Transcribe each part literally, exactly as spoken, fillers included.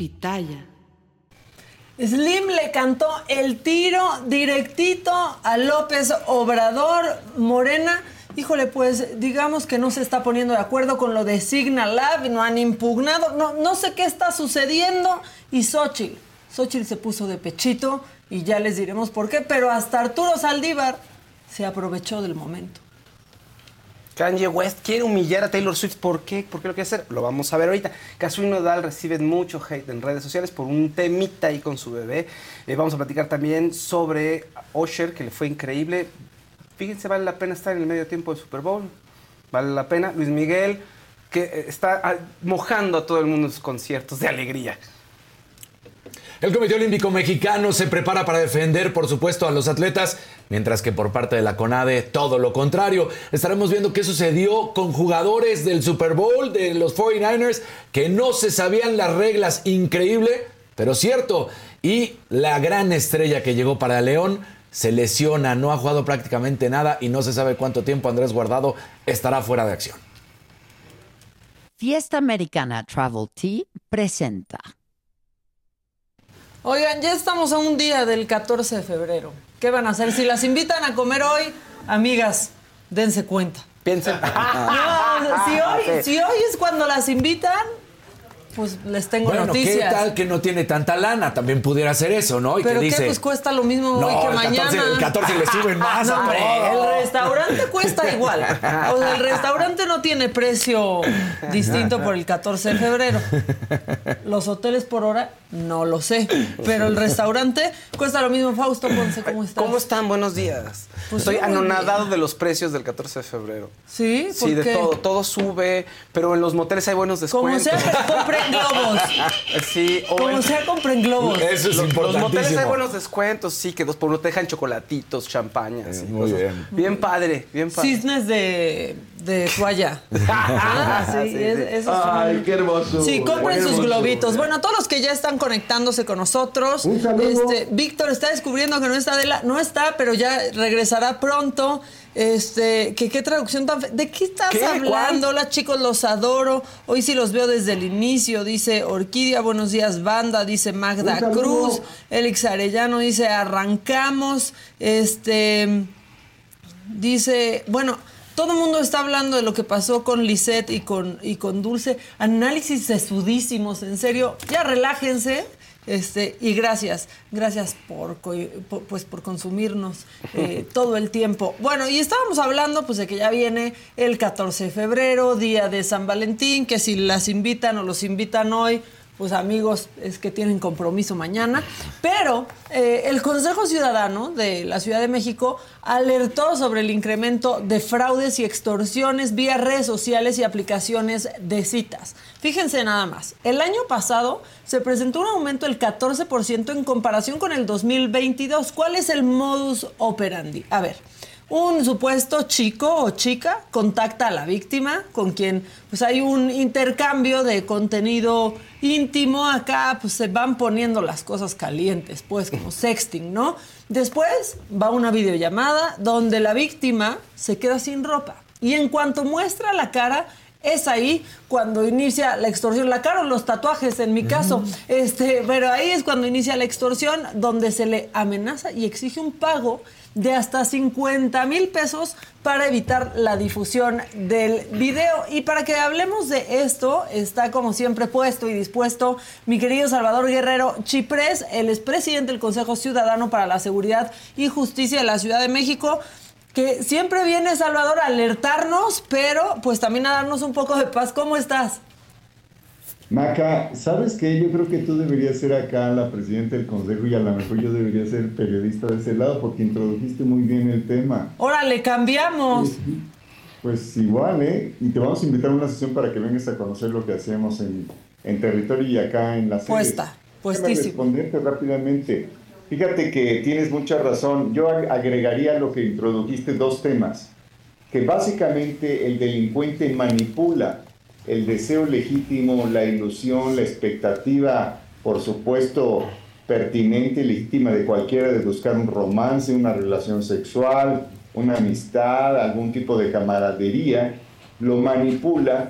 pitaya. Slim le cantó el tiro directito a López Obrador. Morena, híjole, pues digamos que no se está poniendo de acuerdo con lo de Signal Lab, no han impugnado, no, no sé qué está sucediendo. Y Xóchitl, Xóchitl se puso de pechito y ya les diremos por qué, pero hasta Arturo Saldívar se aprovechó del momento. Kanye West quiere humillar a Taylor Swift. ¿Por qué? ¿Por qué lo quiere hacer? Lo vamos a ver ahorita. Cazzu y Nodal reciben mucho hate en redes sociales por un temita ahí con su bebé. Eh, vamos a platicar también sobre Usher, que le fue increíble. Fíjense, vale la pena estar en el medio tiempo del Super Bowl. Vale la pena. Luis Miguel, que está mojando a todo el mundo en sus conciertos de alegría. El Comité Olímpico Mexicano se prepara para defender, por supuesto, a los atletas, mientras que por parte de la CONADE, todo lo contrario. Estaremos viendo qué sucedió con jugadores del Super Bowl, de los cuarenta y nueve ers, que no se sabían las reglas. Increíble, pero cierto. Y la gran estrella que llegó para León se lesiona, no ha jugado prácticamente nada y no se sabe cuánto tiempo Andrés Guardado estará fuera de acción. Fiesta Americana Travel Tea presenta. Oigan, ya estamos a un día del catorce de febrero. ¿Qué van a hacer? Si las invitan a comer hoy, amigas, dense cuenta. Piensen. No, si hoy, si hoy es cuando las invitan, pues les tengo bueno, noticias. ¿qué tal que no tiene tanta lana? También pudiera hacer eso, ¿no? Y ¿Pero que qué? dice, Pues cuesta lo mismo no, hoy que el mañana. catorce, el catorce le suben más. No, hombre, todo. el restaurante cuesta igual. O sea, el restaurante no tiene precio distinto por el catorce de febrero. Los hoteles por hora, no lo sé. Pero el restaurante cuesta lo mismo. Fausto Ponce, ¿cómo estás? ¿Cómo están? Buenos días. Pues Estoy muy anonadado bien. de los precios del catorce de febrero. ¿Sí? ¿Por Sí, de qué? todo. Todo sube, pero en los moteles hay buenos Como descuentos. sea, pero compren globos. Sí, o Como en- sea, compren globos. Eso es Los, los importantísimo. moteles hay buenos descuentos, sí, que dos por uno te dejan chocolatitos, champañas. Eh, y muy cosas. bien. Bien padre, bien padre. Cisnes de, de toalla. Ah, sí, Sí, es- sí. esos son- Ay, qué hermoso. Sí, compren Qué sus hermoso. globitos. Bueno, a todos los que ya están conectándose con nosotros. Un saludo. Este, Víctor está descubriendo que no está Adela. No está, pero ya regresará pronto. Este, que qué traducción tan fe- ¿De qué estás ¿Qué? hablando? ¿Cuál? Hola, chicos, los adoro. Hoy sí los veo desde el inicio, dice Orquídea. Buenos días, banda, dice Magda Un saludo. Cruz. Elix Arellano dice arrancamos. Este dice, bueno, todo el mundo está hablando de lo que pasó con Lisette y con, y con Dulce. Análisis sesudísimos, en serio. Ya relájense. Este, y gracias, gracias por, co- por, pues, por consumirnos eh, todo el tiempo. Bueno, y estábamos hablando pues de que ya viene el catorce de febrero, día de San Valentín, que si las invitan o los invitan hoy, pues amigos, es que tienen compromiso mañana. Pero eh, el Consejo Ciudadano de la Ciudad de México alertó sobre el incremento de fraudes y extorsiones vía redes sociales y aplicaciones de citas. Fíjense nada más, el año pasado se presentó un aumento del catorce por ciento en comparación con el dos mil veintidós. ¿Cuál es el modus operandi? A ver, un supuesto chico o chica contacta a la víctima, con quien pues hay un intercambio de contenido íntimo. Acá pues se van poniendo las cosas calientes, pues como sexting, ¿no? Después va una videollamada donde la víctima se queda sin ropa y en cuanto muestra la cara, es ahí cuando inicia la extorsión. La cara o los tatuajes, en mi caso. Este, pero ahí es cuando inicia la extorsión, donde se le amenaza y exige un pago de hasta cincuenta mil pesos para evitar la difusión del video. Y para que hablemos de esto, está como siempre puesto y dispuesto mi querido Salvador Guerrero Chiprés, el expresidente del Consejo Ciudadano para la Seguridad y Justicia de la Ciudad de México, que siempre viene, Salvador, a alertarnos, pero pues también a darnos un poco de paz. ¿Cómo estás? Maca, ¿sabes qué? Yo creo que tú deberías ser acá la presidenta del consejo y a lo mejor yo debería ser periodista de ese lado porque introdujiste muy bien el tema. Órale, cambiamos. Pues, pues igual, ¿eh? Y te vamos a invitar a una sesión para que vengas a conocer lo que hacemos en, en territorio y acá en la sede. Puesta, puestísimo. Déjame responderte rápidamente. Fíjate que tienes mucha razón. Yo ag- agregaría lo que introdujiste, dos temas. Que básicamente el delincuente manipula el deseo legítimo, la ilusión, la expectativa, por supuesto, pertinente y legítima de cualquiera de buscar un romance, una relación sexual, una amistad, algún tipo de camaradería, lo manipula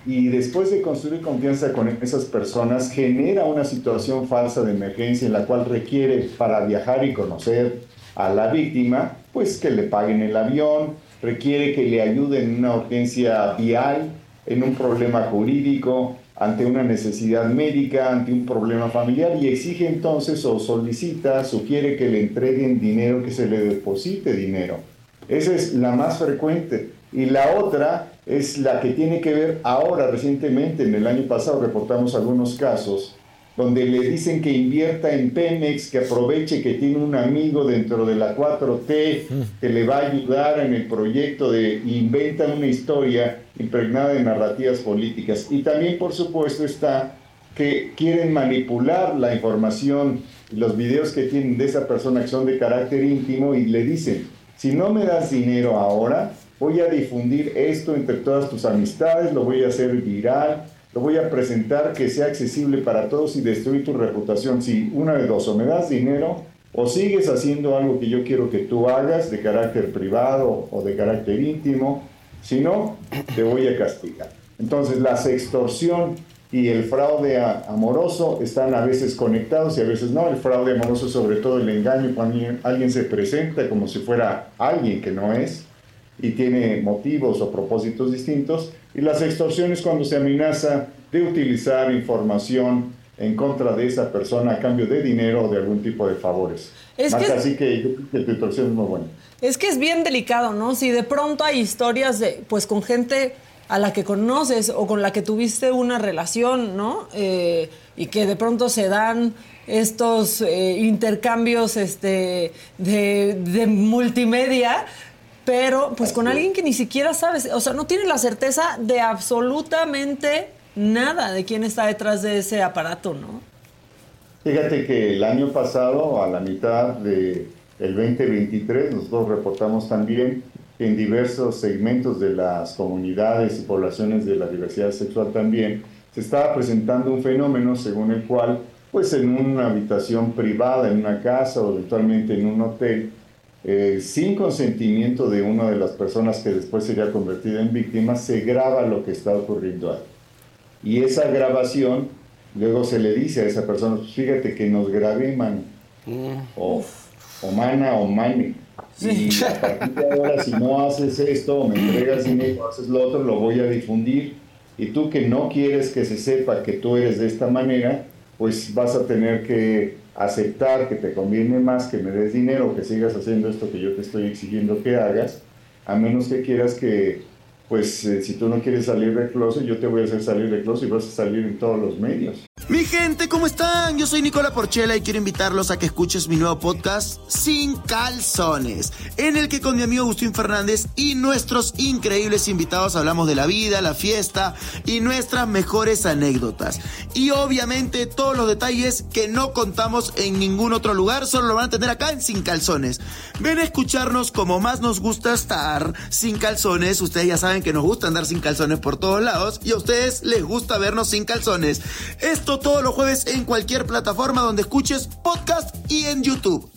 y después de construir confianza con esas personas, genera una situación falsa de emergencia en la cual requiere para viajar y conocer a la víctima, pues que le paguen el avión, requiere que le ayuden en una urgencia vial, en un problema jurídico, ante una necesidad médica, ante un problema familiar, y exige entonces o solicita, sugiere que le entreguen dinero, que se le deposite dinero. Esa es la más frecuente. Y la otra es la que tiene que ver ahora, recientemente, en el año pasado reportamos algunos casos, donde le dicen que invierta en Pemex, que aproveche que tiene un amigo dentro de la cuatro T que le va a ayudar en el proyecto, de inventan una historia impregnada de narrativas políticas. Y también, por supuesto, está que quieren manipular la información, los videos que tienen de esa persona que son de carácter íntimo, y le dicen, si no me das dinero ahora, voy a difundir esto entre todas tus amistades, lo voy a hacer viral, lo voy a presentar que sea accesible para todos y destruir tu reputación. Si una de dos, o me das dinero o sigues haciendo algo que yo quiero que tú hagas de carácter privado o de carácter íntimo, si no, te voy a castigar. Entonces la sextorsión y el fraude amoroso están a veces conectados y a veces no. El fraude amoroso, sobre todo el engaño, cuando alguien se presenta como si fuera alguien que no es y tiene motivos o propósitos distintos, y la sextorsión es cuando se amenaza de utilizar información en contra de esa persona a cambio de dinero o de algún tipo de favores. Es que así que yo creo que tu extorsión es muy buena. Es que es bien delicado, ¿no? Si de pronto hay historias de, pues, con gente a la que conoces o con la que tuviste una relación, ¿no? Eh, y que de pronto se dan estos eh, intercambios este, de, de multimedia, pero pues con alguien que ni siquiera sabes, o sea, no tienes la certeza de absolutamente nada de quién está detrás de ese aparato, ¿no? Fíjate que el año pasado, a la mitad del veinte veintitrés, nosotros reportamos también que en diversos segmentos de las comunidades y poblaciones de la diversidad sexual también se estaba presentando un fenómeno según el cual, pues en una habitación privada, en una casa o eventualmente en un hotel, Eh, sin consentimiento de una de las personas que después sería convertida en víctima, se graba lo que está ocurriendo ahí. Y esa grabación, luego se le dice a esa persona, pues fíjate que nos grabé, man, o, o mana o mane. Y a partir de ahora, si no haces esto, o me entregas dinero, o haces lo otro, lo voy a difundir. Y tú que no quieres que se sepa que tú eres de esta manera, pues vas a tener que aceptar que te conviene más que me des dinero, que sigas haciendo esto que yo te estoy exigiendo que hagas, a menos que quieras que, pues, eh, si tú no quieres salir del closet, yo te voy a hacer salir del closet y vas a salir en todos los medios. Mi gente, ¿cómo están? Yo soy Nicola Porchela y quiero invitarlos a que escuches mi nuevo podcast Sin Calzones, en el que con mi amigo Agustín Fernández y nuestros increíbles invitados hablamos de la vida, la fiesta y nuestras mejores anécdotas. Y obviamente todos los detalles que no contamos en ningún otro lugar, solo lo van a tener acá en Sin Calzones. Ven a escucharnos como más nos gusta estar sin calzones. Ustedes ya saben que nos gusta andar sin calzones por todos lados y a ustedes les gusta vernos sin calzones. Esto todos los jueves en cualquier plataforma donde escuches podcast y en YouTube.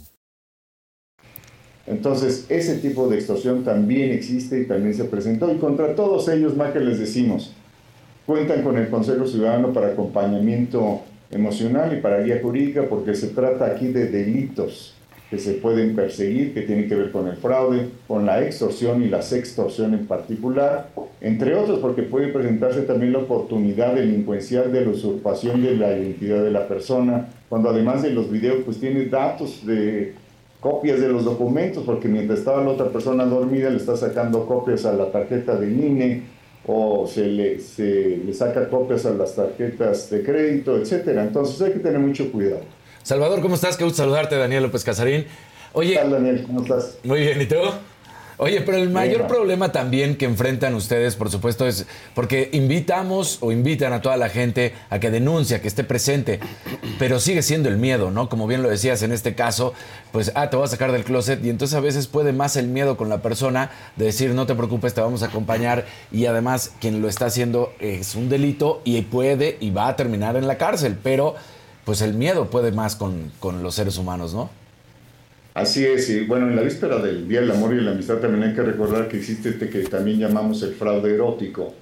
Entonces, ese tipo de extorsión también existe y también se presentó. Y contra todos ellos, más que les decimos, cuentan con el Consejo Ciudadano para acompañamiento emocional y para guía jurídica, porque se trata aquí de delitos que se pueden perseguir, que tienen que ver con el fraude, con la extorsión y la sextorsión en particular, entre otros, porque puede presentarse también la oportunidad delincuencial de la usurpación de la identidad de la persona, cuando además de los videos pues tiene datos de copias de los documentos, porque mientras estaba la otra persona dormida le está sacando copias a la tarjeta del I N E o se le, se le saca copias a las tarjetas de crédito, etcétera. Entonces hay que tener mucho cuidado. Salvador, ¿cómo estás? Qué gusto saludarte, Daniel López Casarín. Oye, ¿Qué tal, Daniel? ¿Cómo estás? Muy bien, ¿y tú? Oye, pero el mayor Bien. problema también que enfrentan ustedes, por supuesto, es porque invitamos o invitan a toda la gente a que denuncie, a que esté presente, pero sigue siendo el miedo, ¿no? Como bien lo decías en este caso, pues, ah, te voy a sacar del closet, y entonces a veces puede más el miedo con la persona de decir, no te preocupes, te vamos a acompañar, y además quien lo está haciendo es un delito y puede y va a terminar en la cárcel, pero pues el miedo puede más con, con los seres humanos, ¿no? Así es, y bueno, en la víspera del Día del Amor y la Amistad también hay que recordar que existe este que también llamamos el fraude erótico,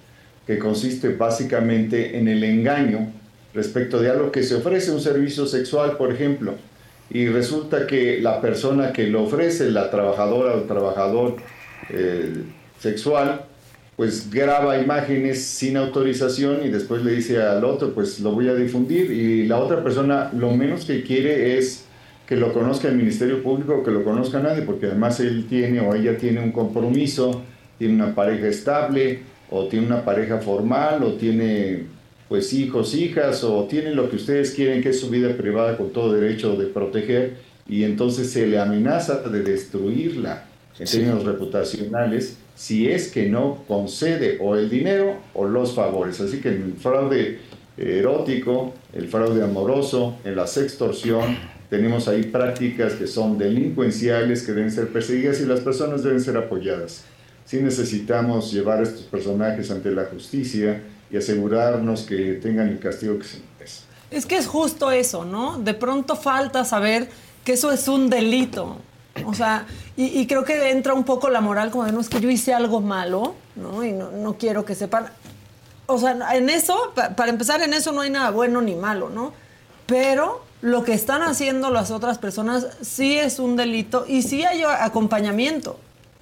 que consiste básicamente en el engaño respecto de algo que se ofrece, un servicio sexual, por ejemplo, y resulta que la persona que lo ofrece, la trabajadora o el trabajador eh, sexual, pues graba imágenes sin autorización y después le dice al otro, pues lo voy a difundir, y la otra persona lo menos que quiere es que lo conozca el Ministerio Público o que lo conozca nadie, porque además él tiene o ella tiene un compromiso, tiene una pareja estable, o tiene una pareja formal, o tiene pues hijos, hijas, o tiene lo que ustedes quieren, que es su vida privada con todo derecho de proteger, y entonces se le amenaza de destruirla en Sí. términos reputacionales si es que no concede o el dinero o los favores. Así que en el fraude erótico, el fraude amoroso, en la sextorsión, tenemos ahí prácticas que son delincuenciales, que deben ser perseguidas y las personas deben ser apoyadas. Sí necesitamos llevar a estos personajes ante la justicia y asegurarnos que tengan el castigo que se merece. Es que es justo eso, ¿no? De pronto falta saber que eso es un delito. O sea, y, y creo que entra un poco la moral como de, no, es que yo hice algo malo, ¿no? Y no, no quiero que sepan. O sea, en eso, pa, para empezar, en eso no hay nada bueno ni malo, ¿no? Pero lo que están haciendo las otras personas sí es un delito y sí hay acompañamiento.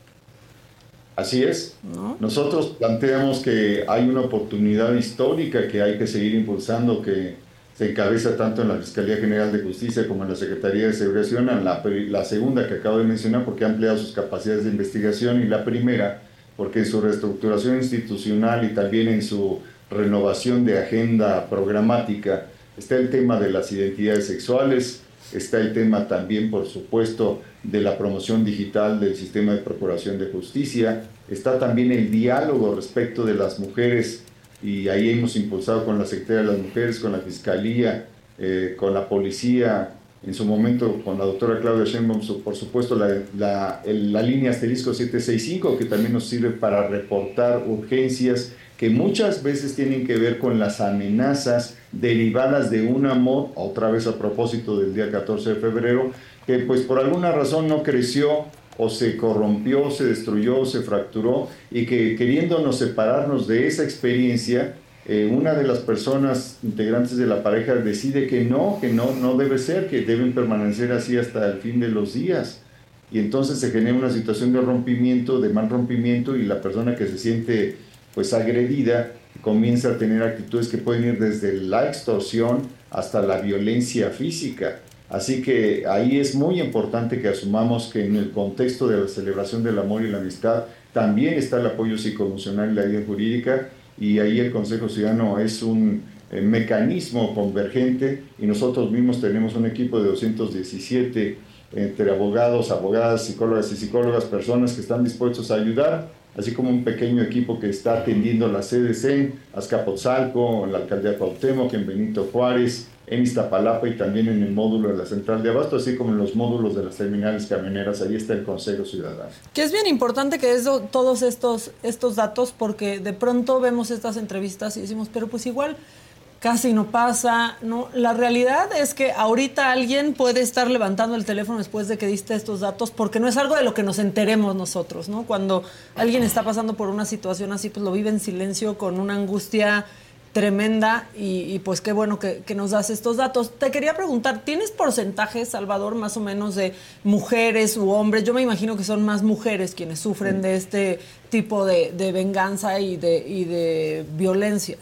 Así es. ¿No? Nosotros planteamos que hay una oportunidad histórica que hay que seguir impulsando, que se encabeza tanto en la Fiscalía General de Justicia como en la Secretaría de Seguridad Ciudadana, la, la segunda que acabo de mencionar porque ha ampliado sus capacidades de investigación, y la primera porque en su reestructuración institucional y también en su renovación de agenda programática está el tema de las identidades sexuales, está el tema también, por supuesto, de la promoción digital del sistema de procuración de justicia, está también el diálogo respecto de las mujeres, y ahí hemos impulsado con la Secretaría de las Mujeres, con la Fiscalía, eh, con la Policía, en su momento con la doctora Claudia Sheinbaum, por supuesto, la, la, el, la línea asterisco siete seis cinco, que también nos sirve para reportar urgencias que muchas veces tienen que ver con las amenazas derivadas de un amor, otra vez a propósito del día catorce de febrero, que pues por alguna razón no creció, o se corrompió, se destruyó, se fracturó, y que queriéndonos separarnos de esa experiencia, eh, una de las personas integrantes de la pareja decide que no, que no, no debe ser, que deben permanecer así hasta el fin de los días. Y entonces se genera una situación de rompimiento, de mal rompimiento, y la persona que se siente pues agredida comienza a tener actitudes que pueden ir desde la extorsión hasta la violencia física. Así que ahí es muy importante que asumamos que en el contexto de la celebración del amor y la amistad también está el apoyo psicoemocional y la guía jurídica, y ahí el Consejo Ciudadano es un eh, mecanismo convergente, y nosotros mismos tenemos un equipo de doscientos diecisiete entre abogados, abogadas, psicólogas y psicólogas, personas que están dispuestos a ayudar, así como un pequeño equipo que está atendiendo las sedes en Azcapotzalco, en la alcaldía Cuauhtémoc, en Benito Juárez, en Iztapalapa y también en el módulo de la Central de Abasto, así como en los módulos de las terminales camioneras. Ahí está el Consejo Ciudadano. Que es bien importante que eso, todos estos, estos datos, porque de pronto vemos estas entrevistas y decimos, pero pues igual casi no pasa, ¿no? La realidad es que ahorita alguien puede estar levantando el teléfono después de que diste estos datos, porque no es algo de lo que nos enteremos nosotros, ¿no? Cuando alguien está pasando por una situación así, pues lo vive en silencio con una angustia tremenda, y, y pues qué bueno que, que nos das estos datos. Te quería preguntar, ¿tienes porcentajes, Salvador, más o menos de mujeres u hombres? Yo me imagino que son más mujeres quienes sufren de este tipo de, de venganza y de, y de violencia.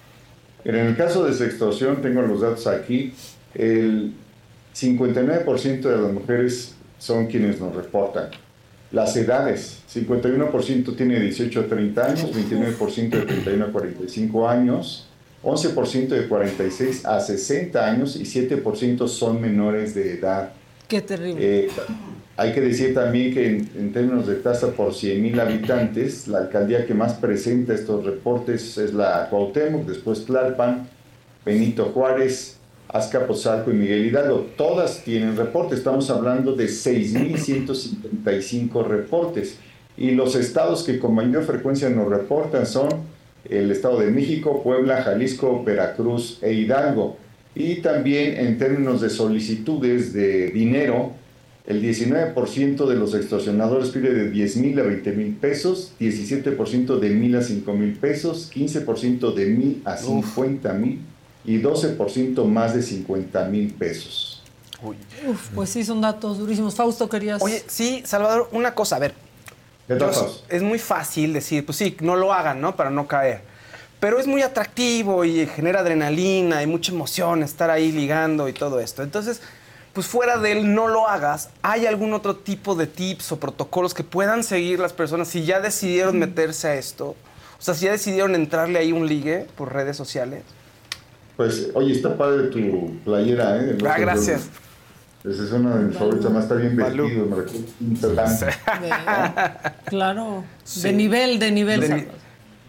En el caso de sextorsión, tengo los datos aquí, el cincuenta y nueve por ciento de las mujeres son quienes nos reportan. Las edades, cincuenta y uno por ciento tiene dieciocho a treinta años, veintinueve por ciento de treinta y uno a cuarenta y cinco años, once por ciento de cuarenta y seis a sesenta años y siete por ciento son menores de edad. Qué terrible. Eh, hay que decir también que en, en términos de tasa por cien mil habitantes, la alcaldía que más presenta estos reportes es la Cuauhtémoc, después Tlalpan, Benito Juárez, Azcapotzalco y Miguel Hidalgo. Todas tienen reportes. Estamos hablando de seis mil ciento cincuenta y cinco reportes. Y los estados que con mayor frecuencia nos reportan son el Estado de México, Puebla, Jalisco, Veracruz e Hidalgo. Y también en términos de solicitudes de dinero, El diecinueve por ciento de los extorsionadores pide de diez mil a veinte mil pesos, diecisiete por ciento de mil a cinco mil pesos, quince por ciento de mil a cincuenta mil y doce por ciento más de cincuenta mil pesos. Uy. Uf, pues sí, son datos durísimos. Fausto, querías... Oye, sí, Salvador, una cosa, a ver. Yo, es muy fácil decir, pues sí, no lo hagan, ¿no? Para no caer. Pero es muy atractivo y genera adrenalina y mucha emoción estar ahí ligando y todo esto. Entonces, pues fuera del no lo hagas, ¿hay algún otro tipo de tips o protocolos que puedan seguir las personas si ya decidieron meterse a esto? O sea, si ya decidieron entrarle ahí un ligue por redes sociales. Pues, oye, está padre tu playera, ¿eh? Ah, gracias. Esa es una de mis favoritas, más está bien vestido, me recuerda un talante. Claro, Sí. de nivel, de nivel. De ni-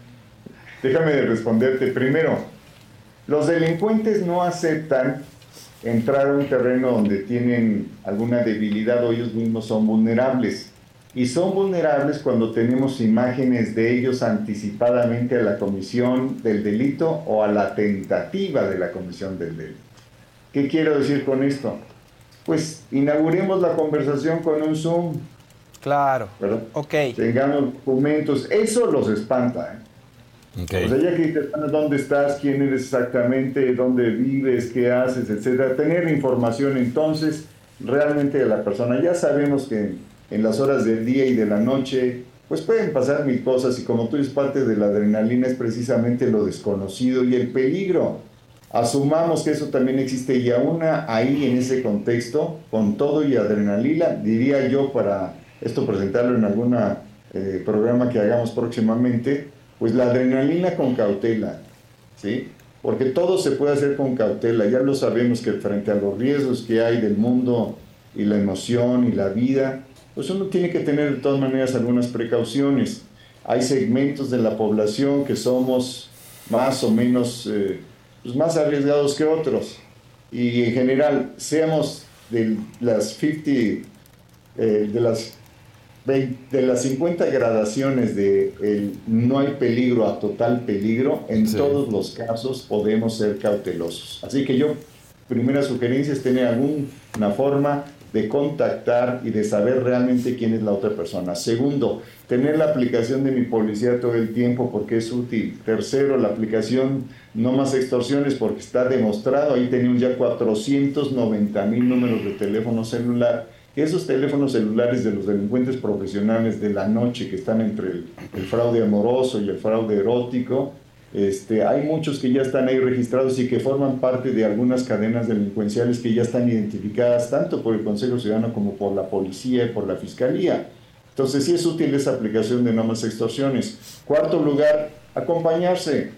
Déjame responderte. Primero, los delincuentes no aceptan entrar a un terreno donde tienen alguna debilidad o ellos mismos son vulnerables. Y son vulnerables cuando tenemos imágenes de ellos anticipadamente a la comisión del delito o a la tentativa de la comisión del delito. ¿Qué quiero decir con esto? Pues inauguremos la conversación con un Zoom. Claro. ¿Verdad? Ok. Tengamos documentos. Eso los espanta, ¿eh? Okay. O sea, ya que dices, bueno, ¿dónde estás? ¿Quién eres exactamente? ¿Dónde vives? ¿Qué haces? Etcétera. Tener información entonces realmente de la persona. Ya sabemos que en las horas del día y de la noche pues pueden pasar mil cosas y como tú dices, parte de la adrenalina es precisamente lo desconocido y el peligro. Asumamos que eso también existe y aún ahí en ese contexto, con todo y adrenalina, diría yo para esto presentarlo en algún eh, programa que hagamos próximamente, pues la adrenalina con cautela, ¿sí? Porque todo se puede hacer con cautela, ya lo sabemos que frente a los riesgos que hay del mundo y la emoción y la vida, pues uno tiene que tener de todas maneras algunas precauciones. Hay segmentos de la población que somos más o menos... Eh, pues más arriesgados que otros y en general seamos de las cincuenta eh, de las veinte, de las cincuenta gradaciones de el no hay peligro a total peligro, en sí. Todos los casos podemos ser cautelosos. Así que yo, primera sugerencia es tener alguna forma de contactar y de saber realmente quién es la otra persona. Segundo, tener la aplicación de Mi Policía todo el tiempo porque es útil. Tercero, la aplicación No Más Extorsiones porque está demostrado, ahí tenemos ya cuatrocientos noventa mil números de teléfono celular. Esos teléfonos celulares de los delincuentes profesionales de la noche que están entre el, el fraude amoroso y el fraude erótico, Este, hay muchos que ya están ahí registrados y que forman parte de algunas cadenas delincuenciales que ya están identificadas tanto por el Consejo Ciudadano como por la policía y por la fiscalía. Entonces sí es útil esa aplicación de No Más Extorsiones. Cuarto lugar, acompañarse,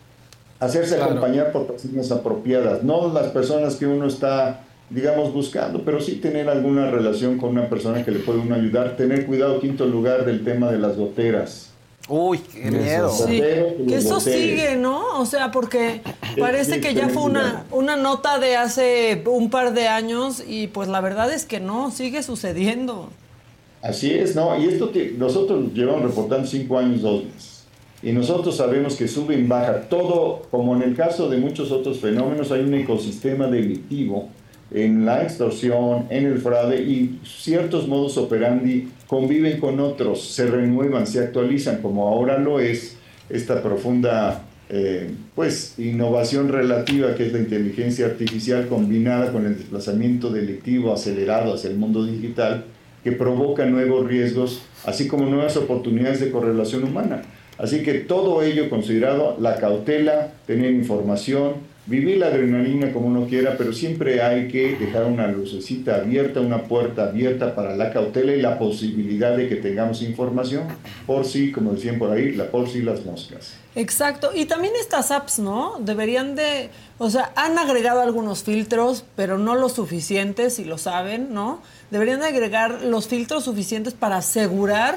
hacerse claro. acompañar por personas apropiadas, no las personas que uno está, digamos, buscando, pero sí tener alguna relación con una persona que le puede uno ayudar. Tener cuidado, quinto lugar, del tema de las goteras. Uy, qué miedo. Sí, que eso sigue, ¿no? O sea, porque parece que ya fue una, una nota de hace un par de años y pues la verdad es que no, sigue sucediendo. Así es, ¿no? Y esto que nosotros llevamos reportando cinco años, dos meses. Y nosotros sabemos que sube y baja. Todo, como en el caso de muchos otros fenómenos, hay un ecosistema delictivo en la extorsión, en el fraude, y ciertos modus operandi conviven con otros, se renuevan, se actualizan, como ahora lo es esta profunda eh, pues, innovación relativa que es la inteligencia artificial combinada con el desplazamiento delictivo acelerado hacia el mundo digital, que provoca nuevos riesgos, así como nuevas oportunidades de correlación humana. Así que todo ello considerado, la cautela, tener información, vivir la adrenalina como uno quiera, pero siempre hay que dejar una lucecita abierta, una puerta abierta para la cautela y la posibilidad de que tengamos información, por si, como decían por ahí, la por si las moscas. Exacto, y también estas apps, ¿no? Deberían de, o sea, han agregado algunos filtros, pero no los suficientes, si lo saben, ¿no? Deberían de agregar los filtros suficientes para asegurar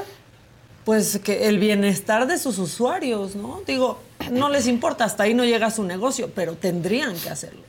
pues que el bienestar de sus usuarios, ¿no? Digo, no les importa, hasta ahí no llega su negocio, pero tendrían que hacerlo.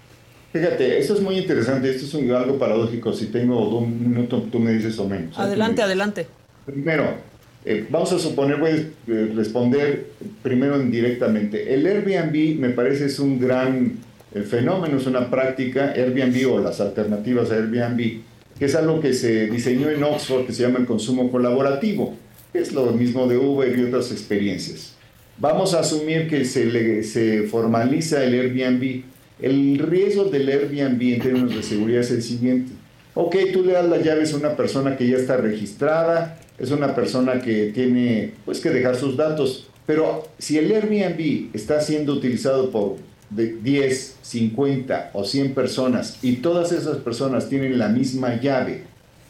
Fíjate, esto es muy interesante, esto es un, algo paradójico, si tengo un minuto, tú me dices o menos. Adelante, adelante. Primero, eh, vamos a suponer, voy a eh, responder primero indirectamente. El Airbnb me parece es un gran el fenómeno, es una práctica, Airbnb o las alternativas a Airbnb, que es algo que se diseñó en Oxford, que se llama el consumo colaborativo, que es lo mismo de Uber y otras experiencias. Vamos a asumir que se, le, se formaliza el Airbnb. El riesgo del Airbnb en términos de seguridad es el siguiente. Ok, tú le das las llaves a una persona que ya está registrada, es una persona que tiene pues, que dejar sus datos, pero si el Airbnb está siendo utilizado por de diez, cincuenta o cien personas y todas esas personas tienen la misma llave,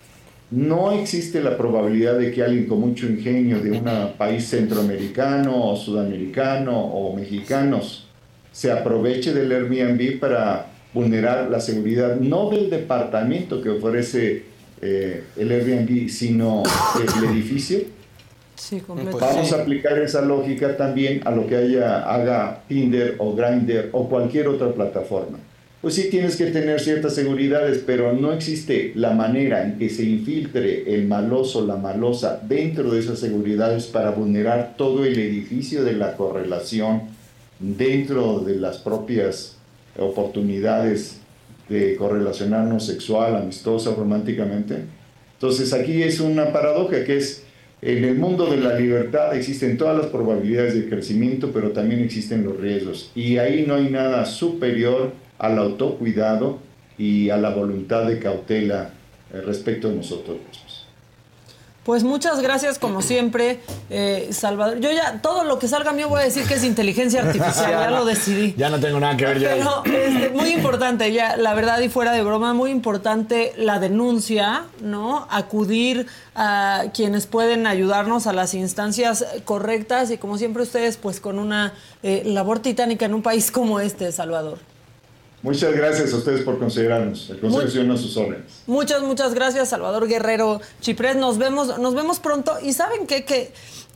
no existe la probabilidad de que alguien con mucho ingenio de un país centroamericano o sudamericano o mexicanos se aproveche del Airbnb para vulnerar la seguridad, no del departamento que ofrece eh, el Airbnb, sino el edificio. Sí, completamente. Vamos a aplicar esa lógica también a lo que haya, haga Tinder o Grindr o cualquier otra plataforma. Pues sí tienes que tener ciertas seguridades, pero no existe la manera en que se infiltre el maloso, la malosa dentro de esas seguridades para vulnerar todo el edificio de la correlación dentro de las propias oportunidades de correlacionarnos sexual, amistosa o románticamente. Entonces aquí es una paradoja que es, en el mundo de la libertad existen todas las probabilidades de crecimiento, pero también existen los riesgos. Y ahí no hay nada superior al autocuidado y a la voluntad de cautela respecto a nosotros mismos. Pues muchas gracias como siempre, eh, Salvador. Yo ya, todo lo que salga mío voy a decir que es inteligencia artificial, ya lo decidí. Ya no tengo nada que ver ya. Pero este, muy importante, ya, la verdad y fuera de broma, muy importante la denuncia, ¿no? Acudir a quienes pueden ayudarnos a las instancias correctas y como siempre ustedes, pues con una eh, labor titánica en un país como este, Salvador. Muchas gracias a ustedes por considerarnos. El Consejo Ciudadano a sus órdenes. Muchas, muchas gracias, Salvador Guerrero Chiprés. Nos vemos, nos vemos pronto. Y ¿saben qué? Que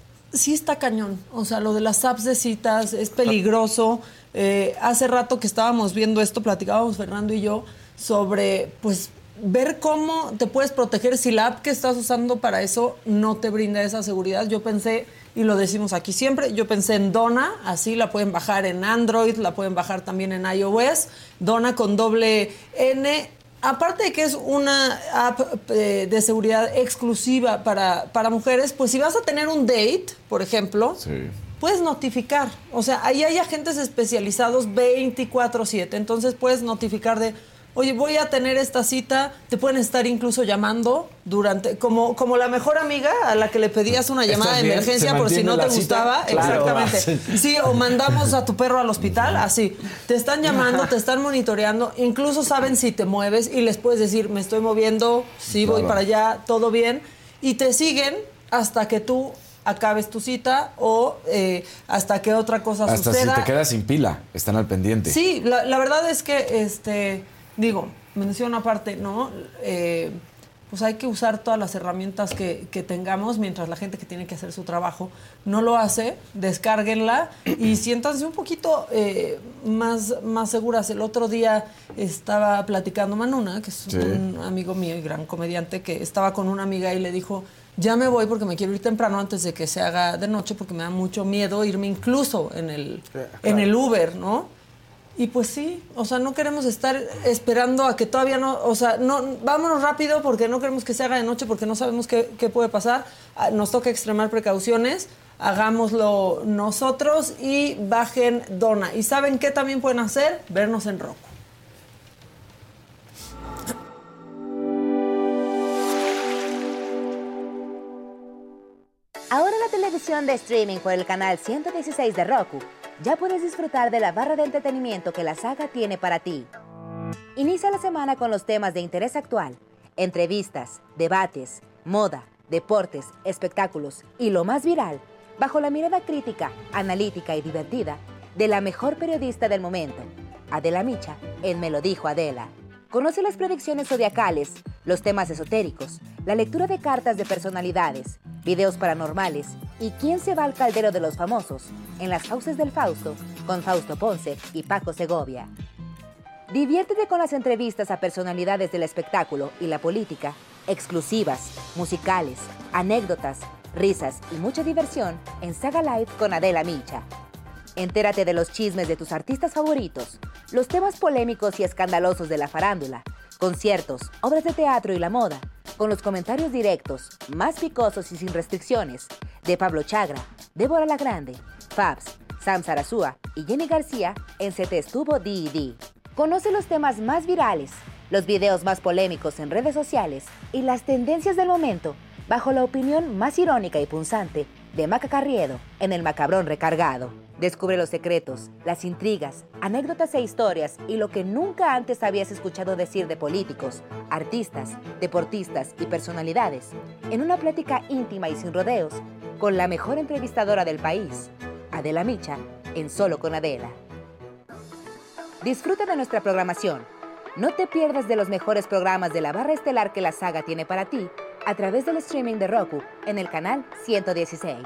sí está cañón. O sea, lo de las apps de citas es peligroso. Eh, hace rato que estábamos viendo esto, platicábamos Fernando y yo, sobre, pues, ver cómo te puedes proteger si la app que estás usando para eso no te brinda esa seguridad. Yo pensé, y lo decimos aquí siempre, yo pensé en Dona, así la pueden bajar en Android, la pueden bajar también en iOS, Dona con doble N. Aparte de que es una app eh, de seguridad exclusiva para, para mujeres, pues si vas a tener un date, por ejemplo, sí, puedes notificar. O sea, ahí hay agentes especializados veinticuatro siete, entonces puedes notificar de... Oye, voy a tener esta cita, te pueden estar incluso llamando durante, como, como la mejor amiga a la que le pedías una llamada de emergencia por si no te gustaba. Claro. Exactamente. Sí, o mandamos a tu perro al hospital, así. Te están llamando, te están monitoreando, incluso saben si te mueves y les puedes decir, me estoy moviendo, sí, voy para allá, todo bien. Y te siguen hasta que tú acabes tu cita o eh, hasta que otra cosa hasta suceda. Hasta si te quedas sin pila, están al pendiente. Sí, la, la verdad es que... este Digo, menciono aparte, ¿no? Eh, pues hay que usar todas las herramientas que, que tengamos mientras la gente que tiene que hacer su trabajo no lo hace, descárguenla y siéntanse un poquito eh, más, más seguras. El otro día estaba platicando Manuna, que es sí. un amigo mío y gran comediante, que estaba con una amiga y le dijo, ya me voy porque me quiero ir temprano antes de que se haga de noche porque me da mucho miedo irme incluso en el, sí, claro. en el Uber, ¿no? Y pues sí, o sea, no queremos estar esperando a que todavía no, o sea, no, vámonos rápido porque no queremos que se haga de noche porque no sabemos qué, qué puede pasar. Nos toca extremar precauciones, hagámoslo nosotros y bajen Dona. ¿Y saben qué también pueden hacer? Vernos en Roku. Ahora en la televisión de streaming por el canal ciento dieciséis de Roku, ya puedes disfrutar de la barra de entretenimiento que la saga tiene para ti. Inicia la semana con los temas de interés actual, entrevistas, debates, moda, deportes, espectáculos y lo más viral, bajo la mirada crítica, analítica y divertida de la mejor periodista del momento, Adela Micha, en Me lo dijo Adela. Conoce las predicciones zodiacales, los temas esotéricos, la lectura de cartas de personalidades, videos paranormales y quién se va al caldero de los famosos en las Fauces del Fausto con Fausto Ponce y Paco Segovia. Diviértete con las entrevistas a personalidades del espectáculo y la política, exclusivas, musicales, anécdotas, risas y mucha diversión en Saga Live con Adela Micha. Entérate de los chismes de tus artistas favoritos, los temas polémicos y escandalosos de la farándula, conciertos, obras de teatro y la moda, con los comentarios directos, más picosos y sin restricciones, de Pablo Chagra, Débora La Grande, Fabs, Sam Sarasúa y Jenny García en Se Te Estuvo D y D. Conoce los temas más virales, los videos más polémicos en redes sociales y las tendencias del momento bajo la opinión más irónica y punzante de Maca Carriedo en El Macabrón Recargado. Descubre los secretos, las intrigas, anécdotas e historias y lo que nunca antes habías escuchado decir de políticos, artistas, deportistas y personalidades en una plática íntima y sin rodeos con la mejor entrevistadora del país, Adela Micha, en Solo con Adela. Disfruta de nuestra programación. No te pierdas de los mejores programas de la barra estelar que la saga tiene para ti a través del streaming de Roku en el canal ciento dieciséis.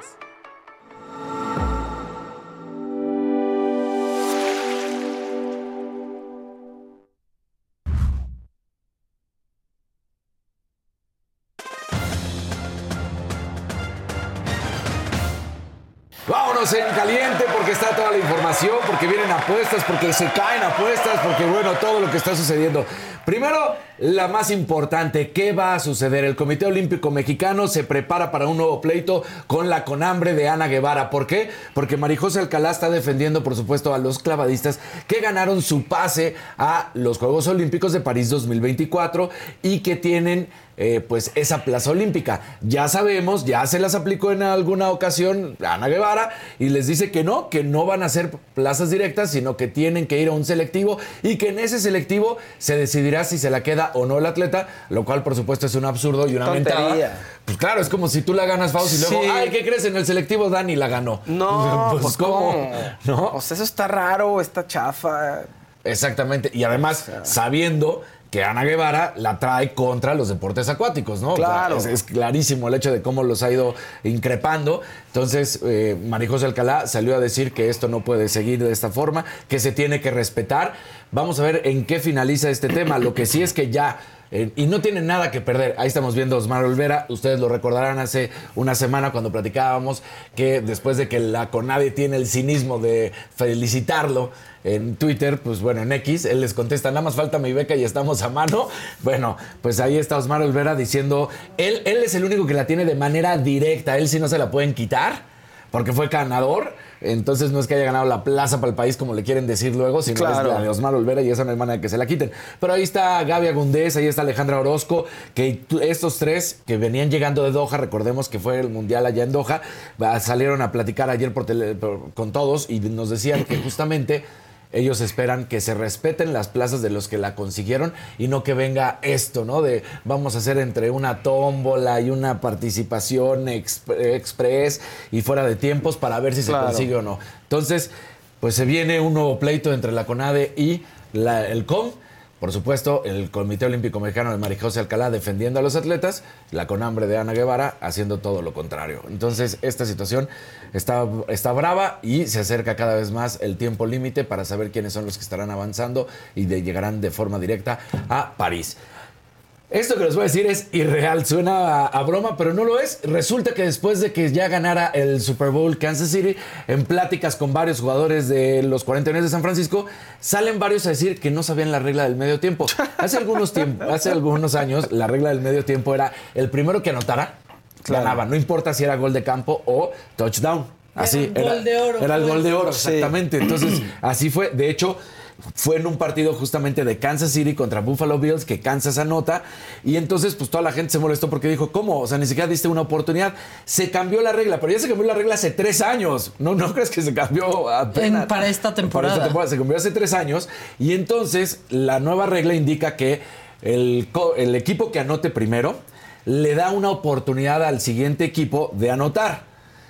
Vámonos en caliente porque está toda la información, porque vienen apuestas, porque se caen apuestas, porque bueno, todo lo que está sucediendo. Primero, la más importante, ¿qué va a suceder? El Comité Olímpico Mexicano se prepara para un nuevo pleito con la Conambre de Ana Guevara. ¿Por qué? Porque Marijose Alcalá está defendiendo, por supuesto, a los clavadistas que ganaron su pase a los Juegos Olímpicos de París dos mil veinticuatro y que tienen eh, pues esa plaza olímpica. Ya sabemos, ya se las aplicó en alguna ocasión Ana Guevara y les dice que no, que no van a ser plazas directas, sino que tienen que ir a un selectivo y que en ese selectivo se decidirá si se la queda o no el atleta, lo cual por supuesto es un absurdo y una Tontería. mentada. Pues claro, es como si tú la ganas, Faust, y luego, Sí. ay, ¿qué crees? En el selectivo Dani la ganó. No, pues, pues ¿cómo? ¿cómo? ¿No? O sea, eso está raro, está chafa. Exactamente. Y además, sabiendo que Ana Guevara la trae contra los deportes acuáticos, ¿no? Claro. O sea, es, es clarísimo el hecho de cómo los ha ido increpando. Entonces, eh, Marijose Alcalá salió a decir que esto no puede seguir de esta forma, que se tiene que respetar. Vamos a ver en qué finaliza este tema. Lo que sí es que ya... Eh, y no tienen nada que perder. Ahí estamos viendo a Osmar Olvera. Ustedes lo recordarán hace una semana cuando platicábamos que después de que la CONADE tiene el cinismo de felicitarlo en Twitter, pues bueno, en X, él les contesta, nada más falta mi beca y estamos a mano. Bueno, pues ahí está Osmar Olvera diciendo, él, él es el único que la tiene de manera directa. Él sí no se la pueden quitar porque fue ganador. Entonces no es que haya ganado la plaza para el país como le quieren decir luego, sino Claro. es la de Osmar Olvera y esa no hay manera de que se la quiten. Pero ahí está Gaby Agundés, ahí está Alejandra Orozco, que estos tres que venían llegando de Doha, recordemos que fue el Mundial allá en Doha, salieron a platicar ayer por tele, por, con todos y nos decían que justamente ellos esperan que se respeten las plazas de los que la consiguieron y no que venga esto, ¿no? De vamos a hacer entre una tómbola y una participación exp- express y fuera de tiempos para ver si Claro. se consigue o no. Entonces, pues se viene un nuevo pleito entre la CONADE y la, el C O M. Por supuesto, el Comité Olímpico Mexicano de Marijose Alcalá defendiendo a los atletas, la Conambre de Ana Guevara haciendo todo lo contrario. Entonces, esta situación está, está brava y se acerca cada vez más el tiempo límite para saber quiénes son los que estarán avanzando y de, llegarán de forma directa a París. Esto que les voy a decir es irreal, suena a, a broma, pero no lo es. Resulta que después de que ya ganara el Super Bowl Kansas City, en pláticas con varios jugadores de los cuarenta y nueve de San Francisco, salen varios a decir que no sabían la regla del medio tiempo. Hace algunos, tiempo, hace algunos años, la regla del medio tiempo era el primero que anotara, Claro. ganaba. No importa si era gol de campo o touchdown. Así, Era un gol de oro, Era el pues. gol de oro, Sí. exactamente. Entonces, así fue. De hecho... Fue en un partido justamente de Kansas City contra Buffalo Bills que Kansas anota y entonces pues toda la gente se molestó porque dijo, ¿cómo? O sea, ni siquiera diste una oportunidad. Se cambió la regla, pero ya se cambió la regla hace tres años. No, no crees que se cambió apenas. En- para esta temporada. Para esta temporada. Se cambió hace tres años y entonces la nueva regla indica que el, co- el equipo que anote primero le da una oportunidad al siguiente equipo de anotar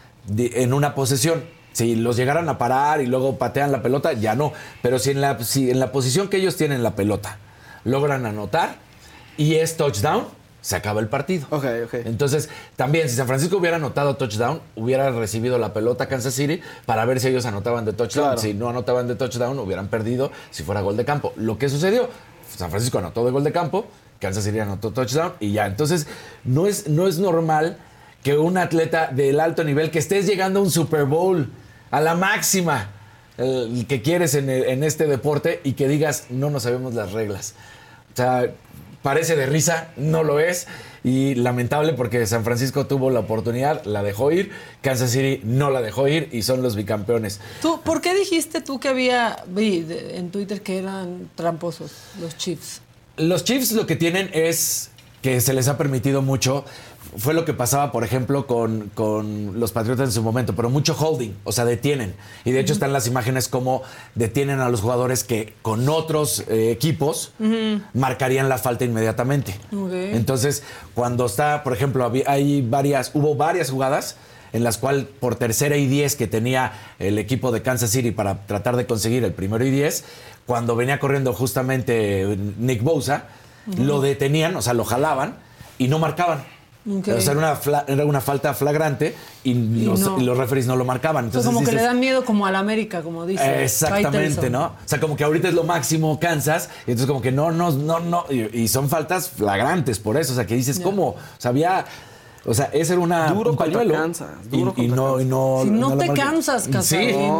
de- en una posesión. Si los llegaran a parar y luego patean la pelota, ya no. Pero si en la, si en la posición que ellos tienen la pelota logran anotar y es touchdown, se acaba el partido. Ok, ok. Entonces, también, si San Francisco hubiera anotado touchdown, hubiera recibido la pelota Kansas City para ver si ellos anotaban de touchdown. Claro. Si no anotaban de touchdown, hubieran perdido si fuera gol de campo. Lo que sucedió, San Francisco anotó de gol de campo, Kansas City anotó touchdown y ya. Entonces, no es, no es normal que un atleta del alto nivel, que estés llegando a un Super Bowl, a la máxima el que quieres en, el- en este deporte y que digas, no nos sabemos las reglas. O sea, parece de risa, no lo es. Y lamentable porque San Francisco tuvo la oportunidad, la dejó ir. Kansas City no la dejó ir y son los bicampeones. ¿Tú, ¿Por qué dijiste tú que había, vi de- en Twitter que eran tramposos los Chiefs? Los Chiefs lo que tienen es que se les ha permitido mucho. Fue lo que pasaba, por ejemplo, con, con los Patriotas en su momento, pero mucho holding, o sea, detienen. Y de hecho están las imágenes como detienen a los jugadores que con otros eh, equipos marcarían la falta inmediatamente. Ok. Entonces, cuando está, por ejemplo, había- hay varias, hubo varias jugadas en las cuales por tercera y diez que tenía el equipo de Kansas City para tratar de conseguir el primero y diez, cuando venía corriendo justamente Nick Bosa, lo detenían, o sea, lo jalaban y no marcaban. Ok. O sea, era una, fla- era una falta flagrante y, los, no. y los referees no lo marcaban. Entonces, Entonces, como que dices, le dan miedo como al América, como dice. exactamente, Faitelson. ¿no? O sea, como que ahorita es lo máximo Kansas, y entonces como que no, no, no, no, y, y son faltas flagrantes por eso, o sea, que dices, ¿cómo? O sea, había, o sea, ese era una, Duro un contra pañuelo. Kansas, y, duro y contra no, y no, Si no lo te marcan. cansas, Sí. Casarín.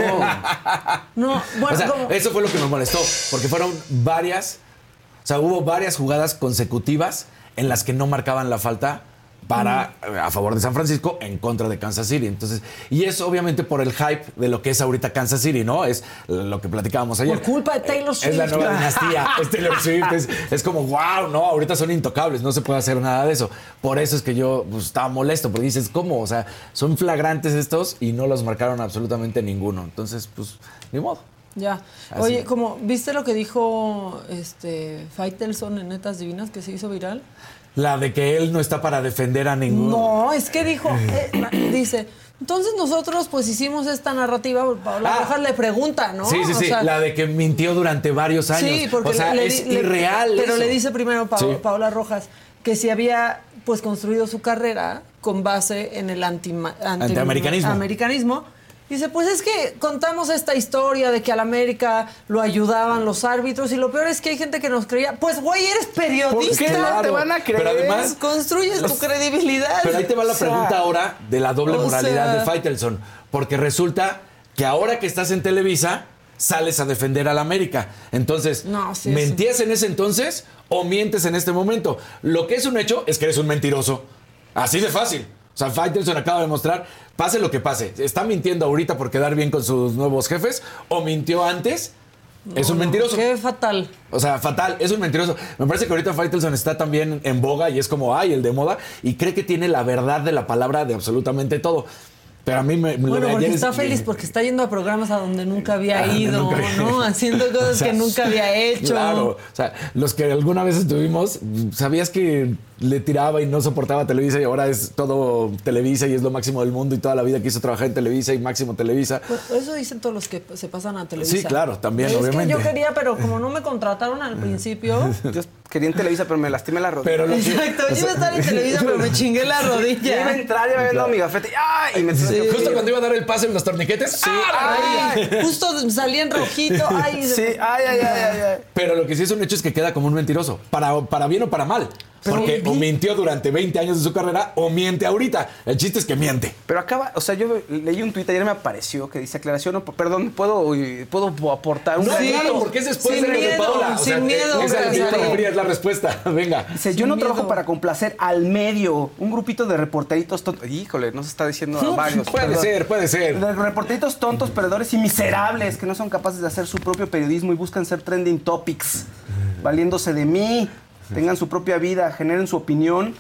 No, bueno, o sea, como- eso fue lo que nos molestó, porque fueron varias, o sea, hubo varias jugadas consecutivas en las que no marcaban la falta para a favor de San Francisco en contra de Kansas City. Entonces, y es obviamente por el hype de lo que es ahorita Kansas City, ¿no? Es lo que platicábamos ayer. Por culpa de Taylor Es la Swift. nueva dinastía, es Taylor Swift, es, es como wow, no, ahorita son intocables, no se puede hacer nada de eso. Por eso es que yo pues, estaba molesto, porque dices, ¿cómo? O sea, son flagrantes estos y no los marcaron absolutamente ninguno. Entonces, pues, ni modo. Ya. Así. Oye, como, ¿viste lo que dijo este Faitelson en Netas Divinas que se hizo viral? La de que él no está para defender a ninguno. No, es que dijo, eh, dice, entonces nosotros pues hicimos esta narrativa, Paola Ah. Rojas le pregunta, ¿no? Sí, sí, O sí. sea, la de que mintió durante varios años. sí, porque o sea, le- es le- irreal. Pero eso. le dice primero Pa- Sí. Paola Rojas que si había pues construido su carrera con base en el anti, anti- Antiamericanismo. americanismo. Dice, pues es que contamos esta historia de que al América lo ayudaban los árbitros y lo peor es que hay gente que nos creía. Pues, güey, eres periodista. ¿Por qué no te van a creer? Pero además, Construyes tu credibilidad. pero ahí te va la O sea, pregunta ahora de la doble o moralidad sea- de Faitelson. Porque resulta que ahora que estás en Televisa, sales a defender al América. Entonces, No, sí, ¿mentías en ese entonces o mientes en este momento? Lo que es un hecho es que eres un mentiroso. Así de fácil. O sea, Faitelson acaba de mostrar, pase lo que pase, ¿está mintiendo ahorita por quedar bien con sus nuevos jefes o mintió antes? Es un mentiroso. Qué fatal. O sea, fatal, es un mentiroso. Me parece que ahorita Faitelson está también en boga y es como, ay, el de moda, y cree que tiene la verdad de la palabra de absolutamente todo. Pero a mí me... lo Bueno, de porque ayer es- está feliz porque está yendo a programas a donde nunca había Ah, ido, nunca había ¿no? ido. Haciendo cosas O sea, que nunca había hecho. Claro, o sea, los que alguna vez estuvimos, sabías que le tiraba y no soportaba Televisa y ahora es todo Televisa y es lo máximo del mundo y toda la vida quiso trabajar en Televisa y máximo Televisa. Pues eso dicen todos los que se pasan a Televisa. Sí, claro, también, es obviamente. Que yo quería, pero como no me contrataron al principio. Yo quería en Televisa, pero me lastimé la rodilla. Pero lo que- Exacto, yo iba a estar en Televisa, pero me chingué la Ya iba a rodilla. entrar, ya me habían dado mi gafete. ¡Ay! Y me Sí. Justo cuando iba a dar el pase en los torniquetes. Sí, Ay, ay, justo salí en rojito. Ay, sí, ay, ay, ay, ay, ay. Pero lo que sí es un hecho es que queda como un mentiroso, para, para bien o para mal. Porque o mintió durante veinte años de su carrera o miente ahorita. El chiste es que miente. Pero acaba, o sea, yo leí un tuit ayer me apareció que dice aclaración, o, perdón, puedo, puedo aportar un No, Sí. claro, porque es después Sin de lo de miedo, Paola. O sin sea, miedo, esa es Casarín. la es la respuesta. Venga. Dice, Sin yo no miedo. trabajo para complacer al medio. Un grupito de reporteritos tontos. Híjole, no se está diciendo a varios. Puede perdón. ser, puede ser. De reporteritos tontos, perdedores y miserables que no son capaces de hacer su propio periodismo y buscan ser trending topics, valiéndose de mí. Tengan su propia vida, generen su opinión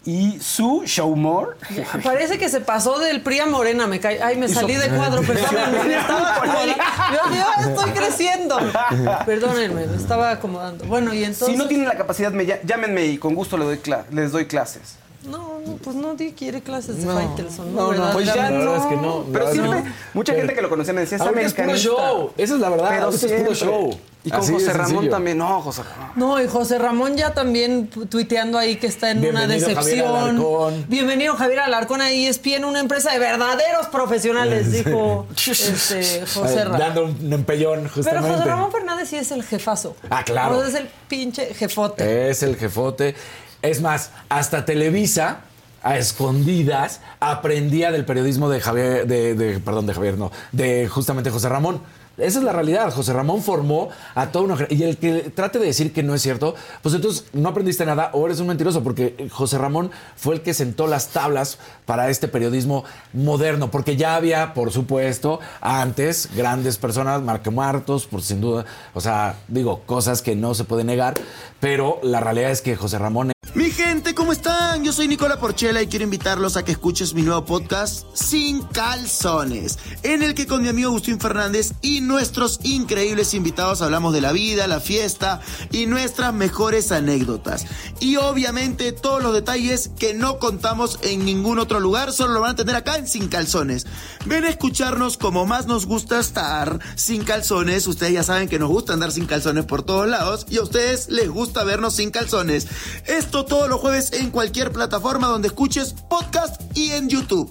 y su show more. Parece que se pasó del P R I a Morena, me cae. Ay, me salí de cuadro, perdónenme. Me estaba acomodando. Yo, yo estoy creciendo. Perdónenme, me estaba acomodando. Bueno, y entonces. Si no tienen la capacidad, me ll- llámenme y con gusto les doy, cla- les doy clases. No, no, pues no di- quiere clases de No, Faitelson, no, ¿no? no, pues ya Verdaderamente. La verdad es que no. Pero la siempre, verdad no. mucha Pero- gente que lo conocía me decía, es Ahorita es puro americanista. show. Esa es la verdad. Pero Ahorita es puro siempre. show. Y con Así de José Ramón sencillo. también. No, José Ramón. No, y José Ramón ya también pu- tuiteando ahí que está en una Bienvenido, Javier decepción. Alarcón. Bienvenido Javier Alarcón a E S P N, una empresa de verdaderos profesionales, dijo este, José Eh, Ramón. Dando un empellón, Pero justamente. José Ramón Fernández sí es el jefazo. Ah, claro. O sea, es el pinche jefote. Es el jefote. Es más, hasta Televisa, a escondidas, aprendía del periodismo de Javier, de, de- perdón, de Javier, no, de justamente José Ramón. Esa es la realidad. José Ramón formó a toda una... Y el que trate de decir que no es cierto, pues entonces no aprendiste nada o eres un mentiroso, porque José Ramón fue el que sentó las tablas para este periodismo moderno, porque ya había, por supuesto, antes grandes personas, marcamuertos, por sin duda, o sea, digo, cosas que no se pueden negar, pero la realidad es que José Ramón... Mi gente, ¿cómo están? Yo soy Nicola Porchela y quiero invitarlos a que escuches mi nuevo podcast Sin Calzones, en el que con mi amigo Agustín Fernández y nuestros increíbles invitados hablamos de la vida, la fiesta y nuestras mejores anécdotas. Y obviamente todos los detalles que no contamos en ningún otro lugar, solo lo van a tener acá en Sin Calzones. Ven a escucharnos como más nos gusta estar sin calzones. Ustedes ya saben que nos gusta andar sin calzones por todos lados y a ustedes les gusta vernos sin calzones. Esto todos los jueves en cualquier plataforma donde escuches podcast y en YouTube.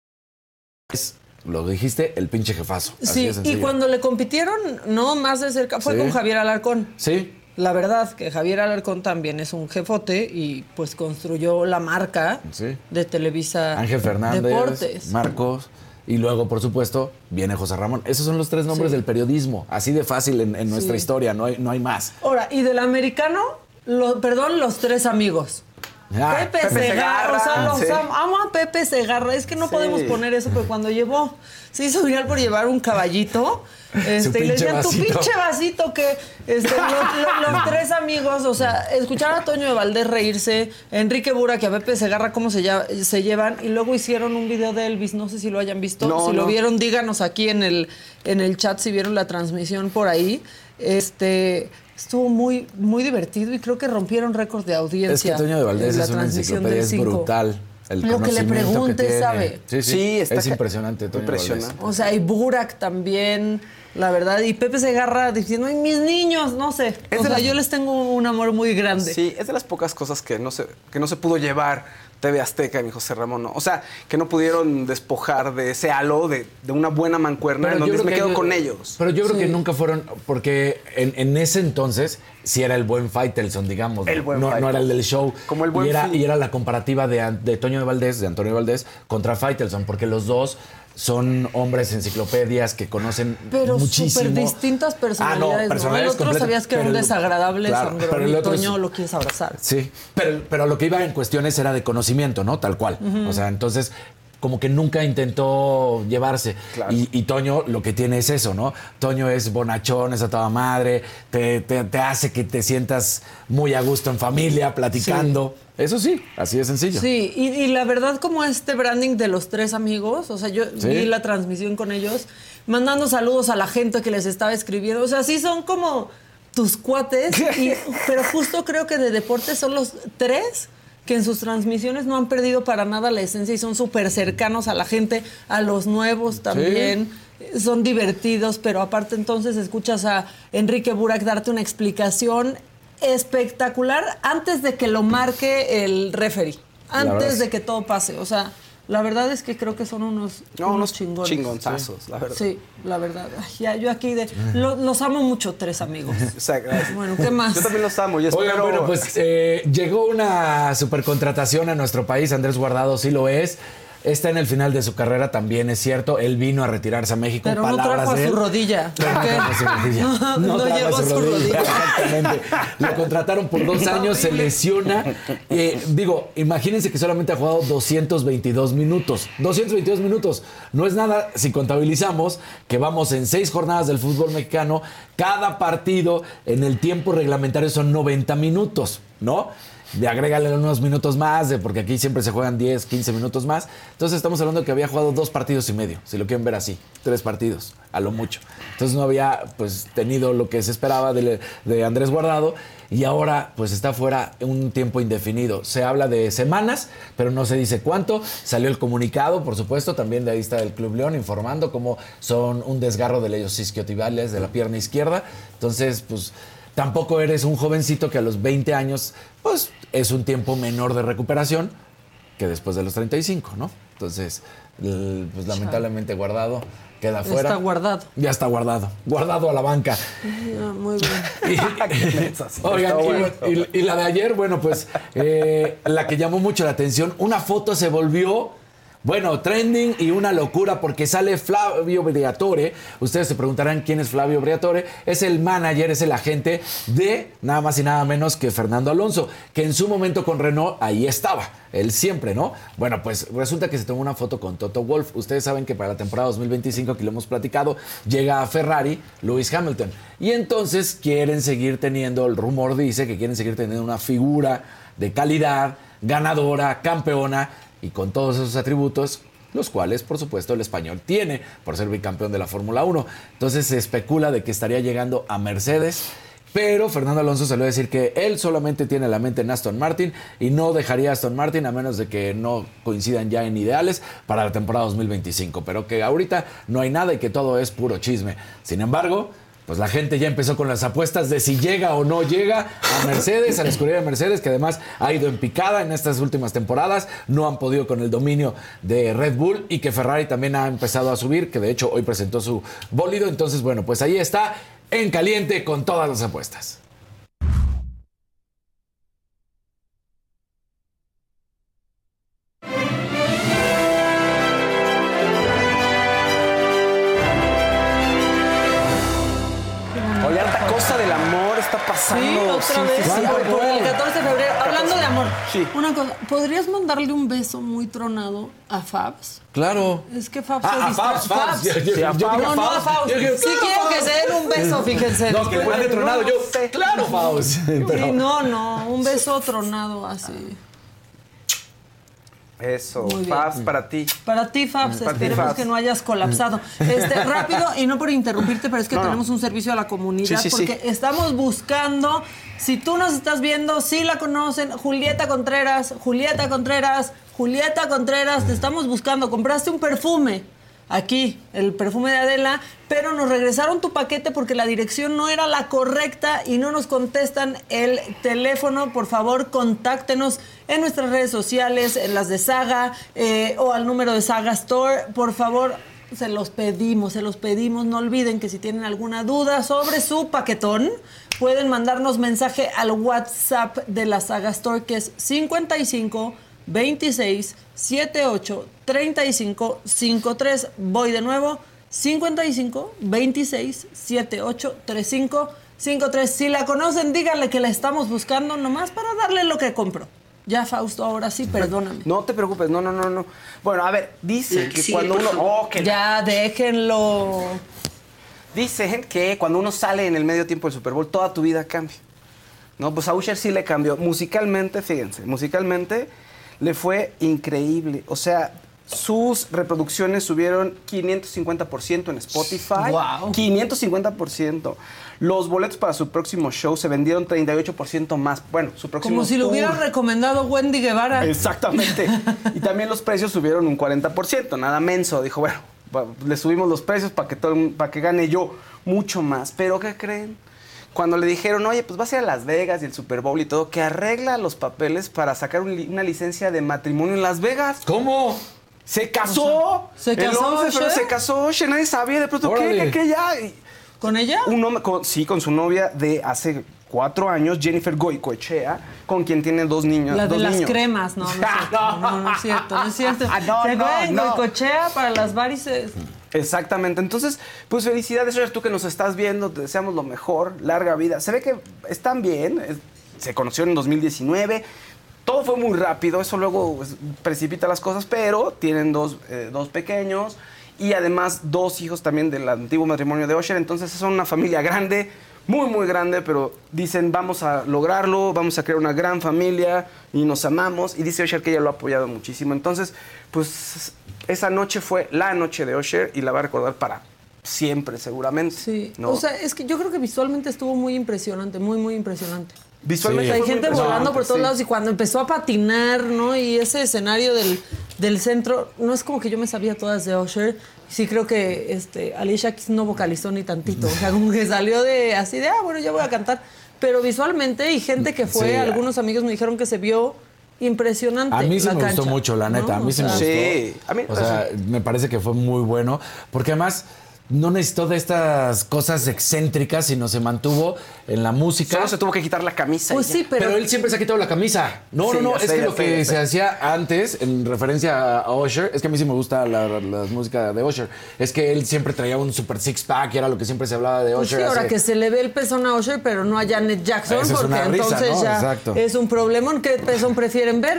Lo dijiste, el pinche jefazo. Sí, y cuando le compitieron, no más de cerca, fue sí. con Javier Alarcón. Sí. La verdad que Javier Alarcón también es un jefote y pues construyó la marca sí. de Televisa Ángel Fernández, Deportes. Marcos, y luego, por supuesto, viene José Ramón. Esos son los tres nombres sí. del periodismo, así de fácil en, en nuestra sí. historia, no hay, no hay más. Ahora, y del americano, lo, perdón, los tres amigos. Ah, Pepe, Pepe Segarra, Segarra, o sea, los sí. amo, amo a Pepe Segarra. Es que no sí. podemos poner eso, pero cuando llevó, se hizo viral por llevar un caballito, este, y le decían, tu pinche vasito, que este, los, los, los tres amigos, o sea, escuchar a Toño de Valdés reírse, Enrique Burak y a Pepe Segarra cómo se, ya, se llevan, y luego hicieron un video de Elvis, no sé si lo hayan visto, no, si no. lo vieron, díganos aquí en el, en el chat si vieron la transmisión por ahí. Este... Estuvo muy, muy divertido y creo que rompieron récord de audiencia. Es que Toño de Valdés es una enciclopedia, es brutal. El Lo que le pregunte, que sabe. Sí, sí, sí está es impresionante, Toño impresionante. O sea, y Burak también, la verdad. Y Pepe Segarra diciendo, ¡ay, mis niños! No sé. Es o sea, las... yo les tengo un amor muy grande. Sí, es de las pocas cosas que no se, que no se pudo llevar T V Azteca y mi José Ramón, ¿no? O sea, que no pudieron despojar de ese halo de, de una buena mancuerna en donde me quedo ellos, con ellos. Pero yo creo sí. que nunca fueron, porque en, en ese entonces sí era el buen Faitelson, digamos. El buen no, Faitelson. No era el del show. Como el buen y era, Phil. y era la comparativa de, de Toño de Valdés, de Antonio de Valdés, contra Faitelson, porque los dos son hombres enciclopedias que conocen pero muchísimo. Pero súper distintas personalidades. Ah, no, personalidades ¿no? El otro sabías que era un desagradable claro, sangrón pero el y otro Toño es, lo quieres abrazar. Sí, pero, pero lo que iba en cuestiones era de conocimiento, ¿no? Tal cual. Uh-huh. O sea, entonces... como que nunca intentó llevarse. Claro. Y, y Toño lo que tiene es eso, ¿no? Toño es bonachón, es a toda madre, te, te, te hace que te sientas muy a gusto en familia, platicando. Sí. Eso sí, así de sencillo. Sí, y, y la verdad como este branding de los tres amigos, o sea, yo ¿sí? vi la transmisión con ellos, mandando saludos a la gente que les estaba escribiendo. O sea, sí son como tus cuates, y, pero justo creo que de deportes son los tres que en sus transmisiones no han perdido para nada la esencia y son súper cercanos a la gente, a los nuevos también. Sí. Son divertidos, pero aparte entonces escuchas a Enrique Burak darte una explicación espectacular antes de que lo marque el referee, antes de que todo pase. O sea, la verdad es que creo que son unos, no, unos unos chingones. Chingonzazos, sí. la verdad. Sí, la verdad. Ay, ya, yo aquí de, lo, los amo mucho, tres amigos. O sea, gracias. Bueno, ¿qué más? Yo también los amo. Y espero... Oigan, bueno, pues eh, llegó una supercontratación a nuestro país. Andrés Guardado sí lo es. Está en el final de su carrera, también es cierto. Él vino a retirarse a México. Pero no trajo a su rodilla. Pero no trajo a su rodilla. No, no, no llegó a su rodilla. rodilla. Exactamente. Lo contrataron por dos años, se lesiona. Eh, digo, imagínense que solamente ha jugado doscientos veintidós minutos. doscientos veintidós minutos. No es nada si contabilizamos que vamos en seis jornadas del fútbol mexicano. Cada partido en el tiempo reglamentario son noventa minutos, ¿no? De agrégale unos minutos más, de, porque aquí siempre se juegan diez, quince minutos más. Entonces estamos hablando de que había jugado dos partidos y medio, si lo quieren ver así, tres partidos, a lo mucho. Entonces no había pues tenido lo que se esperaba de, de Andrés Guardado y ahora pues está fuera un tiempo indefinido. Se habla de semanas, pero no se dice cuánto. Salió el comunicado, por supuesto, también de ahí está el Club León informando cómo son un desgarro de los isquiotibiales de la pierna izquierda. Entonces, pues... tampoco eres un jovencito que a los veinte años, pues es un tiempo menor de recuperación que después de los treinta y cinco, ¿no? Entonces, pues lamentablemente Guardado queda fuera. Está guardado. Ya está guardado. Guardado a la banca. Ya, muy bien. Y, oigan, bueno. y, y la de ayer, bueno, pues eh, la que llamó mucho la atención, una foto se volvió Bueno, trending y una locura porque sale Flavio Briatore. Ustedes se preguntarán quién es Flavio Briatore. Es el manager, es el agente de nada más y nada menos que Fernando Alonso, que en su momento con Renault ahí estaba. Él siempre, ¿no? Bueno, pues resulta que se tomó una foto con Toto Wolff. Ustedes saben que para la temporada dos mil veinticinco, que lo hemos platicado, llega a Ferrari Lewis Hamilton. Y entonces quieren seguir teniendo, el rumor dice que quieren seguir teniendo una figura de calidad, ganadora, campeona, y con todos esos atributos, los cuales, por supuesto, el español tiene por ser bicampeón de la Fórmula uno. Entonces se especula de que estaría llegando a Mercedes, pero Fernando Alonso salió a decir que él solamente tiene la mente en Aston Martin y no dejaría a Aston Martin a menos de que no coincidan ya en ideales para la temporada dos mil veinticinco, pero que ahorita no hay nada y que todo es puro chisme. Sin embargo, pues la gente ya empezó con las apuestas de si llega o no llega a Mercedes, a la escudería de Mercedes, que además ha ido en picada en estas últimas temporadas, no han podido con el dominio de Red Bull, y que Ferrari también ha empezado a subir, que de hecho hoy presentó su bólido. Entonces, bueno, pues ahí está, en caliente con todas las apuestas. Oye, harta cosa del amor está pasando. Sí, otra vez. sí, sí. Por, por el catorce de febrero. Hablando de amor. Sí. Una cosa. ¿Podrías mandarle un beso muy tronado a Fabs? Claro. Es que Fabs... Ah, se a distra- Fabs, Fabs. Yo- yo- Sí, a yo dije Fabs. No, no a Faust. Yo dije, Sí claro, quiero que Fabs. se den un beso, fíjense. No, que le mande tronado. Yo, sé. claro, Faust. Sí, no, no, un beso tronado así. Eso, Muy bien. Fabs para ti. Para ti, Fabs, Para ti, esperemos Fabs. que no hayas colapsado. Este, rápido, y no por interrumpirte, pero es que No, no. tenemos un servicio a la comunidad, Sí, sí, sí. porque estamos buscando, si tú nos estás viendo, si la conocen, Julieta Contreras, Julieta Contreras, Julieta Contreras, te estamos buscando. Compraste un perfume, aquí, el perfume de Adela, pero nos regresaron tu paquete porque la dirección no era la correcta y no nos contestan el teléfono. Por favor, contáctenos en nuestras redes sociales, en las de Saga, eh, o al número de Saga Store. Por favor, se los pedimos, se los pedimos. No olviden que si tienen alguna duda sobre su paquetón, pueden mandarnos mensaje al WhatsApp de la Saga Store, que es cincuenta y cinco veintiséis setenta y ocho treinta y cinco cincuenta y tres. Voy de nuevo, cincuenta y cinco veintiséis setenta y ocho treinta y cinco cincuenta y tres. Si la conocen, díganle que la estamos buscando nomás para darle lo que compró. Ya, Fausto, ahora sí, perdóname. No te preocupes, no, no, no, no. Bueno, a ver, dicen que Sí, cuando por uno... favor. Oh, que Ya, déjenlo. Dicen que cuando uno sale en el medio tiempo del Super Bowl, toda tu vida cambia. No, pues a Usher sí le cambió. Musicalmente, fíjense, musicalmente le fue increíble. O sea, sus reproducciones subieron quinientos cincuenta por ciento en Spotify. Wow. quinientos cincuenta por ciento. Los boletos para su próximo show se vendieron treinta y ocho por ciento más. Bueno, su próximo Como si lo tour. hubiera recomendado Wendy Guevara. Exactamente. Y también los precios subieron un cuarenta por ciento, nada menso. Dijo, bueno, va- le subimos los precios para que, todo el mundo- para que gane yo mucho más. Pero ¿qué creen? Cuando le dijeron, oye, pues vas a ir a Las Vegas y el Super Bowl y todo, que arregla los papeles para sacar un li- una licencia de matrimonio en Las Vegas. ¿Cómo? ¡Se casó! ¿se El casó, once de febrero Usher? se casó, Usher, nadie sabía. De pronto, ¿qué? Órale. ¿Qué? ¿Qué? Ya. Y ¿Con ella? un hombre, con- sí, con su novia de hace cuatro años, Jennifer Goicoechea, con quien tiene dos niños. La de dos las niños. cremas, no, no es cierto. No, no es cierto, no es cierto. Ah, no, Se no, fue en no. Goicoechea para las varices. Exactamente. Entonces, pues felicidades, Usher, tú que nos estás viendo, te deseamos lo mejor, larga vida. Se ve que están bien, eh, se conocieron en dos mil diecinueve, todo fue muy rápido, eso luego pues, precipita las cosas, pero tienen dos, eh, dos pequeños y además dos hijos también del antiguo matrimonio de Usher, entonces son una familia grande, muy, muy grande, pero dicen, vamos a lograrlo, vamos a crear una gran familia y nos amamos, y dice Usher que ella lo ha apoyado muchísimo. Entonces, pues esa noche fue la noche de Usher y la va a recordar para siempre, seguramente. Sí. ¿no? O sea, es que yo creo que visualmente estuvo muy impresionante, muy, muy impresionante. Visualmente O sea, hay fue muy gente impresionante, volando por todos sí. lados y cuando empezó a patinar, ¿no? Y ese escenario del, del centro, no es como que yo me sabía todas de Usher. Sí creo que este, Alicia Keys no vocalizó ni tantito. O sea, como que salió de así de, ah, bueno, ya voy a cantar. Pero visualmente, y gente que fue, Sí. algunos amigos me dijeron que se vio impresionante. A mí sí la me gustó cancha, mucho, la neta. ¿no? A mí sí O me sea, gustó. Sí, a mí- o sea, me parece que fue muy bueno. Porque además, no necesitó de estas cosas excéntricas, sino se mantuvo en la música. Solo se tuvo que quitar la camisa. Pues y sí, ya. pero... Pero él siempre se ha quitado la camisa. No, Sí, no, no. ya Es sé, que ya lo sé, que ya se sé. hacía antes, en referencia a Usher, es que a mí sí me gusta la, la, la música de Usher. Es que él siempre traía un super six pack y era lo que siempre se hablaba de Pues Usher. sí, ahora hace- que se le ve el pezón a Usher, pero no a Janet Jackson, Esa es porque una risa, entonces ¿no? ya Exacto. es un problemón. ¿Qué pezón prefieren ver?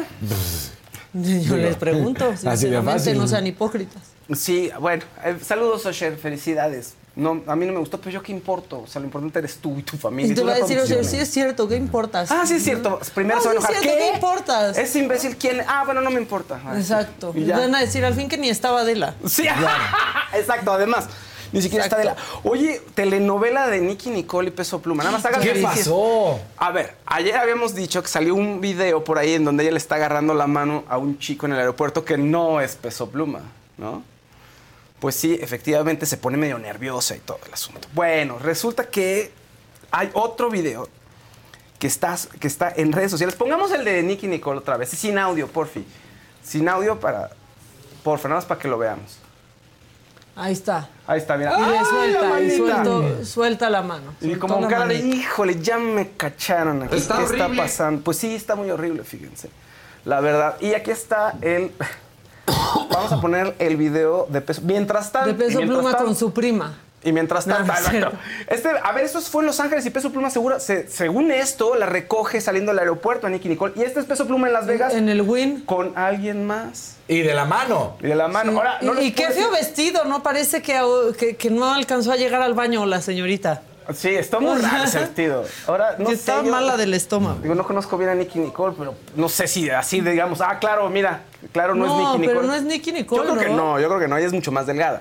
Yo les pregunto, Así de sinceramente, fácil. no sean hipócritas. Sí, bueno, eh, saludos, Usher, felicidades. No, a mí no me gustó, pero yo qué importo. O sea, lo importante eres tú y tu familia. Y te tú va a la decir, Usher, producción. sí es cierto, ¿qué importas? Ah, sí es cierto. Primero No, se va a sí es enojar. cierto, ¿Qué? ¿qué importas? ¿Es imbécil quién? Ah, bueno, no me importa. Ah, Exacto. y ya. Van a decir al fin que ni estaba Adela. Sí, exacto, además. Ni siquiera está de la... Oye, telenovela de Nicki Nicole y Peso Pluma. Nada más hagan ¿Qué felices. pasó? A ver, ayer habíamos dicho que salió un video por ahí en donde ella le está agarrando la mano a un chico en el aeropuerto que no es Peso Pluma, ¿no? Pues sí, efectivamente se pone medio nerviosa y todo el asunto. Bueno, resulta que hay otro video que está, que está en redes sociales. Pongamos el de Nicki Nicole otra vez, sin audio, porfi. Sin audio para... Porfa, nada más para que lo veamos. Ahí está. Ahí está, mira. Y le ¡Ay, la suelta, y manita! suelto, suelta la mano. Y Sueltó como la cara de, manita. híjole, ya me cacharon aquí. Está ¿Qué está horrible. pasando? Pues sí, está muy horrible, fíjense. La verdad. Y aquí está el... Vamos a poner el video de Peso... Mientras tanto... De Peso mientras Pluma tanto- con su prima. Y mientras No, tanto... no es exacto. Este, a ver, esto fue en Los Ángeles y Peso Pluma segura, se- según esto, la recoge saliendo del aeropuerto a Nicki Nicole. Y este es Peso Pluma en Las Vegas En el Win. con alguien más. Y de la mano. Y de la mano. Sí. Ahora, no y les y qué puedo feo decir- vestido, ¿no? Parece que, que, que no alcanzó a llegar al baño la señorita. Sí, está muy raro ese vestido. Ahora, no Que sé, estaba yo- mala del estómago. Digo, no conozco bien a Nicki Nicole, pero no sé si así digamos, ah, claro, mira, claro, no, No, es Nicki Nicole. pero no es Nicki Nicole, Yo creo que ¿no? no, yo creo que no, ella es mucho más delgada.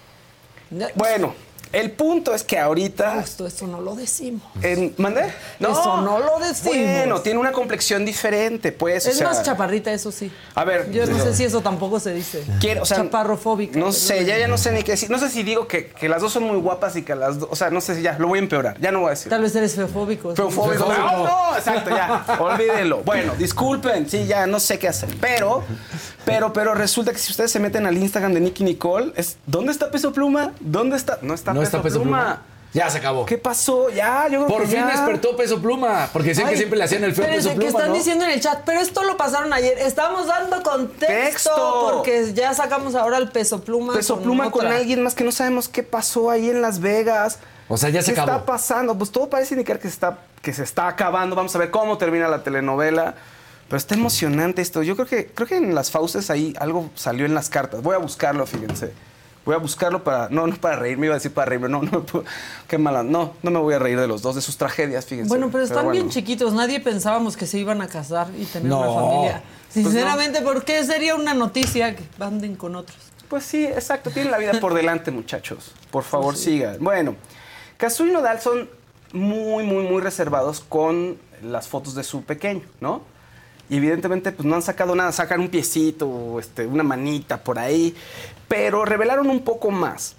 Bueno, el punto es que ahorita... Esto, esto no lo decimos. En, ¿Mandé? Eso no lo decimos. Bueno, tiene una complexión diferente, pues. o Es sea, más chaparrita, eso sí. A ver, Yo no yo- sé si eso tampoco se dice. quiero, o sea, Chaparrofóbica. No pero sé, ya, ya no sé ni qué decir. No sé si digo que, que las dos son muy guapas y que las dos... O sea, no sé si ya, lo voy a empeorar. Ya no voy a decir. Tal vez eres feofóbico. Feofóbico. Feofóbico. No, no, exacto, ya. Olvídenlo. Bueno, disculpen, sí, ya no sé qué hacer. Pero, pero, pero resulta que si ustedes se meten al Instagram de Nicki Nicole, es ¿dónde está Peso Pluma? ¿Dónde está? No está, No Peso, está Peso Pluma. Pluma. Ya se acabó. ¿Qué pasó? Ya, yo creo Por que fin ya. despertó Peso Pluma. Porque decían Ay, que siempre le hacían el feo a espérense, Peso que Pluma, están ¿no? diciendo en el chat, pero esto lo pasaron ayer. Estamos dando contexto Texto. porque ya sacamos ahora el Peso Pluma. Peso con Pluma con otra. alguien más que no sabemos qué pasó ahí en Las Vegas. O sea, ya se ¿Qué acabó. está pasando? Pues todo parece indicar que se está, que se está acabando. Vamos a ver cómo termina la telenovela. Pero está emocionante esto. Yo creo que, creo que en las fauces ahí algo salió en las cartas. Voy a buscarlo, fíjense. Voy a buscarlo para... No, no para reírme, iba a decir para reírme. No, no, qué mala. No, no me voy a reír de los dos, de sus tragedias, fíjense. Bueno, pero están bueno. bien chiquitos. Nadie pensábamos que se iban a casar y tener No. una familia. Pues Sinceramente, ¿por qué sería una noticia que anden con otros? Pues sí, exacto. Tienen la vida por delante, muchachos. Por favor, sigan. Bueno, Cazzu y Nodal son muy, muy, muy reservados con las fotos de su pequeño, ¿no? Y evidentemente, pues no han sacado nada. Sacan un piecito, este, una manita por ahí. Pero revelaron un poco más.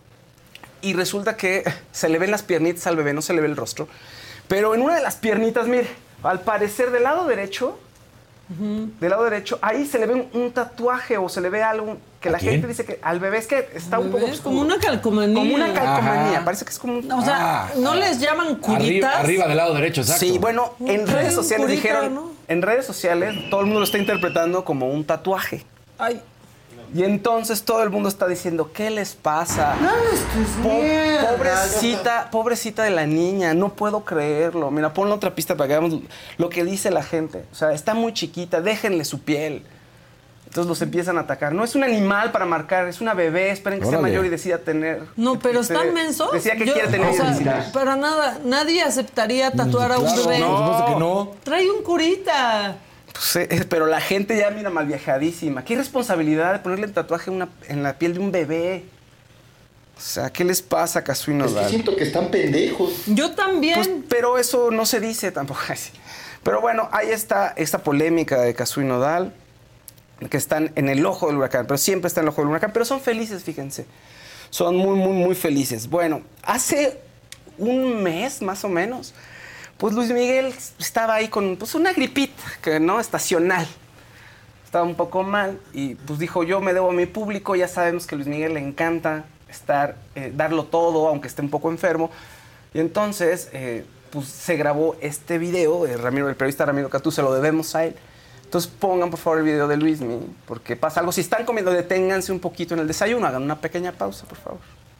Y resulta que se le ven las piernitas al bebé, no se le ve el rostro. Pero en una de las piernitas, mire, al parecer del lado derecho... Del lado derecho, ahí se le ve un, un tatuaje o se le ve algo que ¿A la quién? gente dice que al bebé es que está un poco Es oscuro. como una calcomanía. Como una calcomanía, Ajá. parece que es como un... O sea, Ah, ¿no ah. les llaman curitas? Arriba, arriba del lado derecho, exacto. Sí, bueno, en Trae redes un sociales curita, dijeron, ¿no? en redes sociales todo el mundo lo está interpretando como un tatuaje. Ay, Y entonces todo el mundo está diciendo, ¿qué les pasa? Po- pobrecita, pobrecita de la niña, no puedo creerlo. Mira, ponle otra pista para que veamos lo que dice la gente. O sea, está muy chiquita, déjenle su piel. Entonces los empiezan a atacar. No es un animal para marcar, es una bebé. Esperen que sea Órale. mayor y decida tener... no, pero Este, están mensos. Decía que Yo- quiere tener o sea, felicidad. para nada, nadie aceptaría tatuar a un Claro, bebé. por supuesto que no. Trae un curita. Pues, eh, pero la gente ya mira mal viajadísima. ¿Qué responsabilidad de ponerle el tatuaje una- en la piel de un bebé? O sea, ¿qué les pasa a Cazzu y Es que Nodal? siento que están pendejos. Yo también. Pues, pero eso no se dice tampoco. Pero bueno, ahí está esta polémica de Cazzu y Nodal, que están en el ojo del huracán, pero siempre están en el ojo del huracán, pero son felices, fíjense. Son muy, muy, muy felices. Bueno, hace un mes más o menos, pues Luis Miguel estaba ahí con pues, una gripita, que no, estacional. Estaba un poco mal y pues dijo, yo me debo a mi público, ya sabemos que a Luis Miguel le encanta estar, eh, darlo todo, aunque esté un poco enfermo. Y entonces, eh, pues se grabó este video, eh, Ramiro, el periodista Ramiro Cantú, se lo debemos a él. Entonces pongan por favor el video de Luismi, porque pasa algo. Si están comiendo, deténganse un poquito en el desayuno, hagan una pequeña pausa, por favor.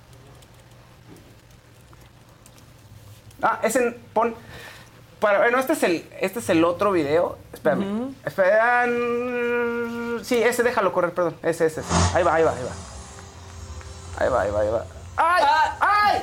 Ah, ese, pon... Para, bueno, este es, el, este es el otro video. Espérame. Uh-huh. Esperan... Sí, ese déjalo correr, perdón. Ese, ese, ese. Ahí va, ahí va, ahí va. Ahí va, ahí va, ahí va. ¡Ay! ¡Ah! ¡Ay!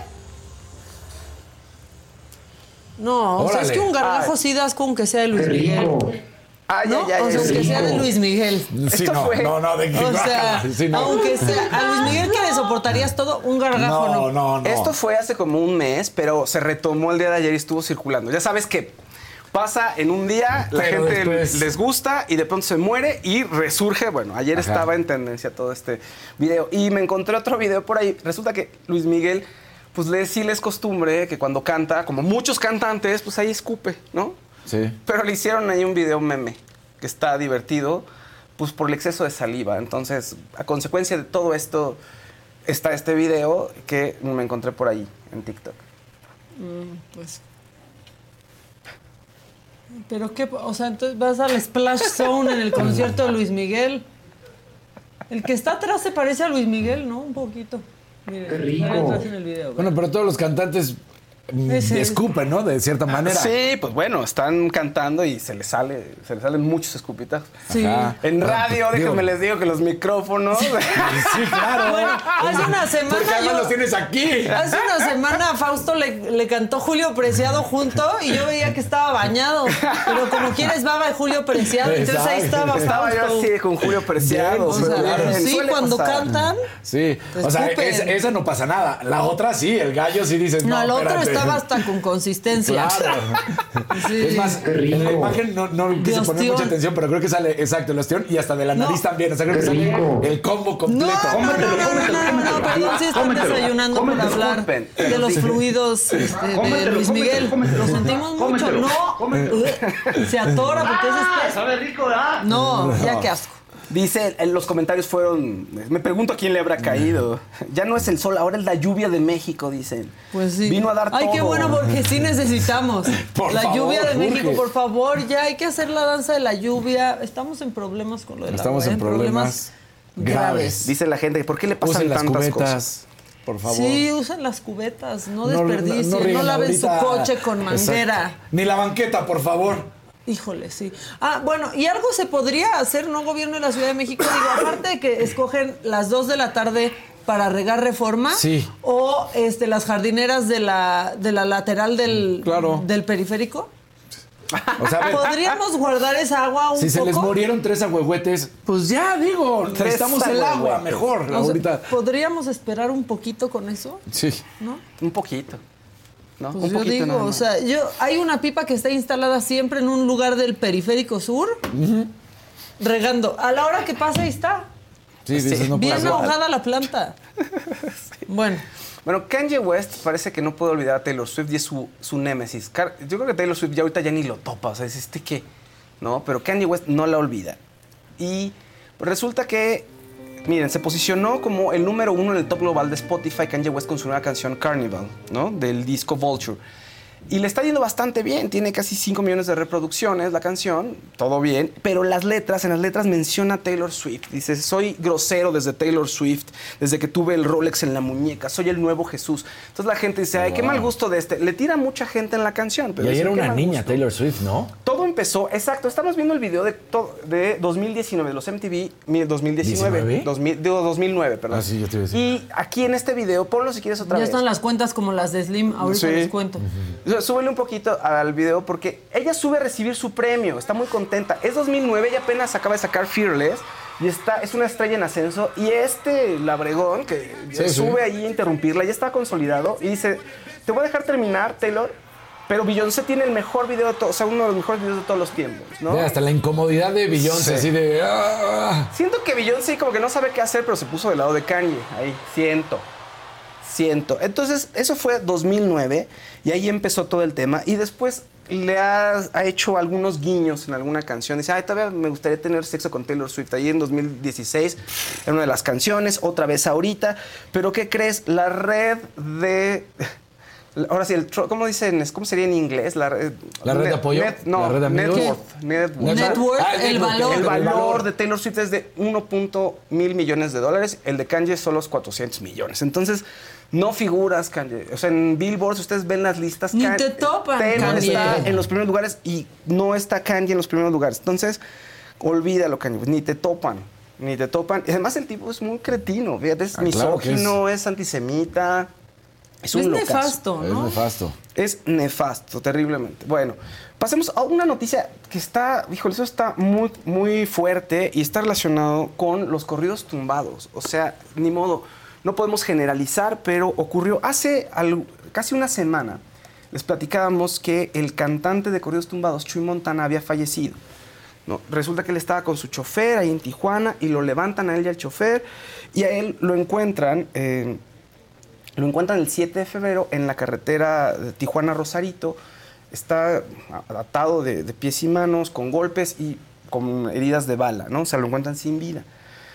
No, o sea, es que un gargajo Ay. sí das con que sea de Luis Miguel. Ay, ¿No? ay, ay, o sea, ay, aunque sí. sea de Luis Miguel. Sí, Esto no, fue- no, no, de O sea, sí, no. aunque sea a Luis Miguel que le soportarías todo, un gargajo no. No, no, no. Esto fue hace como un mes, pero se retomó el día de ayer y estuvo circulando. Ya sabes que pasa en un día, la Pero gente después- les gusta y de pronto se muere y resurge. Bueno, ayer Ajá. estaba en tendencia todo este video y me encontré otro video por ahí. Resulta que Luis Miguel, pues le, sí le es costumbre que cuando canta, como muchos cantantes, pues ahí escupe, ¿no? Sí. Pero le hicieron ahí un video meme que está divertido, pues por el exceso de saliva. Entonces, a consecuencia de todo esto, está este video que me encontré por ahí en TikTok. Mm, pues. Pero qué, o sea, entonces vas al Splash Zone en el concierto de Luis Miguel. El que está atrás se parece a Luis Miguel, ¿no? Un poquito. Mire, Qué rico. está atrás en el video. Bueno, pero todos los cantantes mm, Ese es. escupen, ¿no? De cierta manera. Sí, pues bueno, están cantando y se les sale, se les salen muchos escupitajos. Sí. Ajá. En radio, Digo- déjenme les digo que los micrófonos. Sí, claro. Bueno, hace una semana Porque además yo- los tienes aquí. Hace una semana a Fausto le, le cantó Julio Preciado junto y yo veía que estaba bañado. Pero como quieres baba de Julio Preciado, entonces ahí estaba Estaba yo Fausto. así con Julio Preciado. O sea, súper bien. sí, Suele cuando pasar. cantan. Sí, Te o sea, escupen. esa, esa no pasa nada. La otra sí, el gallo sí dices, no, No, el otro espérate. estaba hasta con consistencia. Claro. Sí. Es más, Qué rico. en la imagen no, no quise De poner ostión. mucha atención, pero creo que sale exacto el ostión y hasta de la No. nariz también. O sea, creo que Qué sale rico. el combo No, completo. no, no, no, no, no, no, no, perdón si están Cómetelo, desayunando por cómetelo, hablar disculpen. de los fluidos este, de Cómetelo, Luis Miguel. cómetelo, Lo cómetelo. sentimos mucho. Cómetelo, No, cómetelo. se atora porque es espeso. Sabe rico, ¿verdad? No, ya qué asco. Dice, en los comentarios fueron, me pregunto a quién le habrá caído. Ya no es el sol, ahora es la lluvia de México, dicen. Pues sí. Vino a dar Ay, todo. qué bueno, porque sí necesitamos. Por la favor, lluvia de urge. México, por favor, ya hay que hacer la danza de la lluvia. Estamos en problemas con lo de la Estamos en problemas graves. Dice la gente, ¿por qué le pasan Usen las tantas cubetas, cosas? por favor. Sí, usen las cubetas, no No- desperdicien, no, rieguen laven su ahorita. coche con manguera. Exacto. Ni la banqueta, por favor. Híjole, sí. Ah, bueno, y algo se podría hacer, ¿no? Gobierno de la Ciudad de México, digo, aparte de que escogen las dos de la tarde para regar Reforma, Sí. o este las jardineras de la, de la lateral del, Claro. del periférico. O sea, a ver, ¿Podríamos guardar esa agua un si se poco? les murieron tres ahuehuetes, pues ya, digo, necesitamos el agua ahuehuetes. mejor O sea, ahorita. ¿podríamos esperar un poquito con eso? Sí. ¿No? Un poquito. ¿No? Pues un yo poquito digo, nada o más. sea, yo hay una pipa que está instalada siempre en un lugar del periférico sur, regando. A la hora que pasa ahí está. Sí, dices, no puede Bien ser. ahogada la planta. Bueno, Bueno, Kanye West parece que no puede olvidar a Taylor Swift y es su, su némesis. Car- Yo creo que Taylor Swift ya ahorita ya ni lo topa, o sea, es este qué, ¿no? Pero Kanye West no la olvida. Y resulta que, miren, se posicionó como el número uno en el top global de Spotify Kanye West con su nueva canción Carnival, ¿no? Del disco Vulture. Y le está yendo bastante bien, tiene casi cinco millones de reproducciones la canción, todo bien, pero las letras, en las letras menciona a Taylor Swift. Dice, soy grosero desde Taylor Swift, desde que tuve el Rolex en la muñeca, soy el nuevo Jesús. Entonces la gente dice, ay, qué mal gusto de este. Le tira mucha gente en la canción. Pero Y ahí dicen, era "Qué una mal niña, gusto". Taylor Swift, ¿no? Todo empezó, exacto, estamos viendo el video de, to- de dos mil diecinueve, de los M T V, mi- dos mil diecinueve, ¿diecinueve? dos mil, digo, dos mil nueve, perdón. Ah, sí, yo te iba a decir. Y aquí en este video, ponlo si quieres otra ya vez. están las cuentas como las de Slim, ahorita Sí. les cuento. O sea, súbele un poquito al video porque ella sube a recibir su premio, está muy contenta. Es dos mil nueve, ella apenas acaba de sacar Fearless y está, es una estrella en ascenso. Y este labregón que Sí, sube sí. ahí a interrumpirla, ya está consolidado y dice, te voy a dejar terminar, Taylor, pero Beyoncé tiene el mejor video de todos, o sea, uno de los mejores videos de todos los tiempos, ¿no? Ve, hasta la incomodidad de Beyoncé, Sí. así de... ah. Siento que Beyoncé como que no sabe qué hacer, pero se puso del lado de Kanye, ahí, siento. Siento. Entonces, eso fue dos mil nueve y ahí empezó todo el tema. Y después le ha, ha hecho algunos guiños en alguna canción. Dice, ay, todavía me gustaría tener sexo con Taylor Swift. Ahí en dos mil dieciséis era una de las canciones, otra vez ahorita. Pero, ¿qué crees? La red de... Ahora sí, el, ¿cómo dicen? ¿Cómo sería en inglés? La, red, ¿La red de apoyo? Net, no, ¿La red de amigos? net worth. Net worth. Net worth, Ah, el valor. El valor de Taylor Swift es de uno punto mil millones de dólares. El de Kanye solo es cuatrocientos millones. Entonces, no figuras, Kanye. O sea, en Billboard, ustedes ven las listas. Ni Kanye, te topan, Taylor Kanye. está en los primeros lugares y no está Kanye en los primeros lugares. Entonces, olvídalo, Kanye. Ni te topan. Ni te topan. Y además, el tipo es muy cretino. Fíjate, es Ah, claro que misógino, es. es antisemita. Es, un Es locazo. nefasto, Es ¿no? nefasto. Es nefasto, terriblemente. Bueno, pasemos a una noticia que está, híjole, eso está muy, muy fuerte y está relacionado con los corridos tumbados. O sea, ni modo, no podemos generalizar, pero ocurrió hace al- casi una semana. Les platicábamos que el cantante de corridos tumbados, Chuy Montana, había fallecido. No, resulta que él estaba con su chofer ahí en Tijuana y lo levantan a él y al chofer y a él lo encuentran... eh, Lo encuentran el siete de febrero en la carretera de Tijuana-Rosarito. Está atado de, de pies y manos, con golpes y con heridas de bala, ¿no? O sea, lo encuentran sin vida.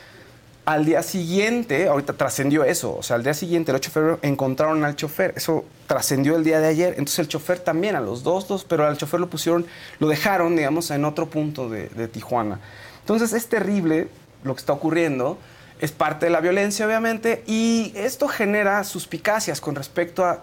Al día siguiente, ahorita trascendió eso, o sea, al día siguiente, el ocho de febrero, encontraron al chofer. Eso trascendió el día de ayer. Entonces el chofer también, a los dos, dos, pero al chofer lo pusieron, lo dejaron, digamos, en otro punto de, de Tijuana. Entonces es terrible lo que está ocurriendo. Es parte de la violencia, obviamente, y esto genera suspicacias con respecto a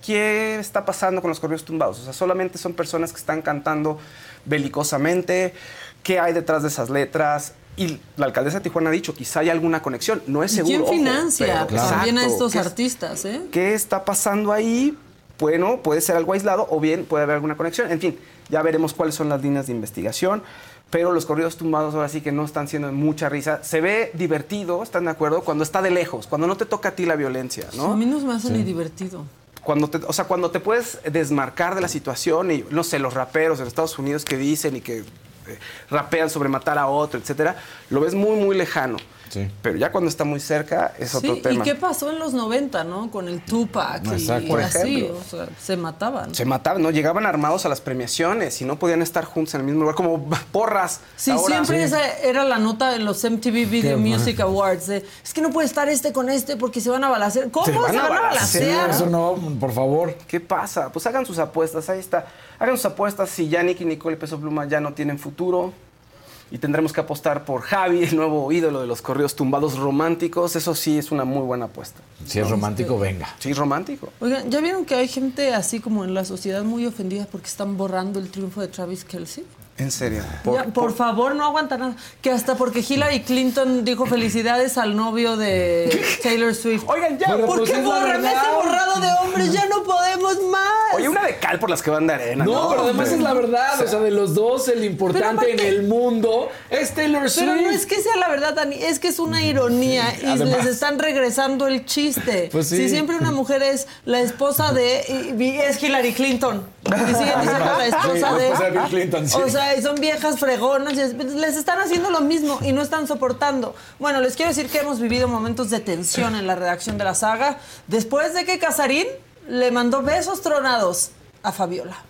qué está pasando con los corridos tumbados. O sea, solamente son personas que están cantando belicosamente, qué hay detrás de esas letras. Y la alcaldesa de Tijuana ha dicho, quizá hay alguna conexión. No es ¿Y seguro. quién ojo, financia pero- también a Exacto. estos ¿Qué es- artistas, eh? ¿Qué está pasando ahí? Bueno, puede ser algo aislado o bien puede haber alguna conexión. En fin, ya veremos cuáles son las líneas de investigación. Pero los corridos tumbados ahora sí que no están siendo de mucha risa. Se ve divertido, ¿están de acuerdo? Cuando está de lejos, cuando no te toca a ti la violencia, ¿no? A mí no se me hace ni divertido. Cuando te, o sea, cuando te puedes desmarcar de la situación y, no sé, los raperos en Estados Unidos que dicen y que eh, rapean sobre matar a otro, etcétera, lo ves muy, muy lejano. Sí. Pero ya cuando está muy cerca es otro Sí, tema. ¿y qué pasó en los noventa, no? Con el Tupac y, Exacto. y Por así, ejemplo. o sea, se mataban. Se mataban, ¿no? Llegaban armados a las premiaciones y no podían estar juntos en el mismo lugar, como porras. Sí, ahora. siempre esa era la nota en los M T V Video Qué Music Awards. De, es que no puede estar este con este porque se van a balacear. ¿Cómo se van, a balacear? Eso no, por favor. ¿Qué pasa? Pues hagan sus apuestas, ahí está. Hagan sus apuestas si ya Nicky Nicole y Peso Pluma ya no tienen futuro. Y tendremos que apostar por Javi, el nuevo ídolo de los corridos tumbados románticos. Eso sí es una muy buena apuesta. Si es romántico, venga. Sí, romántico. Oigan, ¿ya vieron que hay gente así como en la sociedad muy ofendida porque están borrando el triunfo de Travis Kelce? En serio. Ya, por, favor, no aguanta nada. Que hasta porque Hillary Clinton dijo felicidades al novio de Taylor Swift. Oigan, ya. Pero ¿Por pues qué es la borran verdad. ese borrado de hombres? Ya no podemos más. Oye, una de cal por las que van de arena. No, No, pero además hombre. es la verdad. O sea, de los dos, el importante Pero en aparte- el mundo es Taylor Swift. Pero no es que sea la verdad, Dani, es que es una ironía y Además. les están regresando el chiste. Pues sí. Si siempre una mujer es la esposa de... y- y es Hillary Clinton. Y siguen diciendo la esposa Sí, la de... esposa de Bill Clinton, sí. O sea, y son viejas fregonas y es- les están haciendo lo mismo y no están soportando. Bueno, les quiero decir que hemos vivido momentos de tensión en la redacción de la saga después de que Casarín le mandó besos tronados a Fabiola.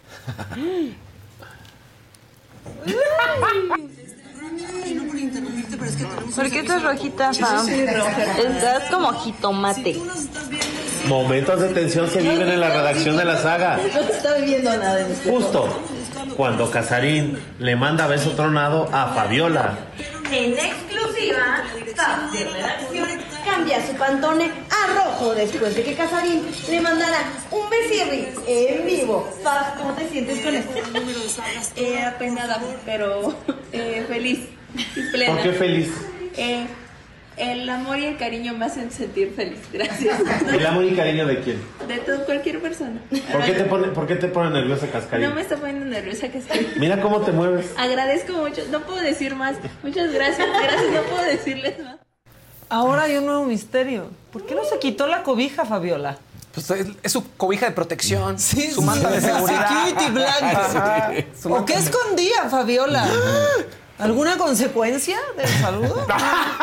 ¿Por qué estás rojita, Fam? Estás como jitomate. Momentos de tensión se viven en la redacción de la saga. No te está viviendo nada en este Justo cuando Casarín le manda beso tronado a Fabiola. En exclusiva, Fab de redacción cambia su pantone a rojo después de que Casarín le mandara un besirri en vivo. Fab, ¿cómo te sientes con esto? Eh, apenada, pero eh, feliz y plena. ¿Por qué feliz? Eh, el amor y el cariño me hacen sentir feliz, gracias. ¿El amor y cariño de quién? De todo, cualquier persona. ¿Por qué te pone, por qué te pone nerviosa Cascarín? No me está poniendo nerviosa que estoy. Mira cómo te mueves. Agradezco mucho, no puedo decir más. Muchas gracias, gracias, no puedo decirles más. Ahora hay un nuevo misterio. ¿Por qué no se quitó la cobija, Fabiola? Pues es, es su cobija de protección. Sí, su manta de seguridad. Security blanket. Ajá, su ¿O manta qué de- escondía, Fabiola? ¿Alguna consecuencia del saludo?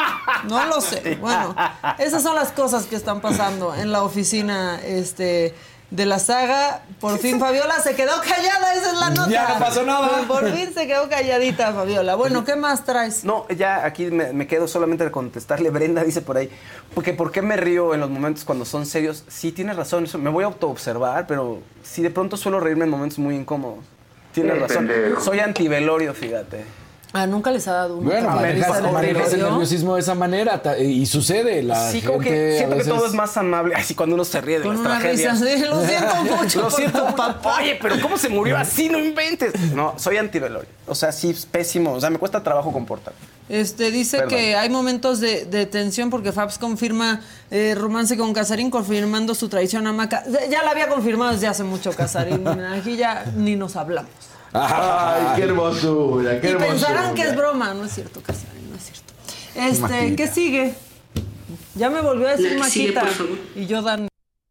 No lo sé. Bueno, esas son las cosas que están pasando en la oficina este, de la saga. Por fin Fabiola se quedó callada, esa es la nota. Ya no pasó nada. Por fin se quedó calladita Fabiola. Bueno, ¿qué más traes? No, ya aquí me, me quedo solamente de contestarle. Brenda dice por ahí, porque ¿por qué me río en los momentos cuando son serios? Sí, tienes razón, eso, me voy a autoobservar, pero sí de pronto suelo reírme en momentos muy incómodos. Tienes razón, soy antivelorio, fíjate. Ah, nunca les ha dado uno. Bueno, manejas, manejas el nerviosismo de esa manera y sucede. La sí, gente como que siento veces... que todo es más amable. Así cuando uno se ríe de con las una tragedias. Risa, sí, lo siento mucho. Lo siento, papá. Oye, pero ¿cómo se murió así? No inventes. No, soy antivelorio. O sea, sí, es pésimo. O sea, me cuesta trabajo comportarme. Este, dice Perdón. que hay momentos de, de tensión porque Fabs confirma eh, romance con Casarín, confirmando su traición a Maca. Ya la había confirmado desde hace mucho Casarín. Aquí ya ni nos hablamos. Ay, qué hermosura, qué hermosura. Y pensarán que es broma. No es cierto, Casarín, no es cierto. Este, Maquita. ¿Qué sigue? Ya me volvió a decir La Maquita. Sigue, y yo Dan.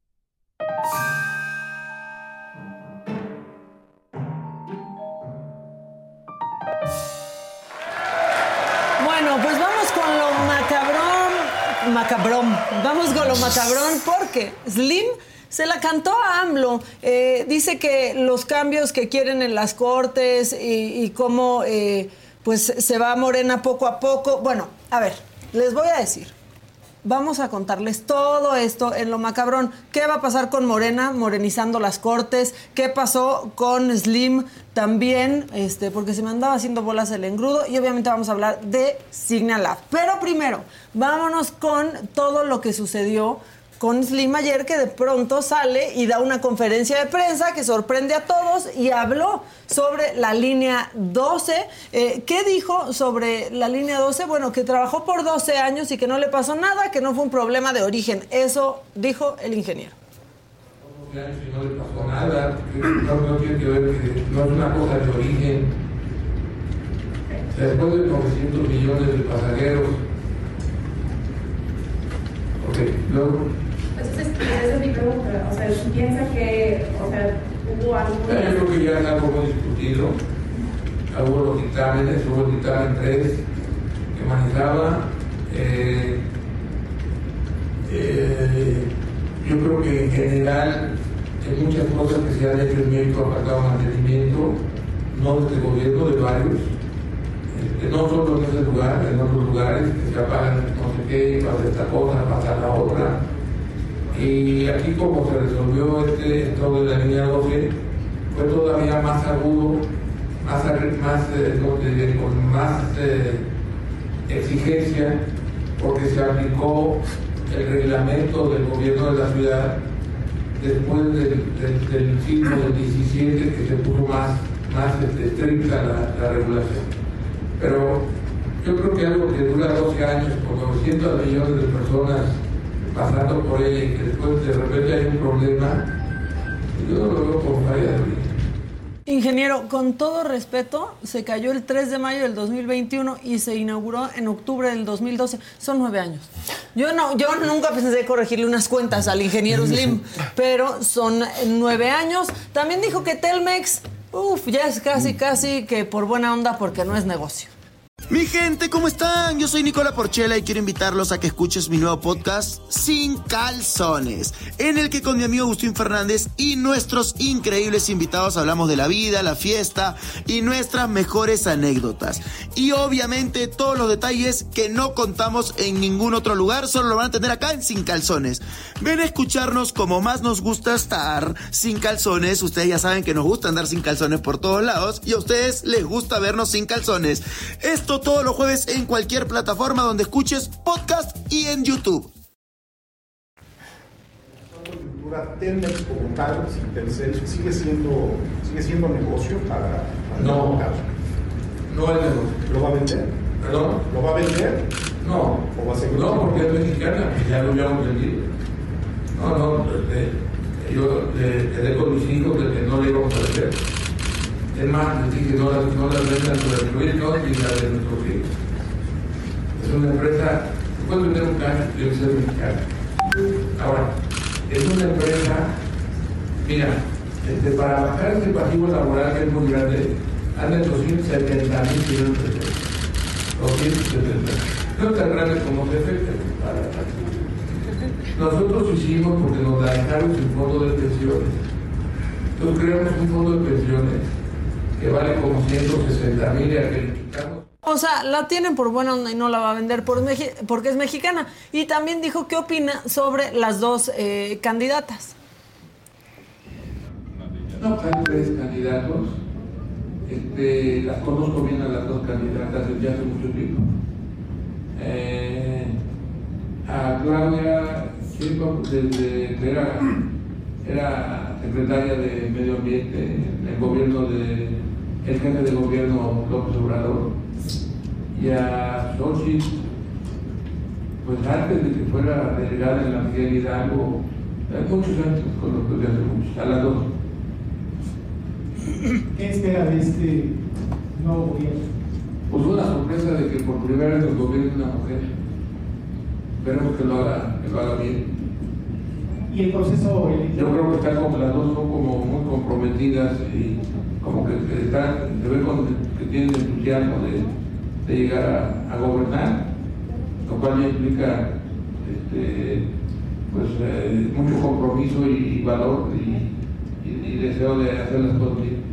Bueno, pues vamos con lo macabrón. Macabrón. Vamos con lo macabrón porque Slim se la cantó a AMLO. Eh, dice que los cambios que quieren en las cortes y, y cómo eh, pues se va Morena poco a poco. Bueno, a ver, les voy a decir. Vamos a contarles todo esto en lo macabrón. ¿Qué va a pasar con Morena morenizando las cortes? ¿Qué pasó con Slim también? Este, porque se me andaba haciendo bolas el engrudo. Y obviamente vamos a hablar de Signalab. Pero primero, vámonos con todo lo que sucedió con Slim ayer, que de pronto sale y da una conferencia de prensa que sorprende a todos y habló sobre la línea doce. Eh, ¿Qué dijo sobre la línea doce? Bueno, que trabajó por doce años y que no le pasó nada, que no fue un problema de origen. Eso dijo el ingeniero. doce años y no le pasó nada, no, no tiene que ver, que no es una cosa de origen. Después de novecientos millones de pasajeros. Ok, luego. Entonces, esa es mi pregunta, o sea, ¿piensa que, o sea, hubo algo? Yo creo que ya es algo muy discutido. Hubo los dictámenes, hubo el dictamen tres que manejaba. Eh, eh, yo creo que en general hay muchas cosas que se han hecho en México apartado de mantenimiento, no de este gobierno, de varios. Eh, no solo en ese lugar, en otros lugares, que se apagan no sé qué, pasa esta cosa, pasa la otra. Y aquí como se resolvió este todo de la línea doce, fue todavía más agudo, más, más, eh, no te diré, con más eh, exigencia, porque se aplicó el reglamento del gobierno de la ciudad después del, del, del sismo del diecisiete, que se puso más, más este, estricta la, la regulación. Pero yo creo que algo que dura doce años, con novecientos millones de personas pasando por ella y que después de repente hay un problema, yo no lo veo como falla de origen. Ingeniero, con todo respeto, se cayó el tres de mayo del dos mil veintiuno y se inauguró en octubre del dos mil doce. Son nueve años. Yo no, yo nunca pensé corregirle unas cuentas al ingeniero Slim, pero son nueve años. También dijo que Telmex, uff, ya es casi, casi que por buena onda porque no es negocio. Mi gente, ¿cómo están? Yo soy Nicola Porchela y quiero invitarlos a que escuches mi nuevo podcast Sin Calzones, en el que con mi amigo Agustín Fernández y nuestros increíbles invitados hablamos de la vida, la fiesta y nuestras mejores anécdotas. Y obviamente todos los detalles que no contamos en ningún otro lugar, solo lo van a tener acá en Sin Calzones. Ven a escucharnos como más nos gusta estar sin calzones. Ustedes ya saben que nos gusta andar sin calzones por todos lados y a ustedes les gusta vernos sin calzones. Esto todos los jueves en cualquier plataforma donde escuches podcast y en YouTube. Telmex como tal, Telcel, sigue siendo, sigue siendo negocio para, para no, no es negocio. ¿Lo va a vender? ¿Perdón? ¿Lo va a vender? No. ¿O va a seguir? No, porque es mexicana, ya lo habíamos vendido. No, no, de, yo le quedé con mis hijos de que no le íbamos a vender. Es más, les dije, no las no la vendan sobre el proyecto y la de nuestros hijos. Es una empresa, puedes vender un carro y ser mexicana. Ahora, es una empresa, mira, este, para bajar este pasivo laboral que es muy grande, anda en doscientos setenta mil millones de pesos. doscientos setenta. No tan grande como se efecto. Nosotros hicimos porque nos la dejaron sin fondo de pensiones. Entonces creamos un fondo de pensiones que vale como ciento sesenta mil y a que le quitamos. O sea, la tienen por buena onda y no la va a vender por Meji- porque es mexicana. Y también dijo qué opina sobre las dos eh, candidatas. No, hay tres candidatos. Este, las conozco bien a las dos candidatas desde hace mucho tiempo. Eh, a Claudia Sheinbaum, desde que era, era secretaria de Medio Ambiente en el gobierno de el jefe de gobierno López Obrador, y a Xochitl, pues antes de que fuera delegada en la Miguel Hidalgo, hay muchos años con los que hace muchos, a las dos. ¿Qué espera de este nuevo gobierno? Pues una sorpresa de que por primera vez nos gobierne una mujer. Esperemos que lo haga, que lo haga bien. ¿Y el proceso electoral? Yo creo que están como las dos son como muy comprometidas y como que, que están, se ve con, que tienen entusiasmo de, de llegar a, a gobernar, lo cual ya implica este, pues, eh, mucho compromiso y, y valor y, y, y deseo de hacer las cosas bien.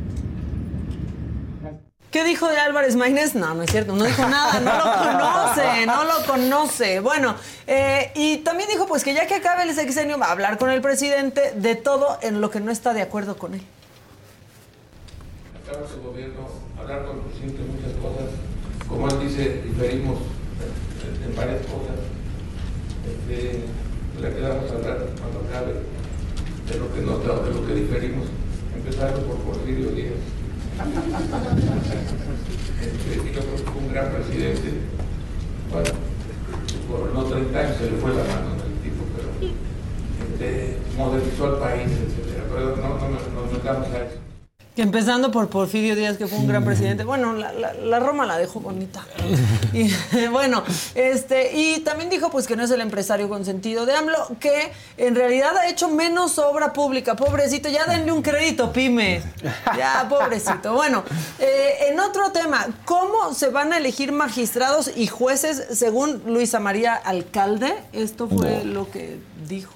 ¿Qué dijo de Álvarez Maínez? No, no es cierto, no dijo nada, no lo conoce, no lo conoce. Bueno, eh, y también dijo pues que ya que acabe el sexenio va a hablar con el presidente de todo en lo que no está de acuerdo con él. Acaba el gobierno, hablar con el presidente de muchas cosas, como él dice, diferimos en, en varias cosas. Este, le quedamos a hablar cuando acabe de lo que no, de lo que diferimos, empezando por Porfirio Díaz. Este, yo creo que fue un gran presidente. Bueno, por no treinta años se le fue la mano del tipo, pero este, modernizó al país, etcétera. Pero no, no, no nos metamos a eso. Que empezando por Porfirio Díaz, que fue un gran presidente. Bueno, la, la, la Roma la dejó bonita. Y bueno, este, y también dijo pues que no es el empresario consentido de AMLO, que en realidad ha hecho menos obra pública. Pobrecito, ya denle un crédito, pymes. Ya, pobrecito. Bueno, eh, en otro tema, ¿cómo se van a elegir magistrados y jueces según Luisa María Alcalde? Esto fue no. lo que dijo.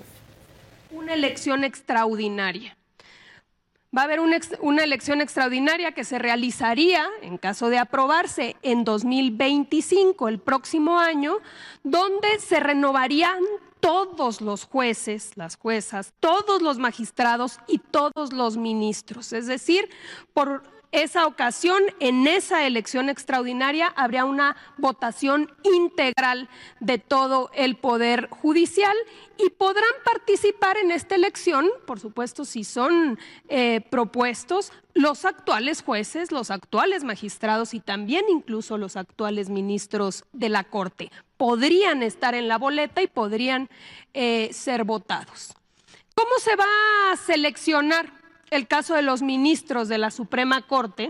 Una elección extraordinaria. Va a haber una, una elección extraordinaria que se realizaría, en caso de aprobarse, en dos mil veinticinco, el próximo año, donde se renovarían todos los jueces, las juezas, todos los magistrados y todos los ministros. Es decir, por esa ocasión, en esa elección extraordinaria, habría una votación integral de todo el Poder Judicial y podrán participar en esta elección, por supuesto, si son eh, propuestos, los actuales jueces, los actuales magistrados y también incluso los actuales ministros de la Corte. Podrían estar en la boleta y podrían eh, ser votados. ¿Cómo se va a seleccionar el caso de los ministros de la Suprema Corte,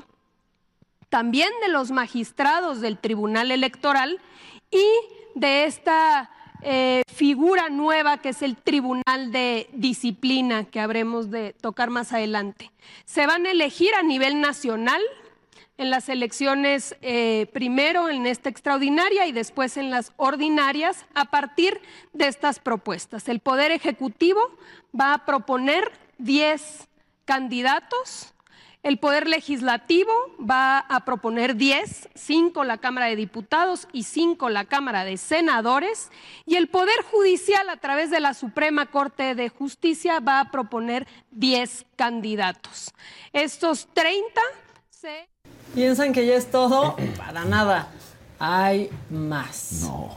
también de los magistrados del Tribunal Electoral y de esta eh, figura nueva que es el Tribunal de Disciplina, que habremos de tocar más adelante? Se van a elegir a nivel nacional en las elecciones, eh, primero en esta extraordinaria y después en las ordinarias, a partir de estas propuestas. El Poder Ejecutivo va a proponer diez candidatos, el Poder Legislativo va a proponer diez, cinco la Cámara de Diputados y cinco la Cámara de Senadores, y el Poder Judicial a través de la Suprema Corte de Justicia va a proponer diez candidatos. Estos treinta se... ¿Piensan que ya es todo? Para nada. Hay más. No.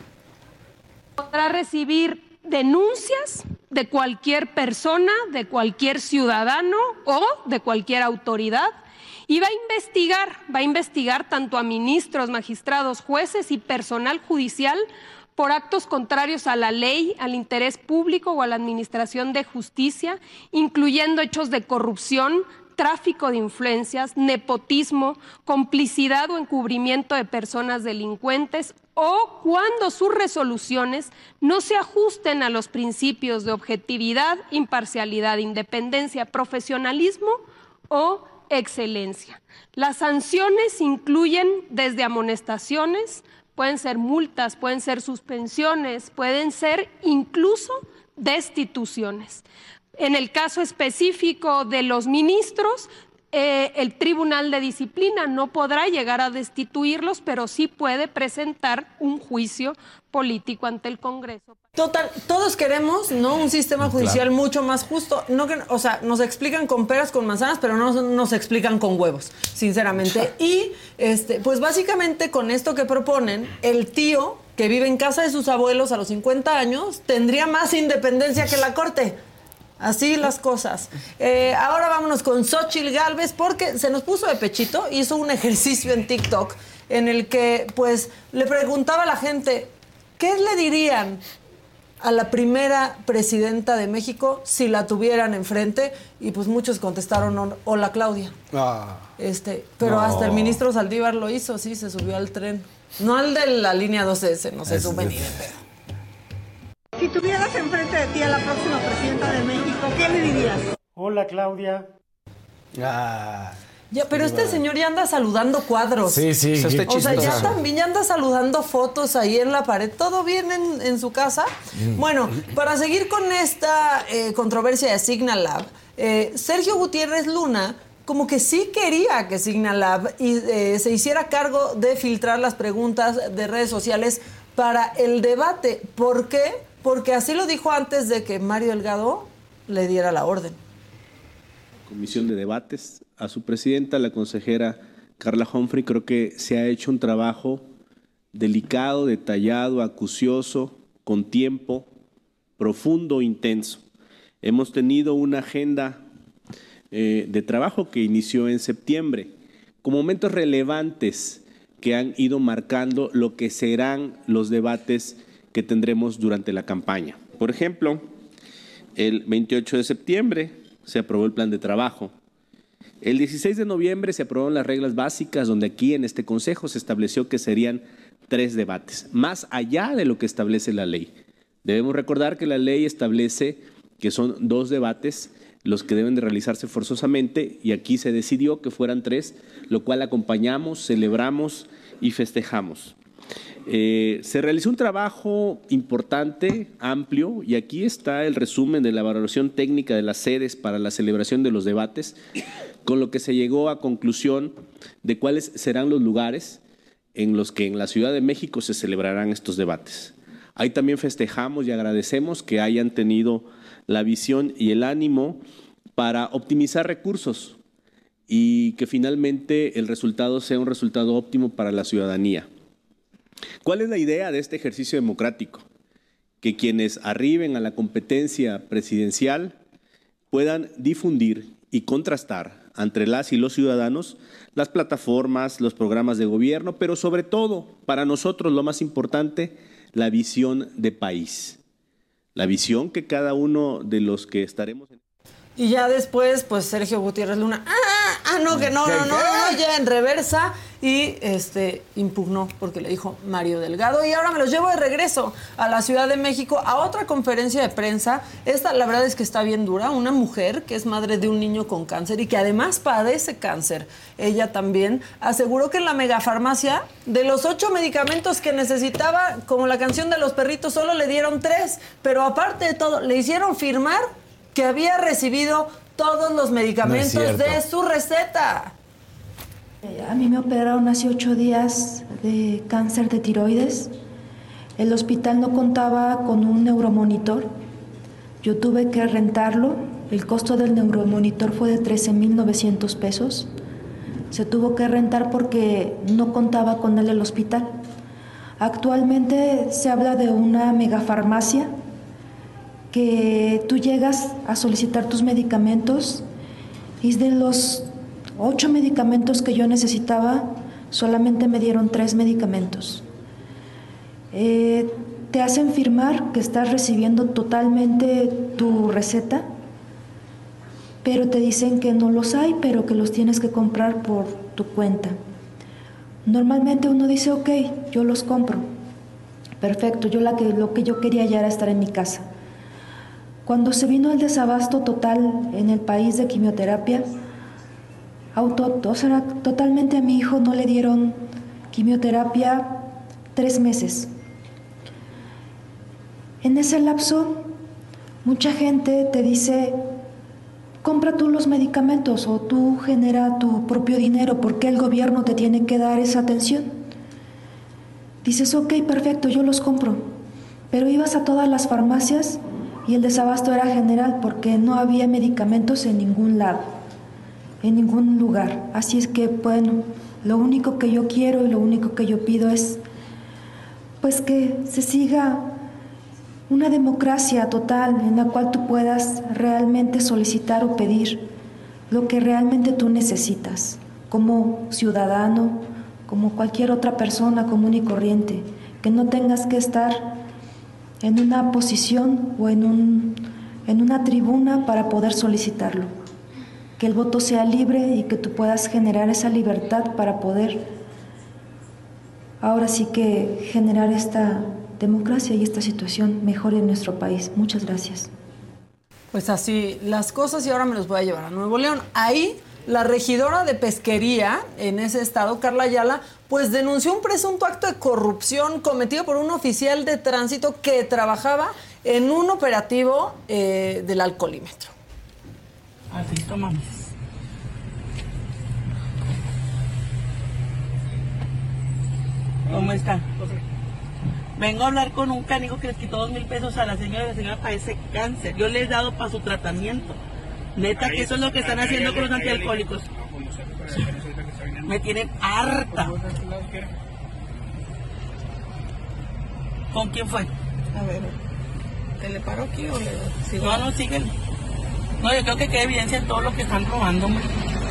Podrá recibir denuncias de cualquier persona, de cualquier ciudadano o de cualquier autoridad, y va a investigar, va a investigar tanto a ministros, magistrados, jueces y personal judicial por actos contrarios a la ley, al interés público o a la administración de justicia, incluyendo hechos de corrupción, tráfico de influencias, nepotismo, complicidad o encubrimiento de personas delincuentes, o cuando sus resoluciones no se ajusten a los principios de objetividad, imparcialidad, independencia, profesionalismo o excelencia. Las sanciones incluyen desde amonestaciones, pueden ser multas, pueden ser suspensiones, pueden ser incluso destituciones. En el caso específico de los ministros, eh, el Tribunal de Disciplina no podrá llegar a destituirlos, pero sí puede presentar un juicio político ante el Congreso. Total, todos queremos, ¿no? Un sistema judicial claro. mucho más justo. No que, o sea, nos explican con peras, con manzanas, pero no nos explican con huevos, sinceramente. Y, este, pues básicamente con esto que proponen, el tío que vive en casa de sus abuelos a los cincuenta años tendría más independencia que la Corte. Así las cosas. Eh, ahora vámonos con Xóchitl Gálvez, porque se nos puso de pechito, hizo un ejercicio en TikTok en el que, pues, le preguntaba a la gente, ¿qué le dirían a la primera presidenta de México si la tuvieran enfrente? Y pues muchos contestaron, hola Claudia. Ah, este, pero no. Hasta el ministro Saldívar lo hizo, sí, se subió al tren. No al de la línea doce ese, no se sube ni de pedo. Si tuvieras enfrente de ti a la próxima presidenta de México, ¿qué le dirías? Hola Claudia. Ah. Ya, pero este señor ya anda saludando cuadros. Sí, sí. O sea, o sea ya también ya anda saludando fotos ahí en la pared. ¿Todo bien en, en su casa? Mm. Bueno, para seguir con esta eh, controversia de Signalab, eh, Sergio Gutiérrez Luna como que sí quería que Signalab y, eh, se hiciera cargo de filtrar las preguntas de redes sociales para el debate. ¿Por qué? Porque así lo dijo antes de que Mario Delgado le diera la orden. Comisión de debates, a su presidenta, la consejera Carla Humphrey, creo que se ha hecho un trabajo delicado, detallado, acucioso, con tiempo, profundo, intenso. Hemos tenido una agenda eh, de trabajo que inició en septiembre, con momentos relevantes que han ido marcando lo que serán los debates que tendremos durante la campaña. Por ejemplo, el veintiocho de septiembre se aprobó el plan de trabajo. El dieciséis de noviembre se aprobaron las reglas básicas, donde aquí en este Consejo se estableció que serían tres debates, más allá de lo que establece la ley. Debemos recordar que la ley establece que son dos debates los que deben de realizarse forzosamente, y aquí se decidió que fueran tres, lo cual acompañamos, celebramos y festejamos. Eh, se realizó un trabajo importante, amplio, y aquí está el resumen de la valoración técnica de las sedes para la celebración de los debates, con lo que se llegó a conclusión de cuáles serán los lugares en los que en la Ciudad de México se celebrarán estos debates. Ahí también festejamos y agradecemos que hayan tenido la visión y el ánimo para optimizar recursos y que finalmente el resultado sea un resultado óptimo para la ciudadanía. ¿Cuál es la idea de este ejercicio democrático? Que quienes arriben a la competencia presidencial puedan difundir y contrastar entre las y los ciudadanos las plataformas, los programas de gobierno, pero sobre todo, para nosotros lo más importante, la visión de país. La visión que cada uno de los que estaremos en... Y ya después, pues Sergio Gutiérrez Luna, ah, ah, no, que no, no, no, no, ya en reversa, y este impugnó porque le dijo Mario Delgado. Y ahora me los llevo de regreso a la Ciudad de México a otra conferencia de prensa. Esta, la verdad es que está bien dura. Una mujer que es madre de un niño con cáncer y que además padece cáncer. Ella también aseguró que en la megafarmacia, de los ocho medicamentos que necesitaba, como la canción de los perritos, solo le dieron tres. Pero aparte de todo, le hicieron firmar que había recibido todos los medicamentos no de su receta. A mí me operaron hace ocho días de cáncer de tiroides. El hospital no contaba con un neuromonitor. Yo tuve que rentarlo. El costo del neuromonitor fue de trece mil novecientos pesos. Se tuvo que rentar porque no contaba con él el hospital. Actualmente se habla de una megafarmacia que tú llegas a solicitar tus medicamentos y de los ocho medicamentos que yo necesitaba, solamente me dieron tres medicamentos. Eh, te hacen firmar que estás recibiendo totalmente tu receta, pero te dicen que no los hay, pero que los tienes que comprar por tu cuenta. Normalmente uno dice, ok, yo los compro. Perfecto, yo la que, lo que yo quería ya era estar en mi casa. Cuando se vino el desabasto total en el país de quimioterapia, auto, o sea, totalmente a mi hijo no le dieron quimioterapia tres meses. En ese lapso, mucha gente te dice, compra tú los medicamentos o tú genera tu propio dinero, ¿por qué el gobierno te tiene que dar esa atención? Dices, ok, perfecto, yo los compro. Pero ibas a todas las farmacias y el desabasto era general porque no había medicamentos en ningún lado, en ningún lugar. Así es que, bueno, lo único que yo quiero y lo único que yo pido es, pues, que se siga una democracia total en la cual tú puedas realmente solicitar o pedir lo que realmente tú necesitas como ciudadano, como cualquier otra persona común y corriente, que no tengas que estar en una posición o en, un, en una tribuna para poder solicitarlo, que el voto sea libre y que tú puedas generar esa libertad para poder ahora sí que generar esta democracia y esta situación mejor en nuestro país. Muchas gracias. Pues así las cosas y ahora me los voy a llevar a Nuevo León. Ahí la regidora de pesquería en ese estado, Carla Ayala, pues denunció un presunto acto de corrupción cometido por un oficial de tránsito que trabajaba en un operativo eh, del alcoholímetro. Así tomamos. ¿Cómo está? Vengo a hablar con un canijo que les quitó dos mil pesos a la señora y la señora padece cáncer. Yo les he dado para su tratamiento. Neta, que eso es lo que están haciendo con los antialcohólicos. Me tienen harta. ¿Con quién fue? A ver, ¿te le paró aquí o le sigo? No, no, siguen. No, yo creo que queda evidencia de todo lo que están robando, hombre.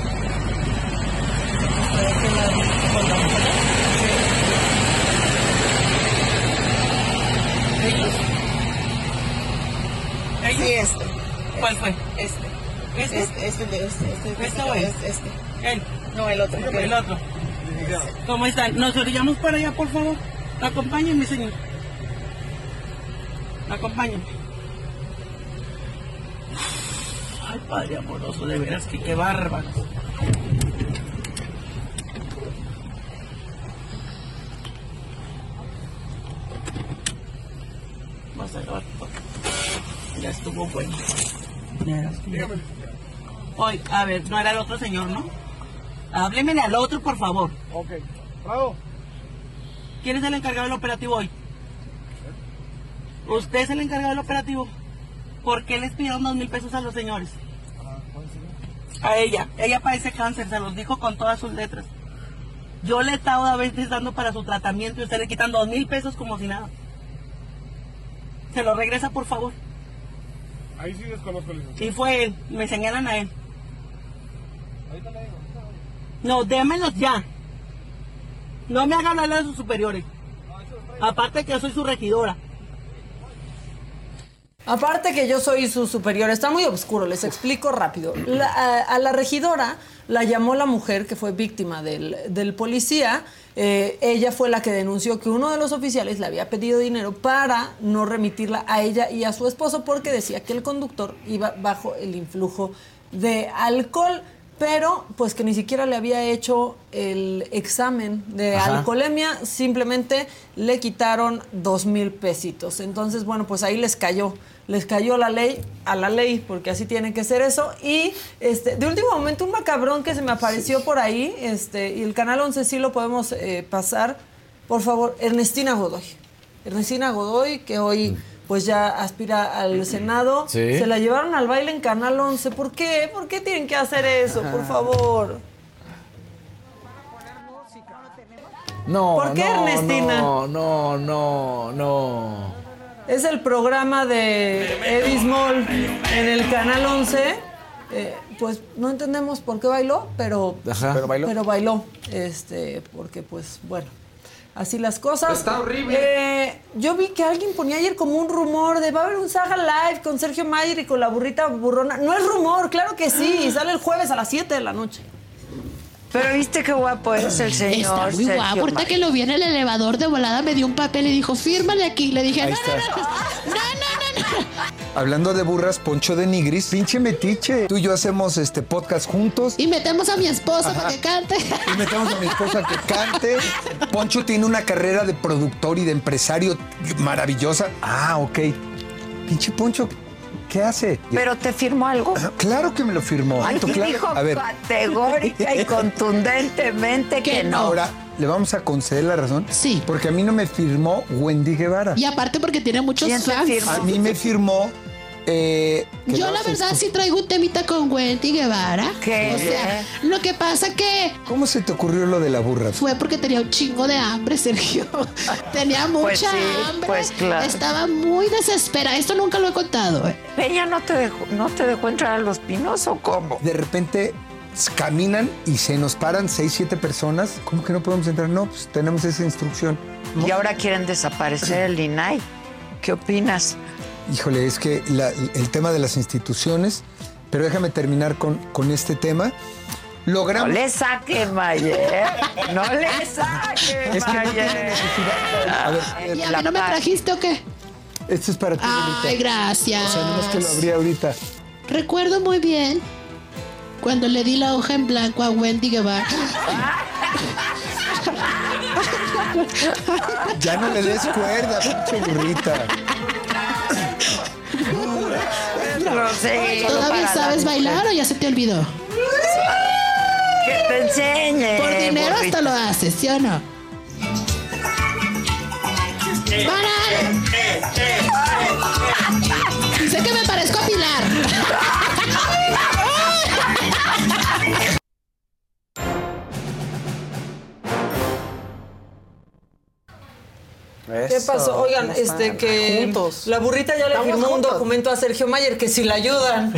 ¿Ellos? ¿Ellos? Sí, este. ¿Cuál fue? Este. ¿Este? Este, este, este. Este, ¿Este o él? Este. ¿Él? No, el otro. El otro. ¿Cómo están? Nos orillamos para allá, por favor. Acompáñenme, señor. Acompáñenme. Ay, Padre amoroso, de veras que qué bárbaro. Vas a acabar todo. Ya estuvo bueno. Ya estuvo. Oye, a ver, no era el otro señor, ¿no? Háblemele al otro, por favor. Ok. Bravo. ¿Quién es el encargado del operativo hoy? ¿Usted es el encargado del operativo? ¿Por qué les pidieron dos mil pesos a los señores? A ella. Ella padece cáncer, se los dijo con todas sus letras. Yo le he estado a veces dando para su tratamiento y usted le quitan dos mil pesos como si nada. Se lo regresa, por favor. Ahí sí desconozco el Y fue él. Me señalan a él. No, démelos ya. No me hagan hablar de sus superiores. Aparte que yo soy su regidora. Aparte que yo soy su superior, está muy oscuro, les explico rápido. La, a, a la regidora la llamó la mujer que fue víctima del, del policía. Eh, ella fue la que denunció que uno de los oficiales le había pedido dinero para no remitirla a ella y a su esposo porque decía que el conductor iba bajo el influjo de alcohol, pero pues que ni siquiera le había hecho el examen de Ajá. alcoholemia, simplemente le quitaron dos mil pesitos. Entonces, bueno, pues ahí les cayó. Les cayó la ley a la ley, porque así tiene que ser eso. Y este, de último momento, un macabrón que se me apareció sí. por ahí, este, y el Canal once sí lo podemos eh, pasar. Por favor, Ernestina Godoy. Ernestina Godoy, que hoy pues ya aspira al Senado. ¿Sí? Se la llevaron al baile en Canal once. ¿Por qué? ¿Por qué tienen que hacer eso? Por favor. No, ¿Por qué, no, Ernestina? No, no, no, no. Es el programa de Eddie Small en el Canal once. Eh, pues no entendemos por qué bailó, pero, Ajá. pero bailó. Pero bailó. Este, porque pues, bueno, así las cosas. Está horrible. Eh, yo vi que alguien ponía ayer como un rumor de va a haber un Saga Live con Sergio Mayer y con la burrita burrona. No es rumor, claro que sí. Sale el jueves a las siete de la noche. Pero viste qué guapo es el señor. Está muy Sergio guapo. Ahorita Mayer. que lo vi en el elevador de volada me dio un papel y dijo, fírmale aquí. Le dije, Ahí no, no, está. no, no, no, no, no. hablando de burras, Poncho de Nigris, pinche metiche. Tú y yo hacemos este podcast juntos. Y metemos a mi esposa Ajá. para que cante. Y metemos a mi esposa que cante. Poncho tiene una carrera de productor y de empresario maravillosa. Ah, ok. Pinche Poncho, ¿qué hace? ¿Pero te firmó algo? Claro que me lo firmó. Aquí claro. dijo a ver. categórica y contundentemente que, que no. Ahora, ¿le vamos a conceder la razón? Sí. Porque a mí no me firmó Wendy Guevara. Y aparte porque tiene muchos fans. A mí me firmó... Eh, Yo la verdad sí traigo un temita con Wendy Guevara. ¿Qué? O sea, lo que pasa que... ¿Cómo se te ocurrió lo de la burra? Fue porque tenía un chingo de hambre, Sergio. Tenía mucha pues sí, hambre. Pues claro. Estaba muy desesperada. Esto nunca lo he contado. ¿eh? ¿Ella no te dejó, no te dejó entrar a Los Pinos o cómo? De repente caminan y se nos paran seis, siete personas. ¿Cómo que no podemos entrar? No, pues tenemos esa instrucción. ¿No? Y ahora quieren desaparecer el I N A I. ¿Qué opinas? Híjole, es que la, el tema de las instituciones, pero déjame terminar con, con este tema. Logramos... No le saque, Mayer. No le saque, es que Mayer. no tiene necesidad. A ver, ¿Y a mí no me trajiste o qué? Esto es para ti, Ay, ahorita. gracias. O sea, nomás que lo abrí ahorita. Recuerdo muy bien cuando le di la hoja en blanco a Wendy Guevara. Ya no le des cuerda, pinche burrita. No sé. ¿Todavía sabes bailar o ya se te olvidó? Que te enseñe. Por dinero burrita. hasta lo haces, ¿sí o no? ¡Para! Sé que me parezco a Pilar. ¿Qué pasó? Oigan, este que juntos. la burrita ya le Estamos firmó juntos. un documento a Sergio Mayer que si le ayudan.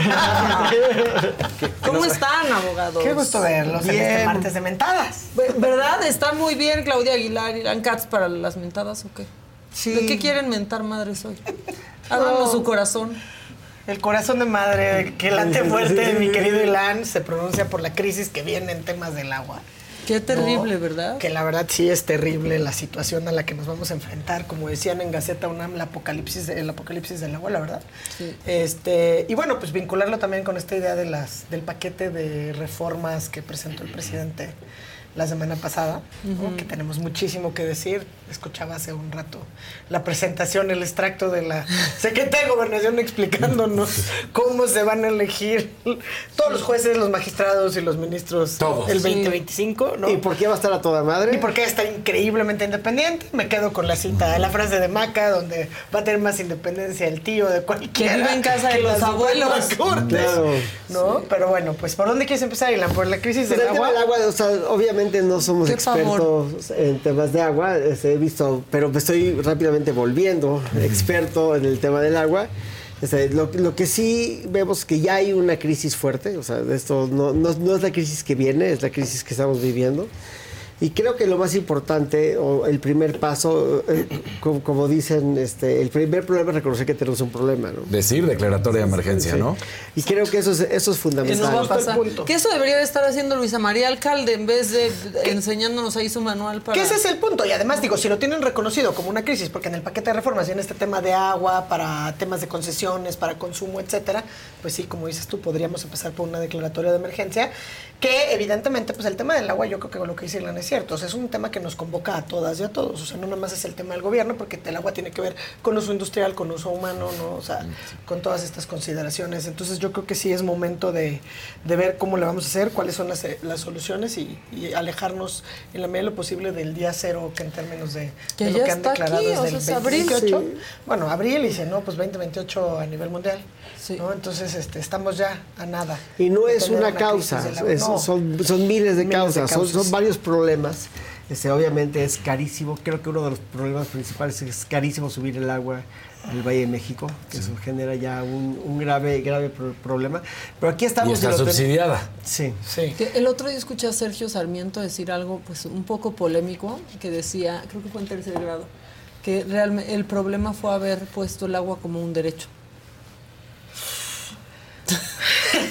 ¿Cómo están, abogados? Qué gusto verlos en este martes de mentadas. ¿Verdad? Está muy bien, Claudia Aguilar. ¿Irán Cats para las mentadas o qué? Sí. ¿De qué quieren mentar madres hoy? Háblanos No. su corazón. El corazón de madre que late fuerte, mi querido Ilan, se pronuncia por la crisis que viene en temas del agua. Qué terrible, No, ¿verdad? Que la verdad sí es terrible la situación a la que nos vamos a enfrentar. Como decían en Gaceta UNAM, la apocalipsis, el apocalipsis del agua, la verdad. Sí. Este, y bueno, pues vincularlo también con esta idea de las, del paquete de reformas que presentó el presidente la semana pasada, ¿no? Ujú. Que tenemos muchísimo que decir. Escuchaba hace un rato la presentación, el extracto de la Secretaría de Gobernación explicándonos cómo se van a elegir todos los jueces, los magistrados y los ministros Todos. el Sí. veinte veinticinco, ¿no? ¿Y por qué va a estar a toda madre? Y porque va a estar increíblemente independiente. Me quedo con la cita, la frase de Maca, donde va a tener más independencia el tío de cualquiera. Que vive en casa de que los las abuelos. Supremas Cortes, Claro. ¿no? Pero bueno, pues ¿por dónde quieres empezar, Ilan? ¿Por la crisis Pues del el tema agua? del agua, o sea, obviamente no somos Qué expertos en temas de agua, este, he visto, pero me estoy rápidamente volviendo experto en el tema del agua. Este, lo, lo que sí vemos que ya hay una crisis fuerte, o sea, de esto no, no, no es la crisis que viene, es la crisis que estamos viviendo. Y creo que lo más importante, o el primer paso, eh, como, como dicen, este, el primer problema es reconocer que tenemos un problema, ¿no? Decir declaratoria de emergencia, Sí. ¿no? Y creo que eso es, eso es Que fundamental. no va a Justo el pasar. punto. Que eso debería de estar haciendo Luisa María Alcalde en vez de enseñándonos ahí su manual para... Que ese es el punto. Y además, digo, si lo tienen reconocido como una crisis, porque en el paquete de reformas viene este tema de agua, para temas de concesiones, para consumo, etcétera, pues sí, como dices tú, podríamos empezar por una declaratoria de emergencia, que evidentemente, pues el tema del agua, yo creo que lo que dice Ilan es cierto. O sea, es un tema que nos convoca a todas y a todos. O sea, no nada más es el tema del gobierno, porque el agua tiene que ver con uso industrial, con uso humano, ¿no? O sea, con todas estas consideraciones. Entonces, yo creo que sí es momento de, de ver cómo le vamos a hacer, cuáles son las, las soluciones y, y alejarnos en la medida de lo posible del día cero, que en términos de, Que de lo ya que han está declarado aquí, desde o el sea, es veinte abril. veintiocho. Sí. Bueno, abril y si no, pues veinte veintiocho a nivel mundial. Sí. ¿no? Entonces, este, estamos ya a nada. Y no de es tener una causa, crisis del agua. es- No. son, son miles de Miles de causas, son, causas. son varios problemas. Este, obviamente es carísimo, creo que uno de los problemas principales es carísimo subir el agua al Valle de México, que eso genera ya un, un grave grave pro- problema. Pero aquí estamos... Y está lo ten- subsidiada. Sí. Sí. Que el otro día escuché a Sergio Sarmiento decir algo pues un poco polémico, que decía, creo que fue en tercer grado, que realmente el problema fue haber puesto el agua como un derecho. No,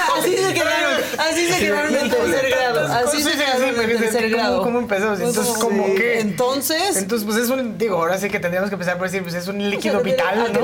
así se quedaron, así se quedaron en tercer grado, así se quedaron en tercer grado. ¿Cómo, cómo empezamos? Entonces, como sí. que... Entonces... Entonces, pues es un... Digo, ahora sí que tendríamos que empezar por decir, pues es un líquido o sea, vital, ¿no?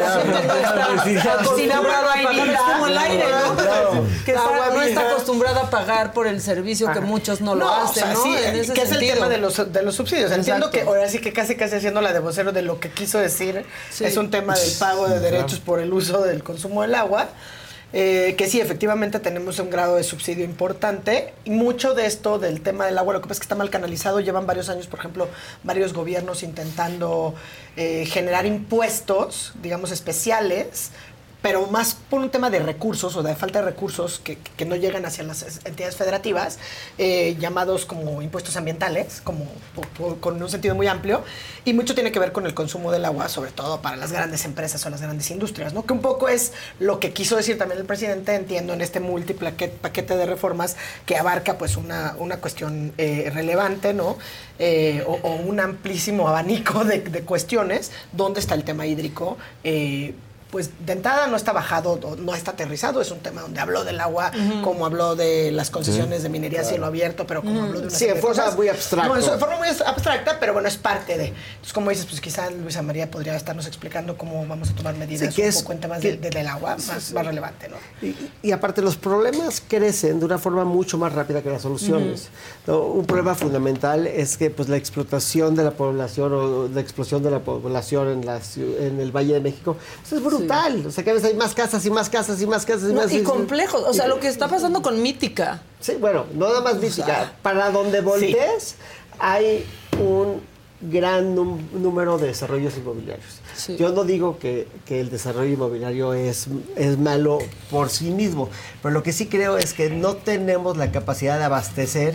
Sin agua no hay vida. Es como el aire, ¿no? Claro. Que está, no está acostumbrada a pagar por el servicio que muchos no lo no, hacen, o sea, ¿no? Sí, en ese que es sentido. el tema de los, de los subsidios. Exacto. Entiendo que ahora sí que casi casi haciendo la de vocero de lo que quiso decir, sí. Es un tema del pago de derechos por el uso del consumo del agua. Eh, que sí, efectivamente tenemos un grado de subsidio importante y mucho de esto del tema del agua, lo que pasa es que está mal canalizado, llevan varios años, por ejemplo, varios gobiernos intentando eh, generar impuestos, digamos, especiales, pero más por un tema de recursos o de falta de recursos que, que no llegan hacia las entidades federativas, eh, llamados como impuestos ambientales, como por, por, con un sentido muy amplio, y mucho tiene que ver con el consumo del agua, sobre todo para las grandes empresas o las grandes industrias, ¿no? Que un poco es lo que quiso decir también el presidente, entiendo, en este multipaquete paquete de reformas que abarca pues una, una cuestión eh, relevante, ¿no? Eh, o, o un amplísimo abanico de, de cuestiones. ¿Dónde está el tema hídrico? Eh, Pues de entrada no está bajado, no está aterrizado, es un tema donde habló del agua, uh-huh. como habló de las concesiones sí, de minería claro. a cielo abierto, pero como uh-huh. habló de una sí, en forma muy abstracta. No, en forma muy abstracta, pero bueno, es parte de. Entonces, como dices, pues quizá Luisa María podría estarnos explicando cómo vamos a tomar medidas sí, un es, poco en temas que, de, de, del agua, más, sí, sí. más relevante, ¿no? Y, y aparte, los problemas crecen de una forma mucho más rápida que las soluciones. Uh-huh. ¿No? Un problema fundamental es que pues la explotación de la población o la explosión de la población en, la, en el Valle de México pues, es brutal. Sí. O sea, cada vez hay más casas y más casas y más casas y no, más. Y complejos. O sea, y, lo que está pasando con Mítica. Sí, bueno, no nada más Mítica. O sea, para donde voltees sí. hay un gran num- número de desarrollos inmobiliarios. Sí. Yo no digo que, que el desarrollo inmobiliario es, es malo por sí mismo, pero lo que sí creo es que no tenemos la capacidad de abastecer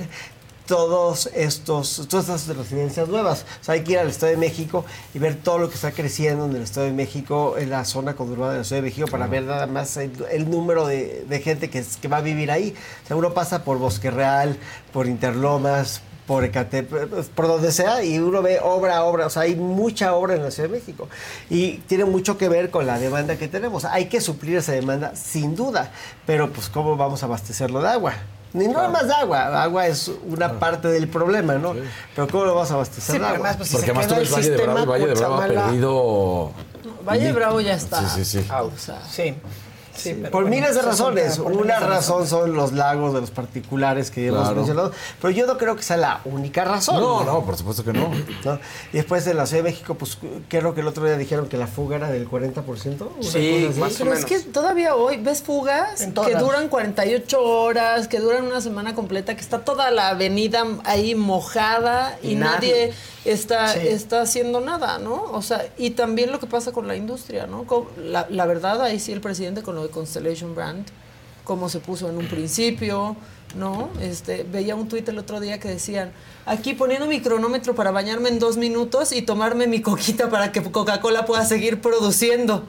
todos estos, todas estas residencias nuevas. O sea, hay que ir al Estado de México y ver todo lo que está creciendo en el Estado de México, en la zona conurbada del Estado de México, para ver nada más el, el número de, de gente que, que va a vivir ahí. O sea, uno pasa por Bosque Real, por Interlomas, por Ecatepec, por donde sea, y uno ve obra, obra, o sea, hay mucha obra en la Ciudad de México. Y tiene mucho que ver con la demanda que tenemos. Hay que suplir esa demanda, sin duda, pero pues, ¿cómo vamos a abastecerlo de agua? Ni nada más de agua, agua es una claro. parte del problema, ¿no? Sí. Pero ¿cómo lo vas a abastecer sí, de agua? Además, pues, si porque además tú ves Valle de Bravo, el Valle de Bravo ha perdido... Valle de Bravo ya está. Sí, sí, sí. Ah, o sea, sí. Sí, sí, pero por bueno, miles de razones. Por Una de razón son los lagos de los particulares que claro. hemos mencionado, pero yo no creo que sea la única razón. No, no, por supuesto que no. ¿No? Y después de la Ciudad de México, pues creo que el otro día dijeron que la fuga era del cuarenta por ciento. Sí, más pero o es que todavía hoy ves fugas que duran cuarenta y ocho horas, que duran una semana completa, que está toda la avenida ahí mojada y, y nadie... nadie está, sí. está haciendo nada, ¿no? O sea, y también lo que pasa con la industria, ¿no? Con la, la verdad, ahí sí el presidente con lo de Constellation Brand, cómo se puso en un principio, ¿no? Este, veía un tuit el otro día que decían, aquí poniendo mi cronómetro para bañarme en dos minutos y tomarme mi coquita para que Coca-Cola pueda seguir produciendo.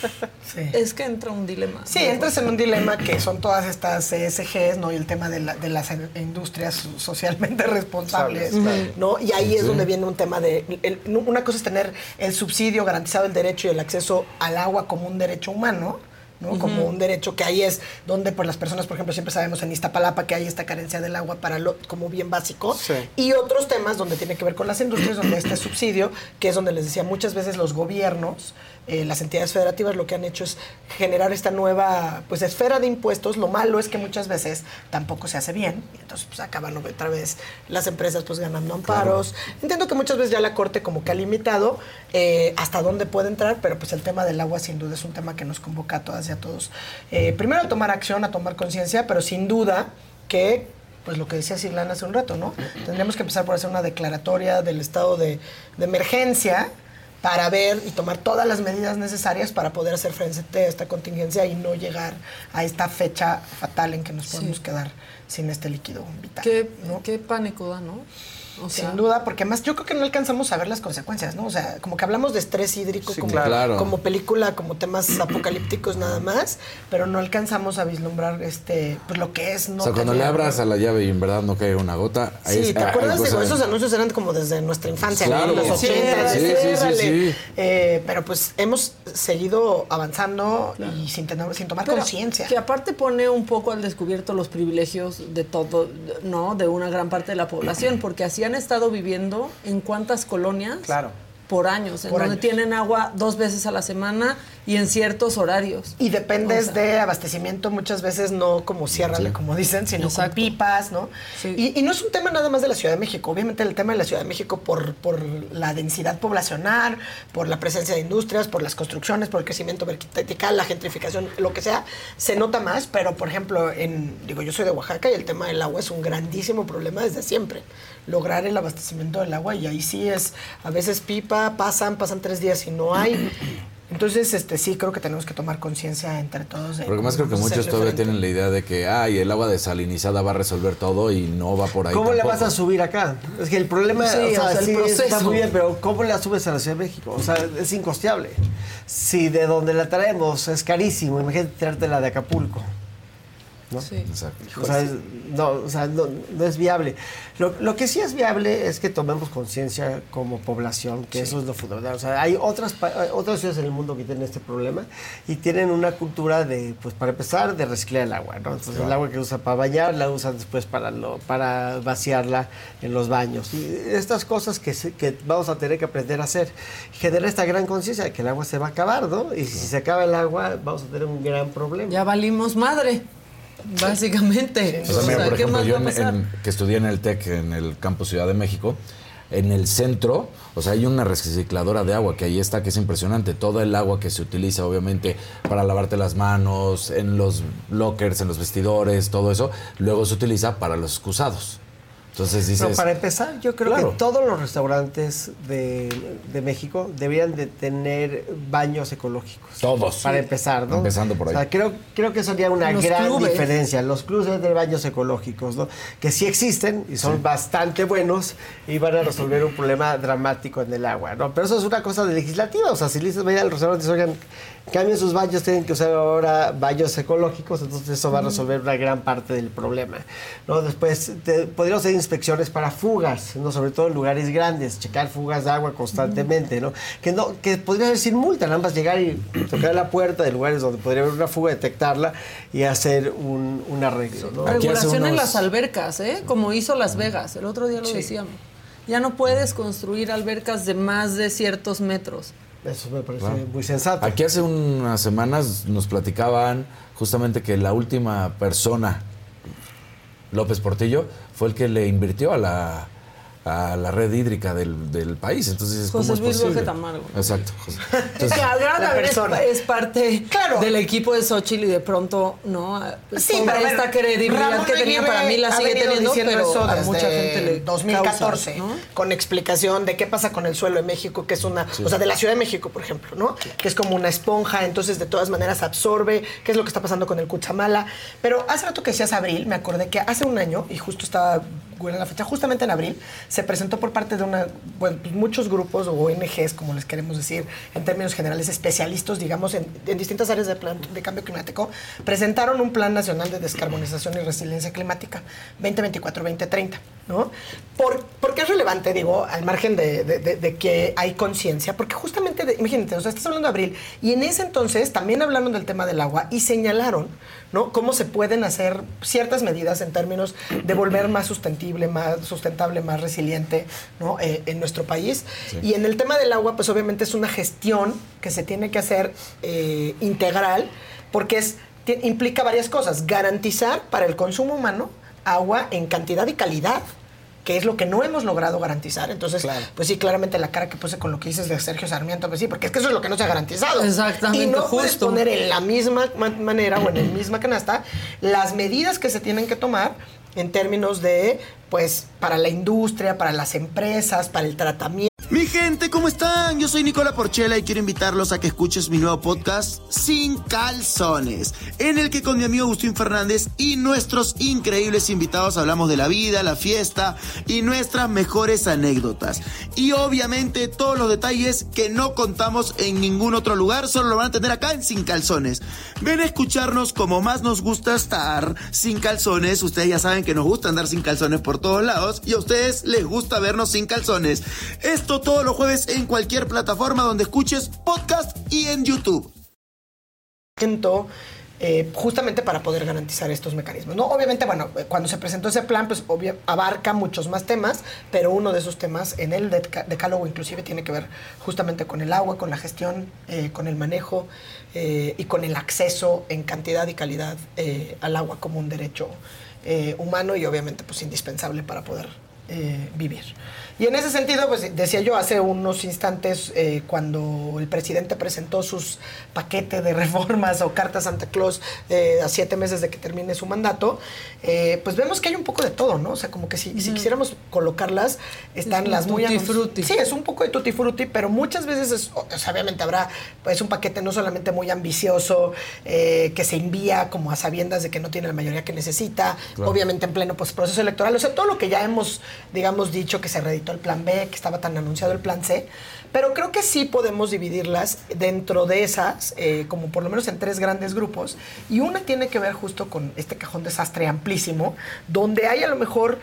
Sí. Es que entra un dilema. Sí, entras en un dilema que son todas estas C S Gs, ¿no? Y el tema de, la, de las industrias socialmente responsables, claro. ¿no? Y ahí sí, es sí. donde viene un tema de... El, una cosa es tener el subsidio garantizado, el derecho y el acceso al agua como un derecho humano, ¿no? Uh-huh. Como un derecho que ahí es donde pues las personas, por ejemplo, siempre sabemos en Iztapalapa que hay esta carencia del agua para lo, como bien básico. Sí. Y otros temas donde tiene que ver con las industrias, donde este subsidio, que es donde les decía, muchas veces los gobiernos... Eh, las entidades federativas lo que han hecho es generar esta nueva pues esfera de impuestos. Lo malo es que muchas veces tampoco se hace bien y entonces pues acaban otra vez las empresas pues ganando amparos. Claro. Entiendo que muchas veces ya la Corte como que ha limitado eh, hasta dónde puede entrar, pero pues el tema del agua sin duda es un tema que nos convoca a todas y a todos. Eh, primero a tomar acción, a tomar conciencia, pero sin duda que pues lo que decía Silana hace un rato, ¿no? Tendríamos que empezar por hacer una declaratoria del estado de, de emergencia para ver y tomar todas las medidas necesarias para poder hacer frente a esta contingencia y no llegar a esta fecha fatal en que nos podemos sí. quedar sin este líquido vital. Qué, ¿no? qué pánico da, ¿no? O sea, sin duda, porque además yo creo que no alcanzamos a ver las consecuencias, ¿no? O sea, como que hablamos de estrés hídrico sí, como, claro. como película, como temas apocalípticos nada más, pero no alcanzamos a vislumbrar este, pues lo que es no O sea, cuando le tener, abras ¿no? a la llave y en verdad no cae una gota. Sí, ahí, ¿te acuerdas de cosa... esos anuncios? Eran como desde nuestra infancia, Claro. ¿no? En los ochenta, Sí, sí, sí, sí, sí. Eh, pero pues hemos seguido avanzando y sin, tener, sin tomar Pero conciencia. que aparte pone un poco al descubierto los privilegios de todo, ¿no? De una gran parte de la población, porque así han estado viviendo en cuántas colonias claro. por años, en por donde años. tienen agua dos veces a la semana y en ciertos horarios. Y dependes O sea, de abastecimiento muchas veces no como ciérrale, sí. como dicen, sino Exacto. con pipas, ¿no? Sí. Y, y no es un tema nada más de la Ciudad de México. Obviamente el tema de la Ciudad de México por, por la densidad poblacional, por la presencia de industrias, por las construcciones, por el crecimiento vertical, la gentrificación, lo que sea, se nota más, pero por ejemplo, en digo, yo soy de Oaxaca y el tema del agua es un grandísimo problema desde siempre. Lograr el abastecimiento del agua y ahí sí es, a veces pipa, pasan, pasan tres días y no hay. Entonces, este sí, creo que tenemos que tomar conciencia entre todos. De Porque más creo que cómo muchos hacerle todavía frente. tienen la idea de que, ay, el agua desalinizada va a resolver todo y no va por ahí ¿Cómo le tampoco. vas a subir acá? Es que el problema, Sí, o sea, o sea, el sí, proceso. está muy bien, pero ¿cómo la subes a la Ciudad de México? O sea, es incosteable. Si de donde la traemos es carísimo, imagínate traértela de Acapulco. ¿no? Sí. Exacto. O sea, es- no, o sea, no, no es viable. Lo, lo que sí es viable es que tomemos conciencia como población, que eso es lo fundamental. O sea, hay otras, pa- hay otras ciudades en el mundo que tienen este problema y tienen una cultura de, pues para empezar, de reciclar el agua, ¿no? Entonces el agua que usa para bañar, la usan después para, lo, para vaciarla en los baños. Y estas cosas que, se- que vamos a tener que aprender a hacer. Genera esta gran conciencia de que el agua se va a acabar, ¿no? Y si se acaba el agua, vamos a tener un gran problema. Ya valimos madre, básicamente. O sea, mira, por ¿qué ejemplo, más yo va a en, pasar? en- que estudié en el TEC, en el campus Ciudad de México, en el centro, o sea, hay una recicladora de agua que ahí está, que es impresionante. Todo el agua que se utiliza, obviamente, para lavarte las manos, en los lockers, en los vestidores, todo eso, luego se utiliza para los excusados. Entonces dices... Pero para empezar, yo creo Claro. que todos los restaurantes de, de México deberían de tener baños ecológicos. Todos. Para empezar, ¿no? Empezando por ahí. O sea, creo, creo que eso sería una Los gran clubes. diferencia. Los clubes deben tener baños ecológicos, ¿no? Que sí existen y son bastante buenos y van a resolver un problema dramático en el agua, ¿no? Pero eso es una cosa de legislativa. O sea, si le dices, vayan a los restaurantes, oigan, cambien sus baños, tienen que usar ahora baños ecológicos, entonces eso va a resolver una gran parte del problema, ¿no? Después, te, podríamos hacer inspecciones para fugas, ¿no? Sobre todo en lugares grandes, checar fugas de agua constantemente, ¿no? Que no que podría ser sin multa, nada más llegar y tocar la puerta de lugares donde podría haber una fuga, detectarla y hacer un, un arreglo, ¿no? Aquí hace Regulación en unos- las albercas, ¿eh? Como hizo Las Vegas. El otro día lo decíamos. Ya no puedes construir albercas de más de ciertos metros. Eso me parece Claro. muy sensato. Aquí hace unas semanas nos platicaban justamente que la última persona, López Portillo, fue el que le invirtió a la, a la red hídrica del, del país. Entonces, ¿cómo José es Luis posible? López Tamargo. Exacto. José. Es Entonces, que Adriana la también es, persona. es parte Claro. del equipo de Xochitl y de pronto, ¿no? Pues Sí, toda pero a ver, esta credibilidad Ramón que tenía Aguirre para mí la ha sigue venido teniendo, diciendo pero eso a desde mucha gente le dos mil catorce, causa, ¿no? con explicación de qué pasa con el suelo de México, que es una, o sea, de la Ciudad de México, por ejemplo, ¿no? Que es como una esponja, entonces de todas maneras absorbe, qué es lo que está pasando con el Cuchamala. Pero hace rato que decías abril, me acordé que hace un año, y justo estaba en la fecha, justamente en abril, se presentó por parte de una, bueno, pues muchos grupos o O N Ges, como les queremos decir, en términos generales, especialistas, digamos, en, en distintas áreas de, plan, de cambio climático, presentaron un Plan Nacional de Descarbonización y Resiliencia Climática veinte veinticuatro veinte treinta, ¿no? ¿Por, ¿Por qué es relevante, digo, al margen de, de, de, de que hay conciencia? Porque justamente, de, imagínate, o sea, estás hablando de abril, y en ese entonces también hablaron del tema del agua y señalaron, ¿no?, cómo se pueden hacer ciertas medidas en términos de volver más sustentable, más sustentable, más resiliente, ¿no?, eh, en nuestro país. Sí. Y en el tema del agua, pues obviamente es una gestión que se tiene que hacer eh, integral, porque es, t- implica varias cosas. Garantizar para el consumo humano agua en cantidad y calidad, que es lo que no hemos logrado garantizar. Entonces, claro, pues sí, claramente la cara que puse con lo que dices de Sergio Sarmiento, pues sí, porque es que eso es lo que no se ha garantizado. Exactamente, y no justo. puedes poner en la misma man- manera o en la misma canasta las medidas que se tienen que tomar en términos de, pues, para la industria, para las empresas, para el tratamiento. Mi Mi gente, ¿cómo están? Yo soy Nicola Porchela y quiero invitarlos a que escuches mi nuevo podcast Sin Calzones, en el que con mi amigo Agustín Fernández y nuestros increíbles invitados hablamos de la vida, la fiesta y nuestras mejores anécdotas. Y obviamente todos los detalles que no contamos en ningún otro lugar, solo lo van a tener acá en Sin Calzones. Ven a escucharnos como más nos gusta estar sin calzones. Ustedes ya saben que nos gusta andar sin calzones por todos lados y a ustedes les gusta vernos sin calzones. Esto todos los jueves en cualquier plataforma donde escuches podcast y en YouTube. Eh, justamente para poder garantizar estos mecanismos, ¿no? Obviamente, bueno, cuando se presentó ese plan, pues obvio, abarca muchos más temas, pero uno de esos temas en el decálogo inclusive tiene que ver justamente con el agua, con la gestión, eh, con el manejo eh, y con el acceso en cantidad y calidad eh, al agua como un derecho eh, humano y obviamente pues indispensable para poder eh, vivir. Y en ese sentido, pues decía yo hace unos instantes, eh, cuando el presidente presentó sus paquetes de reformas o cartas Santa Claus eh, a siete meses de que termine su mandato, eh, pues vemos que hay un poco de todo, ¿no? O sea, como que si, mm. si quisiéramos colocarlas, están es las muy... tutti frutti. Sí, es un poco de tutti frutti, pero muchas veces, es, o sea, obviamente habrá pues, un paquete no solamente muy ambicioso, eh, que se envía como a sabiendas de que no tiene la mayoría que necesita, claro. Obviamente en pleno pues, proceso electoral, o sea, todo lo que ya hemos, digamos, dicho que se reeditó el plan B, que estaba tan anunciado el plan C, pero creo que sí podemos dividirlas dentro de esas, eh, como por lo menos en tres grandes grupos, y una tiene que ver justo con este cajón desastre amplísimo, donde hay a lo mejor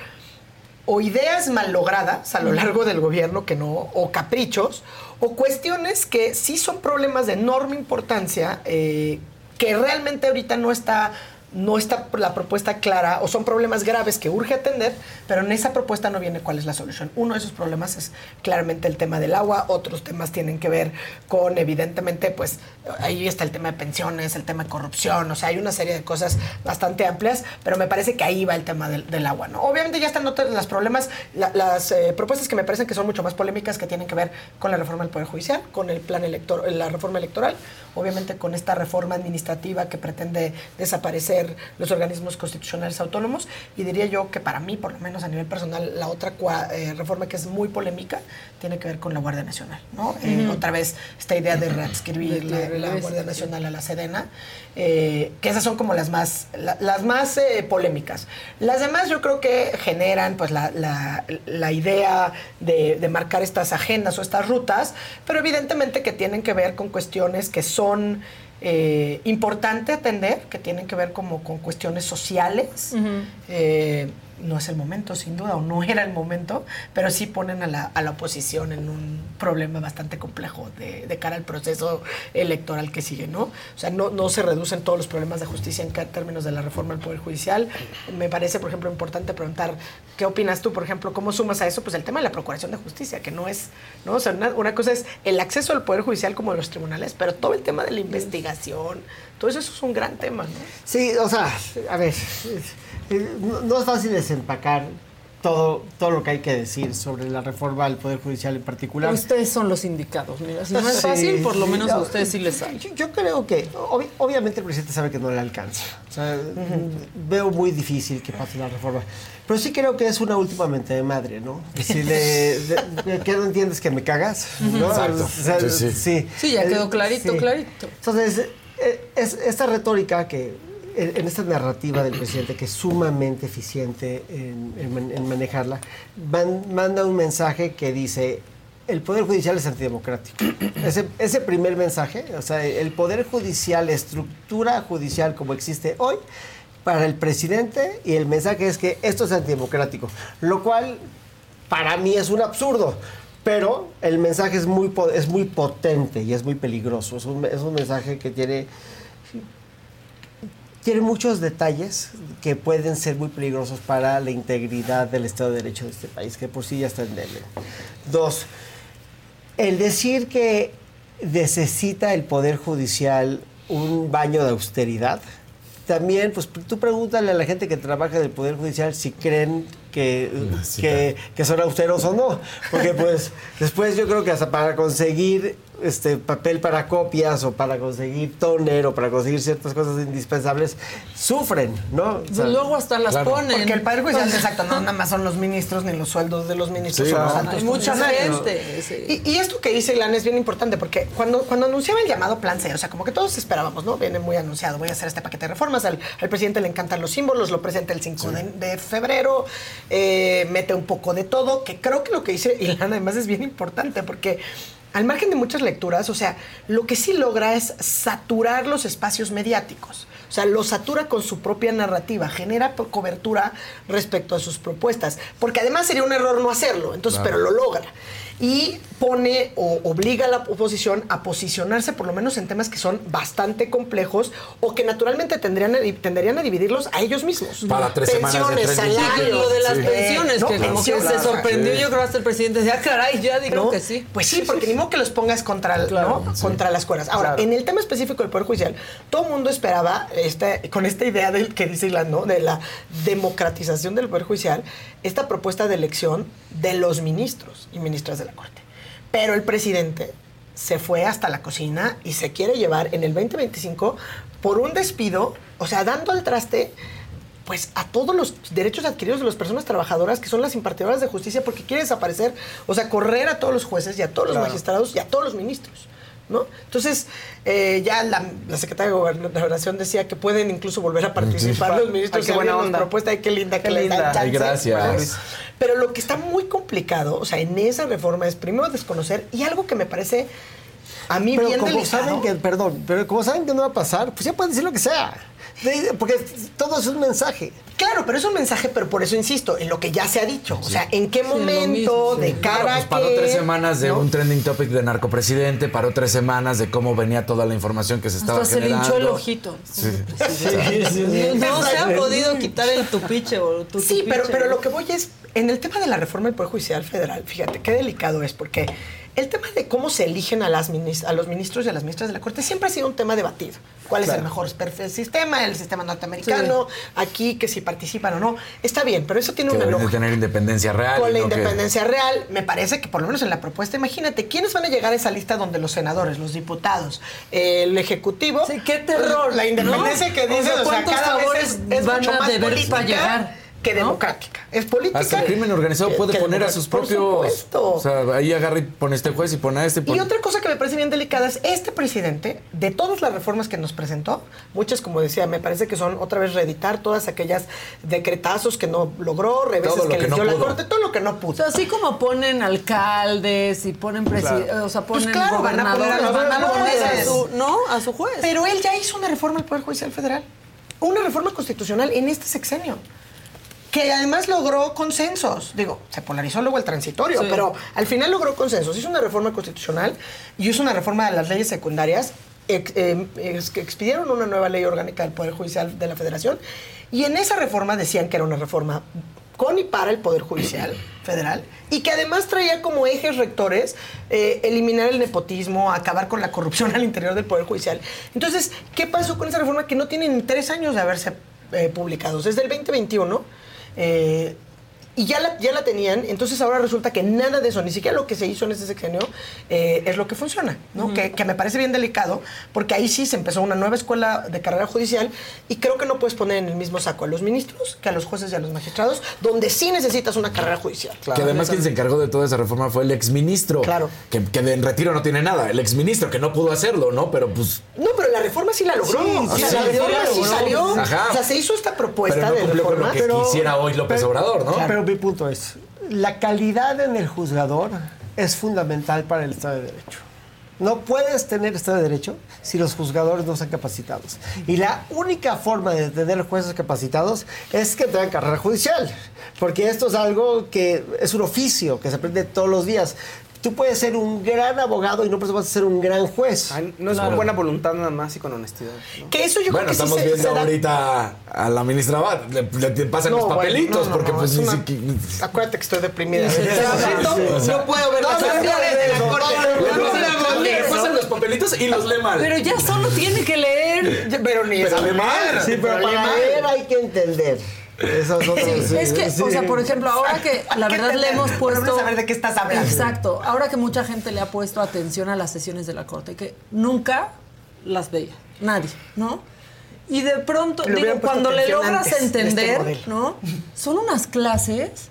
o ideas mal logradas a lo largo del gobierno que no, o caprichos, o cuestiones que sí son problemas de enorme importancia, eh, que realmente ahorita no está... no está la propuesta clara o son problemas graves que urge atender, pero en esa propuesta no viene cuál es la solución. Uno de esos problemas es claramente el tema del agua, otros temas tienen que ver con, evidentemente, pues ahí está el tema de pensiones, el tema de corrupción, o sea, hay una serie de cosas bastante amplias, pero me parece que ahí va el tema del, del agua, ¿no? Obviamente ya están otras las problemas, la, las eh, propuestas que me parecen que son mucho más polémicas, que tienen que ver con la reforma del Poder Judicial, con el plan electoral, la reforma electoral, obviamente con esta reforma administrativa que pretende desaparecer los organismos constitucionales autónomos, y diría yo que para mí, por lo menos a nivel personal, la otra cua, eh, reforma que es muy polémica tiene que ver con la Guardia Nacional, ¿no? Uh-huh. Eh, otra vez esta idea de readscribir la, la Guardia Nacional a la Sedena, eh, que esas son como las más la, las más eh, polémicas. Las demás yo creo que generan pues la, la, la idea de, de marcar estas agendas o estas rutas, pero evidentemente que tienen que ver con cuestiones que son Eh, importante atender, que tienen que ver como con cuestiones sociales. Uh-huh. Eh, no es el momento, sin duda, o no era el momento, pero sí ponen a la, a la oposición en un problema bastante complejo de, de cara al proceso electoral que sigue, ¿no? O sea, no, no se reducen todos los problemas de justicia en términos de la reforma del Poder Judicial. Me parece, por ejemplo, importante preguntar, ¿qué opinas tú, por ejemplo? ¿Cómo sumas a eso? Pues el tema de la Procuración de Justicia, que no es, ¿no? O sea, una, una cosa es el acceso al Poder Judicial como de los tribunales, pero todo el tema de la investigación, todo eso, eso es un gran tema, ¿no? Sí, o sea, a ver, no es fácil desempacar todo, todo lo que hay que decir sobre la reforma del Poder Judicial en particular. Ustedes son los indicados, mira, si no es fácil, sí, por lo menos sí, a ustedes sí les sale. Yo, yo creo que, ob, obviamente el presidente sabe que no le alcanza. O sea, uh-huh. Veo muy difícil que pase la reforma. Pero sí creo que es una última mente de madre, ¿no? Si le, de, de, ¿qué no entiendes que me cagas? ¿No? Exacto. O sea, sí, sí. Sí. Sí, ya quedó clarito, sí. clarito. Entonces, es, esta retórica que... en esta narrativa del presidente, que es sumamente eficiente en, en, en manejarla, man, manda un mensaje que dice, el Poder Judicial es antidemocrático. Ese, ese primer mensaje, o sea, el Poder Judicial, la estructura judicial como existe hoy, para el presidente, y el mensaje es que esto es antidemocrático, lo cual para mí es un absurdo. Pero el mensaje es muy, es muy potente y es muy peligroso. Es un, es un mensaje que tiene... Tiene muchos detalles que pueden ser muy peligrosos para la integridad del Estado de Derecho de este país, que por sí ya está en él. Dos, el decir que necesita el Poder Judicial un baño de austeridad, también, pues tú pregúntale a la gente que trabaja en el Poder Judicial si creen que, que, que son austeros o no. Porque pues después yo creo que hasta para conseguir este papel para copias o para conseguir tóner o para conseguir ciertas cosas indispensables, sufren, ¿no? O sea, luego hasta las claro. ponen. Porque el Poder Judicial, exacto, no nada más son los ministros ni los sueldos de los ministros, Sí, son claro. los altos Hay mucha funcionarios. gente. Sí. Y, y esto que dice Ilan es bien importante porque cuando, cuando anunciaba el llamado Plan C, o sea, como que todos esperábamos, ¿no? Viene muy anunciado, voy a hacer este paquete de reformas, al, al presidente le encantan los símbolos, lo presenta el cinco de, de febrero, eh, mete un poco de todo, que creo que lo que dice Ilan además es bien importante porque al margen de muchas lecturas, o sea, lo que sí logra es saturar los espacios mediáticos. O sea, lo satura con su propia narrativa, genera cobertura respecto a sus propuestas. Porque además sería un error no hacerlo, entonces, Claro. pero lo logra. Y pone o obliga a la oposición a posicionarse por lo menos en temas que son bastante complejos o que naturalmente tendrían a, tenderían a dividirlos a ellos mismos. Para tres semanas de Pensiones, trending topic. salarios. Lo de las Sí. pensiones, ¿no? que como que Pensiones. se sorprendió, Sí. yo creo hasta el presidente decía, caray, ya digo ¿no? que sí. Pues sí, porque ni modo que los pongas contra, el- Claro, ¿no? sí. contra las cuerdas. Ahora, Claro. en el tema específico del Poder Judicial, todo el mundo esperaba, este, con esta idea del que dice Ilan, ¿no? De la democratización del Poder Judicial, esta propuesta de elección de los ministros y ministras de la Corte. Pero el presidente se fue hasta la cocina y se quiere llevar en el veinte veinticinco por un despido, o sea, dando al traste pues a todos los derechos adquiridos de las personas trabajadoras que son las impartidoras de justicia porque quiere desaparecer, o sea, correr a todos los jueces y a todos los Claro. magistrados y a todos los ministros, ¿no? Entonces, eh, ya la, la secretaria de Gobernación decía que pueden incluso volver a participar Sí. los ministros. Ay, qué si buena alguien nos onda. propuesta, ay, qué linda, Qué que les dan linda. chance, Ay, gracias. pues. Pero lo que está muy complicado, o sea, en esa reforma es primero desconocer y algo que me parece a mí pero bien como delicado. saben que, perdón, pero como saben que no va a pasar, pues ya pueden decir lo que sea. De- Porque todo es un mensaje. Claro, pero es un mensaje, pero por eso insisto, en lo que ya se ha dicho. O sea, en qué lo momento, mismo, sí. de cara Claro, pues a paró qué, tres semanas de ¿no? un trending topic de narcopresidente, paró tres semanas de cómo venía toda la información que se estaba Hasta se le generando. hinchó el ojito. Sí. No se ha podido quitar el tupiche o tu Sí, pero, tupiche. pero lo que voy es, en el tema de la reforma del Poder Judicial Federal, fíjate, qué delicado es, porque el tema de cómo se eligen a, las minis- a los ministros y a las ministras de la Corte siempre ha sido un tema debatido. ¿Cuál es el mejor perfe- sistema? El sistema norteamericano, aquí, que si participan o no. Está bien, pero eso tiene Que una deben de lógica. tener independencia real. Con y la no que- independencia real, me parece que por lo menos en la propuesta, imagínate, ¿quiénes van a llegar a esa lista donde los senadores, los diputados, el ejecutivo? Sí, qué terror. La independencia ¿no? que dice, O sea, o sea, ¿cuántos cada vez favores es, es van mucho a más deber política para llegar? que democrática. Es política. Hasta el crimen organizado que- puede que poner a democrática. sus Por propios. supuesto. O sea, ahí agarra y pone este juez y pone a este. Y pone- otra cosa que me parece bien delicada es este presidente, de todas las reformas que nos presentó, muchas, como decía, me parece que son otra vez reeditar todas aquellas decretazos que no logró, reveses Todo lo que, que les no dio la pudo. Corte, todo lo que no O pudo. sea, así como ponen alcaldes y ponen presidentes, Claro. o sea, Pues ponen claro, van a poner a gobernadores, los van a poner a jueces. su, ¿no? A su juez. Pero él ya hizo una reforma al Poder Judicial Federal. Una reforma constitucional en este sexenio. Que además logró consensos. Digo, se polarizó luego el transitorio, Sí. pero al final logró consensos. Hizo una reforma constitucional y hizo una reforma de las leyes secundarias. Ex- eh, ex- que expidieron una nueva ley orgánica del Poder Judicial de la Federación. Y en esa reforma decían que era una reforma con y para el Poder Judicial Federal y que además traía como ejes rectores eh, eliminar el nepotismo, acabar con la corrupción al interior del Poder Judicial. Entonces, ¿qué pasó con esa reforma que no tiene ni tres años de haberse eh, publicados? Desde el veinte veintiuno. Eh, y ya la, ya la tenían, entonces ahora resulta que nada de eso, ni siquiera lo que se hizo en ese sexenio, eh, es lo que funciona, ¿no? Ujú. que, que me parece bien delicado, porque ahí sí se empezó una nueva escuela de carrera judicial y creo que no puedes poner en el mismo saco a los ministros que a los jueces y a los magistrados, donde sí necesitas una carrera judicial. Que además quien se encargó de toda esa reforma fue el exministro. Claro. Que, que de en retiro no tiene nada. El exministro que no pudo hacerlo, ¿no? Pero pues. No, pero la reforma sí la logró. Sí, o sí, sea, sí, la sí, reforma sí, sí logró. salió. Ajá. O sea, se hizo esta propuesta Pero no de cumplió con reforma. lo que quisiera hoy López pero- Obrador, ¿no? Pero mi punto es, la calidad en el juzgador es fundamental para el Estado de Derecho. No puedes tener Estado de Derecho si los juzgadores no están capacitados. Y la única forma de tener jueces capacitados es que tengan carrera judicial. Porque esto es algo que es un oficio que se aprende todos los días. Tú puedes ser un gran abogado y no puedes ser un gran juez. Ay, no es Claro. con buena voluntad nada más y con honestidad, ¿no? Que eso yo Bueno, creo que sí estamos se- viendo se da- ahorita a la ministra Abad. Le, le- le pasan No, los bueno, papelitos no, no, porque no, pues es ni una- siquiera- Acuérdate que estoy deprimida. Sí, sí, Este sí, momento, sí, sí, o sea, no puedo ver las no, no, acciones no, de la no, Corte. no, no, No Le puedo pasan- hablar de le eso. pasan los papelitos y los lee mal. Pero ya solo tiene que leer. Pero ni Pero saber. lee mal. Sí, pero lee para mal. leer hay que entender. Eso es otro, Sí, sí, es que, sí. o sea, por ejemplo, ahora que la ¿Qué verdad te- le hemos por puesto... no saber de qué estás hablando? Exacto. Ahora que mucha gente le ha puesto atención a las sesiones de la Corte, que nunca las veía, nadie, ¿no? Y de pronto, Le digo, hubieran puesto cuando le atención logras antes de este entender, modelo. ¿no? Son unas clases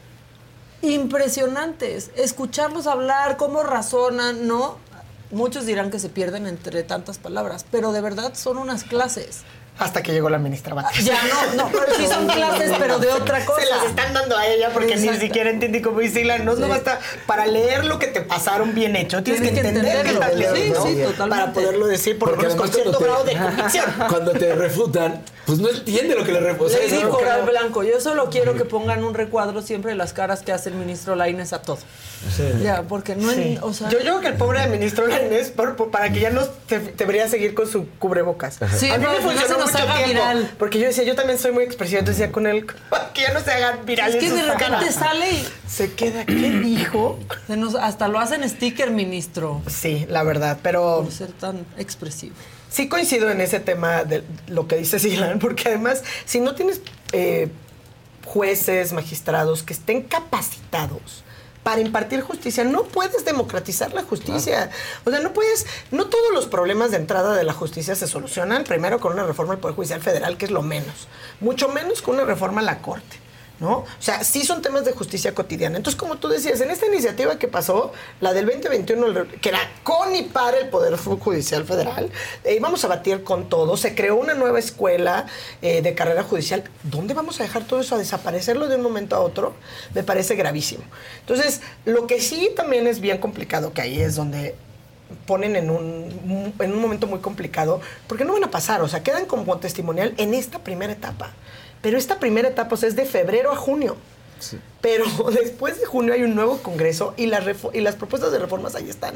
impresionantes. Escucharlos hablar, cómo razonan, ¿no? Muchos dirán que se pierden entre tantas palabras, pero de verdad son unas clases. Hasta que llegó la ministra Batres. Ya no, no, pero sí son clases, pero de otra cosa. Se las están dando a ella porque Exacto. ni siquiera entendí cómo dice Ilan. No, Sí. no basta para leer lo que te pasaron bien hecho. Tienes, Tienes que que entender que entenderlo. estás Sí, leyendo, sí, ¿no? totalmente. Para poderlo decir por lo Porque menos con además cierto grado cuando de convicción. te, cuando te refutan, pues no entiende lo que le refutan. Le dijo Coral Blanco, yo solo quiero que pongan un recuadro siempre de las caras que hace el ministro Lainez a todo. Ya, porque no, Sí. en- o sea, Yo creo que el pobre ministro Lainez, por- por- para que ya no te, debería seguir con su cubrebocas. Sí, a mí no, me que no funcionó se nos mucho haga tiempo. viral. Porque yo decía, yo también soy muy expresiva, entonces decía con él, que ya no se hagan virales. es que de sus repente caras. sale y Se queda, ¿qué dijo? se nos- hasta lo hacen sticker, ministro, Sí, la verdad, pero por ser tan expresivo. sí coincido en ese tema de lo que dice Silan, porque además, si no tienes eh, jueces, magistrados que estén capacitados para impartir justicia, no puedes democratizar la justicia. O sea, no puedes, no todos los problemas de entrada de la justicia se solucionan primero con una reforma al Poder Judicial Federal, que es lo menos. Mucho menos con una reforma a la Corte, ¿no? O sea, sí son temas de justicia cotidiana. Entonces, como tú decías, en esta iniciativa que pasó, la del veinte veintiuno, que era con y para el Poder Judicial Federal, eh, íbamos a batir con todo. Se creó una nueva escuela eh, de carrera judicial. ¿Dónde vamos a dejar todo eso? ¿A desaparecerlo de un momento a otro? Me parece gravísimo. Entonces, lo que sí también es bien complicado, que ahí es donde ponen en un, en un momento muy complicado, porque no van a pasar, o sea, quedan como testimonial en esta primera etapa. Pero esta primera etapa, o sea, es de febrero a junio. Sí. Pero después de junio hay un nuevo congreso y las, refo- y las propuestas de reformas ahí están.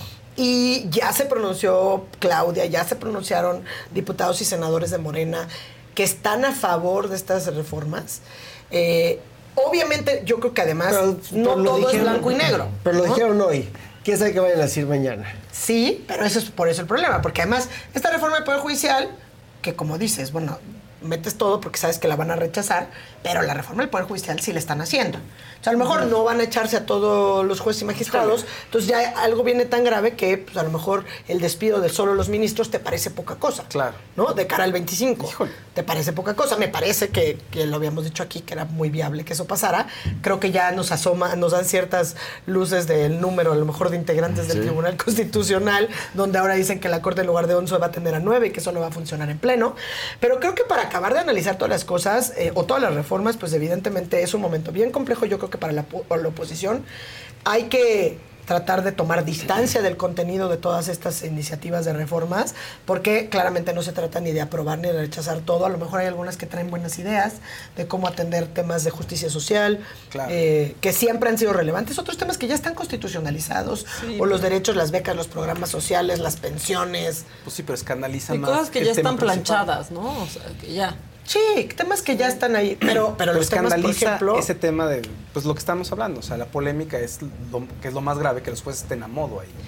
Y ya se pronunció Claudia, ya se pronunciaron diputados y senadores de Morena que están a favor de estas reformas. Eh, obviamente, yo creo que además Pero- no pero lo todo es dijeron- blanco y negro. Pero lo ¿no? dijeron hoy. ¿Quién sabe qué vayan a decir mañana? Sí, pero eso es por eso el problema, porque además esta reforma del Poder Judicial, que como dices, bueno, metes todo porque sabes que la van a rechazar, pero la reforma del Poder Judicial sí la están haciendo. O sea, a lo mejor no van a echarse a todos los jueces y magistrados, entonces ya algo viene tan grave que pues, a lo mejor el despido de solo los ministros te parece poca cosa. Claro. ¿No? De cara al veinticinco. Te parece poca cosa. Me parece que, que lo habíamos dicho aquí, que era muy viable que eso pasara. Creo que ya nos asoma, nos dan ciertas luces del número, a lo mejor, de integrantes del Sí. Tribunal Constitucional, donde ahora dicen que la Corte en lugar de once va a tener a nueve y que eso no va a funcionar en pleno. Pero creo que para acabar de analizar todas las cosas, eh, o todas las reformas, pues evidentemente es un momento bien complejo. Yo creo que para la, po- la oposición hay que tratar de tomar distancia del contenido de todas estas iniciativas de reformas, porque claramente no se trata ni de aprobar ni de rechazar todo. A lo mejor hay algunas que traen buenas ideas de cómo atender temas de justicia social, Claro. eh, que siempre han sido relevantes, otros temas que ya están constitucionalizados, Sí. o los derechos, las becas, los programas sociales, las pensiones. Pues sí, pero escandaliza Hay más. cosas que el ya tema están principal. planchadas, ¿no? O sea, que ya. Sí, temas que ya están ahí, pero, pero los temas, por escandaliza ejemplo... ese tema de pues lo que estamos hablando, o sea, la polémica es lo, que es lo más grave, que los jueces estén a modo ahí.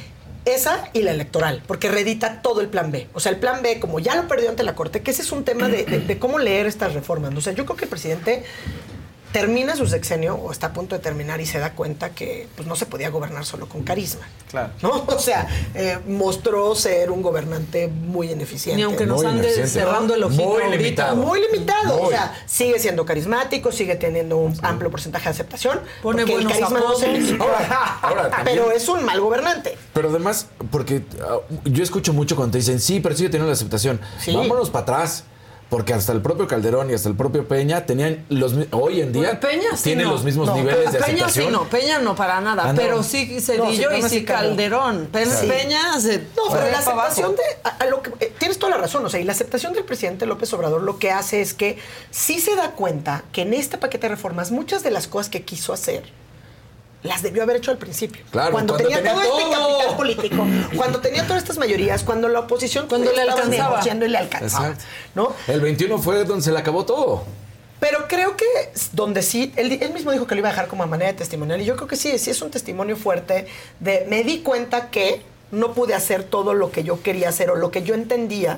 Esa y la electoral, porque reedita todo el plan B. O sea, el plan B, como ya lo perdió ante la Corte, que ese es un tema de, de- de cómo leer estas reformas. O sea, yo creo que el presidente termina su sexenio, o está a punto de terminar, y se da cuenta que pues, no se podía gobernar solo con carisma. Claro. ¿No? O sea, eh, mostró ser un gobernante muy ineficiente. Ni aunque nos Muy ande ineficiente, cerrando el ¿no? ojito Muy ahorita. limitado. Muy limitado. Muy. O sea, sigue siendo carismático, sigue teniendo un amplio porcentaje de aceptación. Pone porque el buenos carisma no se- apodos. Ahora, ahora también- Pero es un mal gobernante. Pero además, porque ah, yo escucho mucho cuando te dicen, sí, pero sigue teniendo la aceptación. Sí. Vámonos para atrás. Porque hasta el propio Calderón y hasta el propio Peña tenían los mi- hoy en día Bueno, Peña sí tienen no. los mismos No, niveles de Peña aceptación. sí no, Peña no para nada, Ah, no. pero sí Cedillo No, sí, y Peña sí sí cayó. Calderón. Pe- Sí. Peña se No, pero fue la para aceptación abajo. de. A, a lo que, eh, tienes toda la razón, o sea, y la aceptación del presidente López Obrador lo que hace es que sí se da cuenta que en este paquete de reformas muchas de las cosas que quiso hacer las debió haber hecho al principio. Claro, cuando, cuando tenía, tenía todo, este todo. capital político, cuando tenía todas estas mayorías, cuando la oposición Cuando le estaba alcanzaba. negociando y le alcanzaba. Exacto. ¿No? El veintiuno fue donde se le acabó todo. Pero creo que donde sí, él, él mismo dijo que lo iba a dejar como a manera de testimonial, y yo creo que sí, sí es un testimonio fuerte de me di cuenta que no pude hacer todo lo que yo quería hacer o lo que yo entendía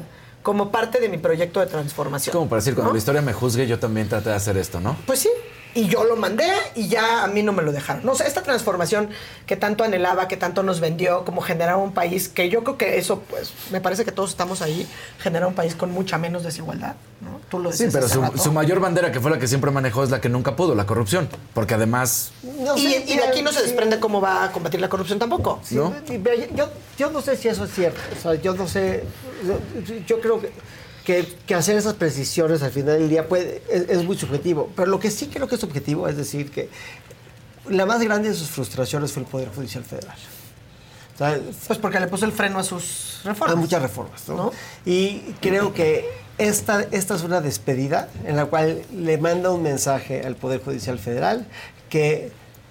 como parte de mi proyecto de transformación. Como para decir, cuando ¿no? la historia me juzgue, yo también traté de hacer esto, ¿no? Pues sí. Y yo lo mandé y ya a mí no me lo dejaron. No, o sea, esta transformación que tanto anhelaba, que tanto nos vendió, como generar un país, que yo creo que eso, pues, me parece que todos estamos ahí, generar un país con mucha menos desigualdad, ¿no? Tú lo Sí, decías pero hace su, rato. su mayor bandera, que fue la que siempre manejó, es la que nunca pudo, la corrupción. Porque además... No sé, y, y de aquí no se sí. desprende cómo va a combatir la corrupción tampoco. Sí, ¿no? yo, yo no sé si eso es cierto. O sea, yo no sé. Yo, yo creo que, que, que hacer esas precisiones al final del día puede, es, es muy subjetivo. Pero lo que sí creo que es objetivo es decir que la más grande de sus frustraciones fue el Poder Judicial Federal. O sea, pues porque le puso el freno a sus reformas. A muchas reformas, ¿no? ¿no? Y creo que esta, esta es una despedida en la cual le manda un mensaje al Poder Judicial Federal que,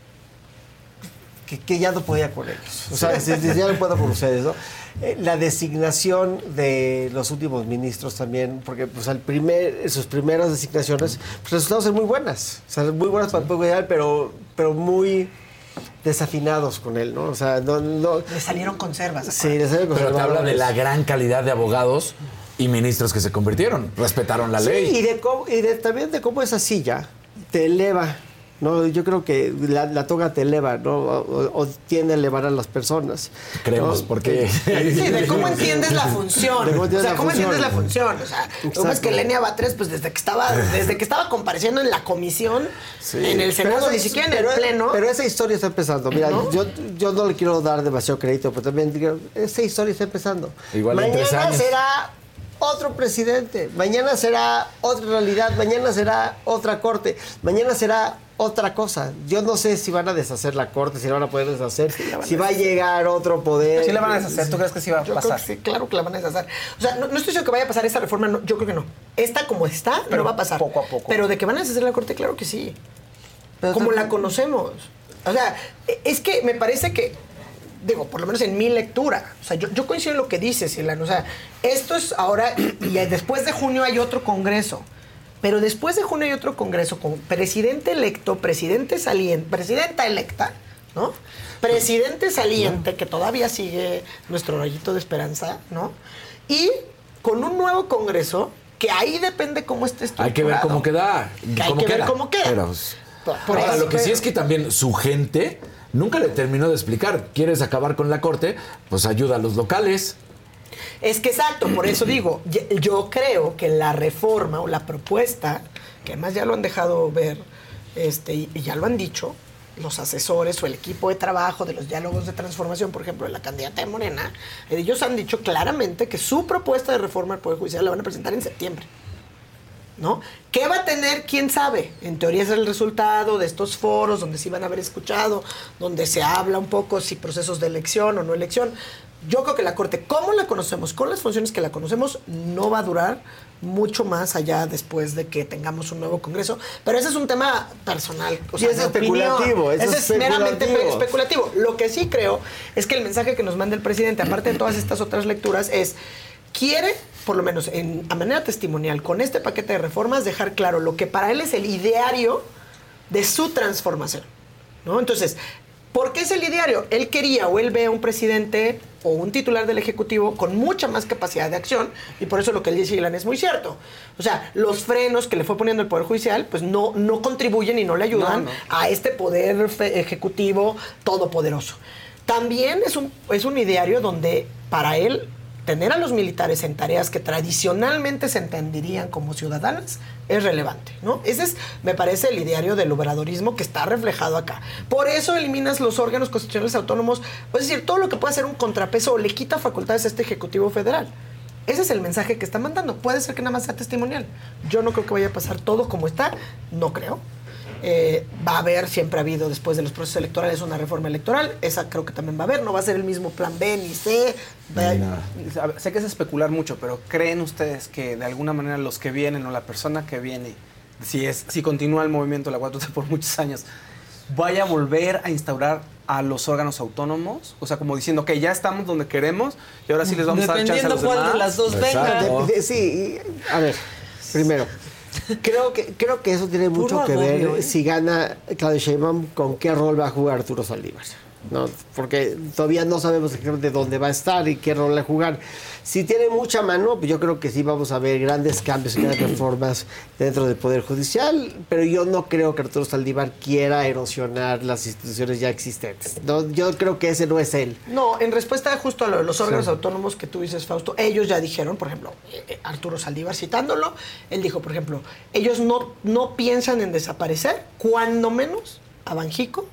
que, que ya no podía con ellos. O sea, ya no puedo con ustedes, ¿no? Eh, la designación de los últimos ministros también, porque pues al primer, sus primeras designaciones pues, resultaron ser muy buenas. O sea, muy buenas para el Poder Judicial, pero, pero muy desafinados con él, ¿no? O sea, no... no le salieron conservas. Sí, le salieron conservas. Pero te habla de la gran calidad de abogados y ministros que se convirtieron, respetaron la sí, ley. Y, de cómo, y de, también de cómo esa silla te eleva, ¿no? Yo creo que la, la toga te eleva, ¿no? O, o tiende a elevar a las personas. Creemos, ¿no? porque... Sí, de cómo entiendes la función. Cómo o sea, la cómo función. entiendes la función. O sea, cómo es que Lenia Batres, pues desde que estaba, desde que estaba compareciendo en la comisión, sí. en el Senado, ni siquiera en el pero, Pleno. Pero esa historia está empezando. Mira, ¿no? yo, yo no le quiero dar demasiado crédito, pero también digo, esa historia está empezando. Igual en tres Mañana años. será otro presidente, mañana será otra realidad, mañana será otra corte, mañana será otra cosa. Yo no sé si van a deshacer la corte, si la van a poder deshacer, sí, si va a llegar otro poder. ¿Sí la van a deshacer? ¿Tú crees que sí va a yo pasar? Creo que sí, claro que la van a deshacer. O sea, no, no estoy seguro que vaya a pasar esta reforma, no, yo creo que no. Esta como está, pero no va a pasar. Poco a poco. Pero de que van a deshacer la corte, claro que sí. Pero como también la conocemos. O sea, es que me parece que, digo, por lo menos en mi lectura, o sea, yo, yo coincido en lo que dices, Ilan, o sea, esto es ahora, y, y después de junio hay otro congreso, pero después de junio hay otro congreso con presidente electo, presidente saliente, presidenta electa, ¿no? Presidente saliente, que todavía sigue nuestro rayito de esperanza, ¿no? Y con un nuevo congreso, que ahí depende cómo esté estructurado. Hay que ver cómo queda. Que hay cómo que queda. ver cómo queda. Pero, pues, Por ahora, eso, lo que sí pero- es que también su gente nunca le terminó de explicar. ¿Quieres acabar con la corte? Pues ayuda a los locales. Es que exacto, por eso digo, ye- yo creo que la reforma o la propuesta, que además ya lo han dejado ver, este, y, y ya lo han dicho, los asesores o el equipo de trabajo de los diálogos de transformación, por ejemplo, de la candidata de Morena, ellos han dicho claramente que su propuesta de reforma al Poder Judicial la van a presentar en septiembre. ¿No? ¿Qué va a tener? ¿Quién sabe? En teoría es el resultado de estos foros donde sí van a haber escuchado, donde se habla un poco si procesos de elección o no elección. Yo creo que la Corte, como la conocemos, con las funciones que la conocemos, no va a durar mucho más allá después de que tengamos un nuevo Congreso. Pero ese es un tema personal. O Y sea, es de especulativo, opinión. es Ese es meramente especulativo. especulativo. Lo que sí creo es que el mensaje que nos manda el presidente, aparte de todas estas otras lecturas, es... quiere, por lo menos en, a manera testimonial, con este paquete de reformas, dejar claro lo que para él es el ideario de su transformación, ¿no? Entonces, ¿por qué es el ideario? Él quería o él ve a un presidente o un titular del Ejecutivo con mucha más capacidad de acción, y por eso lo que él dice, Ilan, es muy cierto. O sea, los frenos que le fue poniendo el Poder Judicial, pues no, no contribuyen y no le ayudan No, no. a este poder fe- ejecutivo todopoderoso. También es un, es un ideario donde, para él, tener a los militares en tareas que tradicionalmente se entenderían como ciudadanas es relevante, ¿no? Ese es, me parece, el ideario del obradorismo que está reflejado acá. Por eso eliminas los órganos constitucionales autónomos, es decir, todo lo que pueda ser un contrapeso o le quita facultades a este Ejecutivo Federal. Ese es el mensaje que está mandando. Puede ser que nada más sea testimonial. Yo no creo que vaya a pasar todo como está, no creo. Eh, va a haber, siempre ha habido después de los procesos electorales una reforma electoral, esa creo que también va a haber, no va a ser el mismo plan B ni C. Va- A ver, sé que es especular mucho, pero ¿creen ustedes que de alguna manera los que vienen o la persona que viene, si es si continúa el movimiento de la cuatro T por muchos años, vaya a volver a instaurar a los órganos autónomos? O sea, como diciendo que ya estamos donde queremos y ahora sí les vamos a dar chance a los Dependiendo demás. cuál de las dos venga. De- de- sí, y- a ver, primero, creo que, creo que eso tiene mucho Puro que agobio, ver ¿eh? si gana Claudia Sheinbaum con qué rol va a jugar Arturo Saldívar. ¿no? Porque todavía no sabemos exactamente dónde va a estar y qué rol va a jugar. Si tiene mucha mano, pues yo creo que sí vamos a ver grandes cambios y grandes reformas dentro del Poder Judicial, pero yo no creo que Arturo Saldívar quiera erosionar las instituciones ya existentes. No, yo creo que ese no es él. No, en respuesta justo a lo de los órganos sí. autónomos que tú dices, Fausto, ellos ya dijeron, por ejemplo, eh, Arturo Saldívar citándolo, él dijo, por ejemplo, ellos no, no piensan en desaparecer, cuando menos, a Banjico,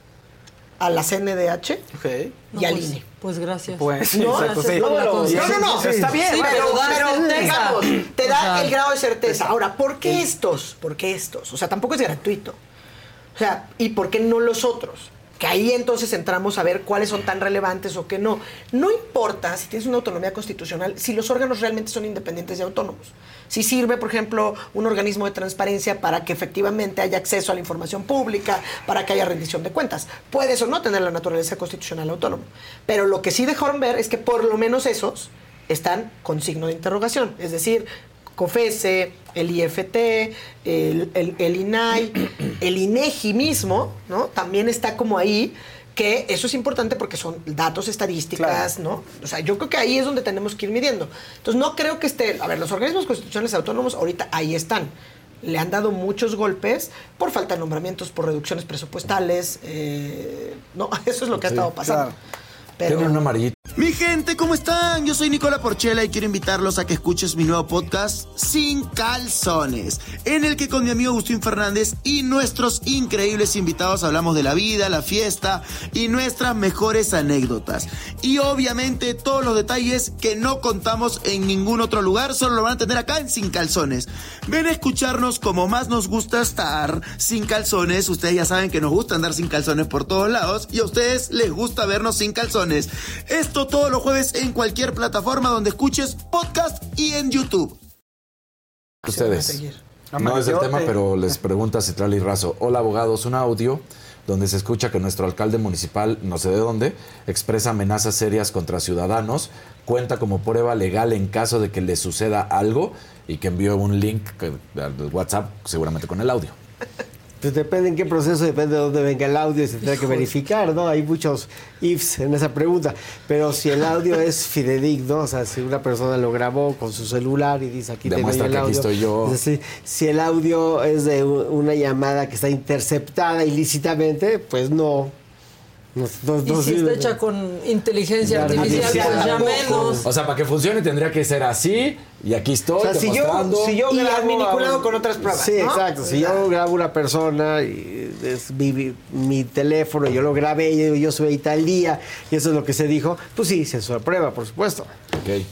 a la C N D H okay. y no, al pues, I N E. Pues gracias. Pues, no, gracias sí. no, no, no, no, no, sí, está bien, sí, pero, pero, pero digamos, te da o sea, el grado de certeza. Ahora, ¿por qué estos? ¿Por qué estos? O sea, tampoco es gratuito. O sea, ¿y por qué no los otros? Que ahí entonces entramos a ver cuáles son tan relevantes o qué no. No importa si tienes una autonomía constitucional, si los órganos realmente son independientes y autónomos. Si sirve, por ejemplo, un organismo de transparencia para que efectivamente haya acceso a la información pública, para que haya rendición de cuentas. Puedes o no tener la naturaleza constitucional autónoma. Pero lo que sí dejaron ver es que por lo menos esos están con signo de interrogación. Es decir, COFESE, el I F T, el, el, el I N A I, el INEGI mismo, ¿no? También está como ahí, que eso es importante porque son datos, estadísticas, claro. ¿no? O sea, yo creo que ahí es donde tenemos que ir midiendo. Entonces, no creo que esté... A ver, los organismos constitucionales autónomos ahorita ahí están. Le han dado muchos golpes por falta de nombramientos, por reducciones presupuestales. Eh, no, eso es lo que ha sí, estado pasando. Claro. Pero... Tiene un amarillito. Mi gente, ¿cómo están? Yo soy Nicola Porchela y quiero invitarlos a que escuches mi nuevo podcast Sin Calzones, en el que con mi amigo Agustín Fernández y nuestros increíbles invitados hablamos de la vida, la fiesta y nuestras mejores anécdotas. Y obviamente todos los detalles que no contamos en ningún otro lugar, solo lo van a tener acá en Sin Calzones. Ven a escucharnos como más nos gusta estar sin calzones. Ustedes ya saben que nos gusta andar sin calzones por todos lados y a ustedes les gusta vernos sin calzones. Esto todos los jueves en cualquier plataforma donde escuches podcast y en YouTube. Ustedes, no es el tema, pero les pregunta Citlali Razo. Hola, abogados, un audio donde se escucha que nuestro alcalde municipal, no sé de dónde, expresa amenazas serias contra ciudadanos, cuenta como prueba legal en caso de que le suceda algo y que envió un link que, al WhatsApp, seguramente con el audio. Pues depende en qué proceso, depende de dónde venga el audio y se tendrá que verificar, ¿no? Hay muchos ifs en esa pregunta. Pero si el audio es fidedigno, o sea, si una persona lo grabó con su celular y dice aquí tengo el audio. Aquí estoy yo. Es decir, si el audio es de una llamada que está interceptada ilícitamente, pues no. No, no, y no si sirve. está hecha con inteligencia artificial, pues ya menos. O sea, para que funcione tendría que ser así, y aquí estoy, o sea, si demostrando. Yo, si yo y grabo vinculado a, con otras pruebas, Sí, ¿no? exacto. Si yo grabo una persona, y es mi, mi teléfono, yo lo grabé, y yo subí tal día, y eso es lo que se dijo, pues sí, se hizo la prueba, por supuesto. Ok.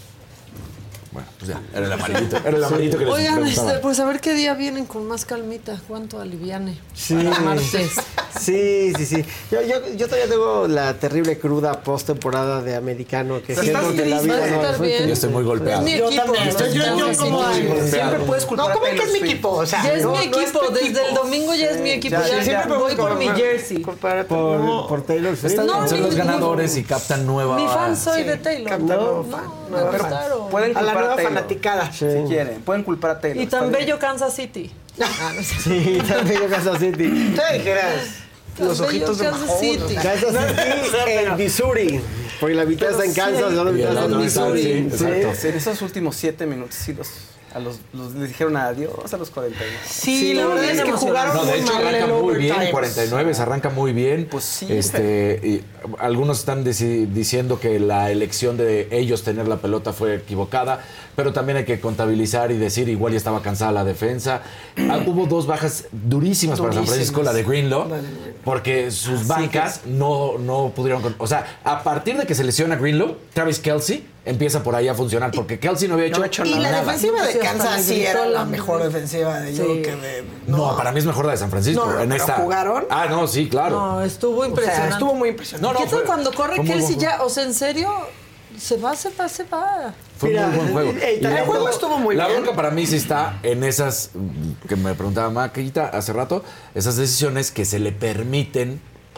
Bueno, pues ya, era el amarillito, era el amarillito que les Oigan, este, pues a ver qué día vienen con más calmita, cuánto aliviane. Sí. Para martes. Sí, sí, sí. Yo, yo, yo todavía tengo la terrible cruda post-temporada de americano que siento que la vida no fue. Yo estoy muy golpeado. Es mi equipo. Yo, yo, yo como siempre puedes culpar. No, ¿cómo es que es mi equipo? O sea, ya es no, mi equipo. No es Desde equipo. El domingo ya es mi equipo. Ya, ya, ya siempre voy por mi jersey. Por, por, por Taylor Swift. No, son los ganadores y captan nueva. Mi fan soy de Taylor. Captan nuevo fan. Pero pueden culpar a la nueva a Taylor, fanaticada. sí. Si quieren. Pueden culpar a Taylor. Y tan bello Kansas City. Ah, no sé. Sí, tan bello Kansas City. ¿Qué dijeras? Los ojitos de Kansas City. Kansas City en Missouri. Porque la mitad está en Kansas y la otra mitad está en Missouri. Sí, en esos últimos siete minutos sí los... A los, los les dijeron adiós a los cuarenta y nueve. Sí, sí, la verdad es que jugaron no, de hecho muy arranca muy bien, times. cuarenta y nueve se arranca muy bien. Pues sí. Este, y algunos están deci- diciendo que la elección de ellos tener la pelota fue equivocada, pero también hay que contabilizar y decir igual ya estaba cansada la defensa. Ah, hubo dos bajas durísimas, durísimas para San Francisco, la de Greenlaw, porque sus bancas que... no, no pudieron... Con, o sea, a partir de que se lesiona Greenlaw, Travis Kelce empieza por ahí a funcionar, porque Kelce no había hecho, no hecho nada. Y la defensiva de Kansas sí era la mejor defensiva de yo sí. que de... No. no, para mí es mejor la de San Francisco. No, no, en pero esta... ¿jugaron? Ah, no, sí, claro. No, estuvo impresionante. O sea, estuvo muy impresionante. No, no, ¿qué tal cuando corre Kelce muy ya? O sea, ¿en serio? Se va, se va, se va. Fue un muy buen juego. El, el, el juego estuvo muy la bien. La bronca para mí sí está en esas, que me preguntaba Maquita hace rato, esas decisiones que se le permiten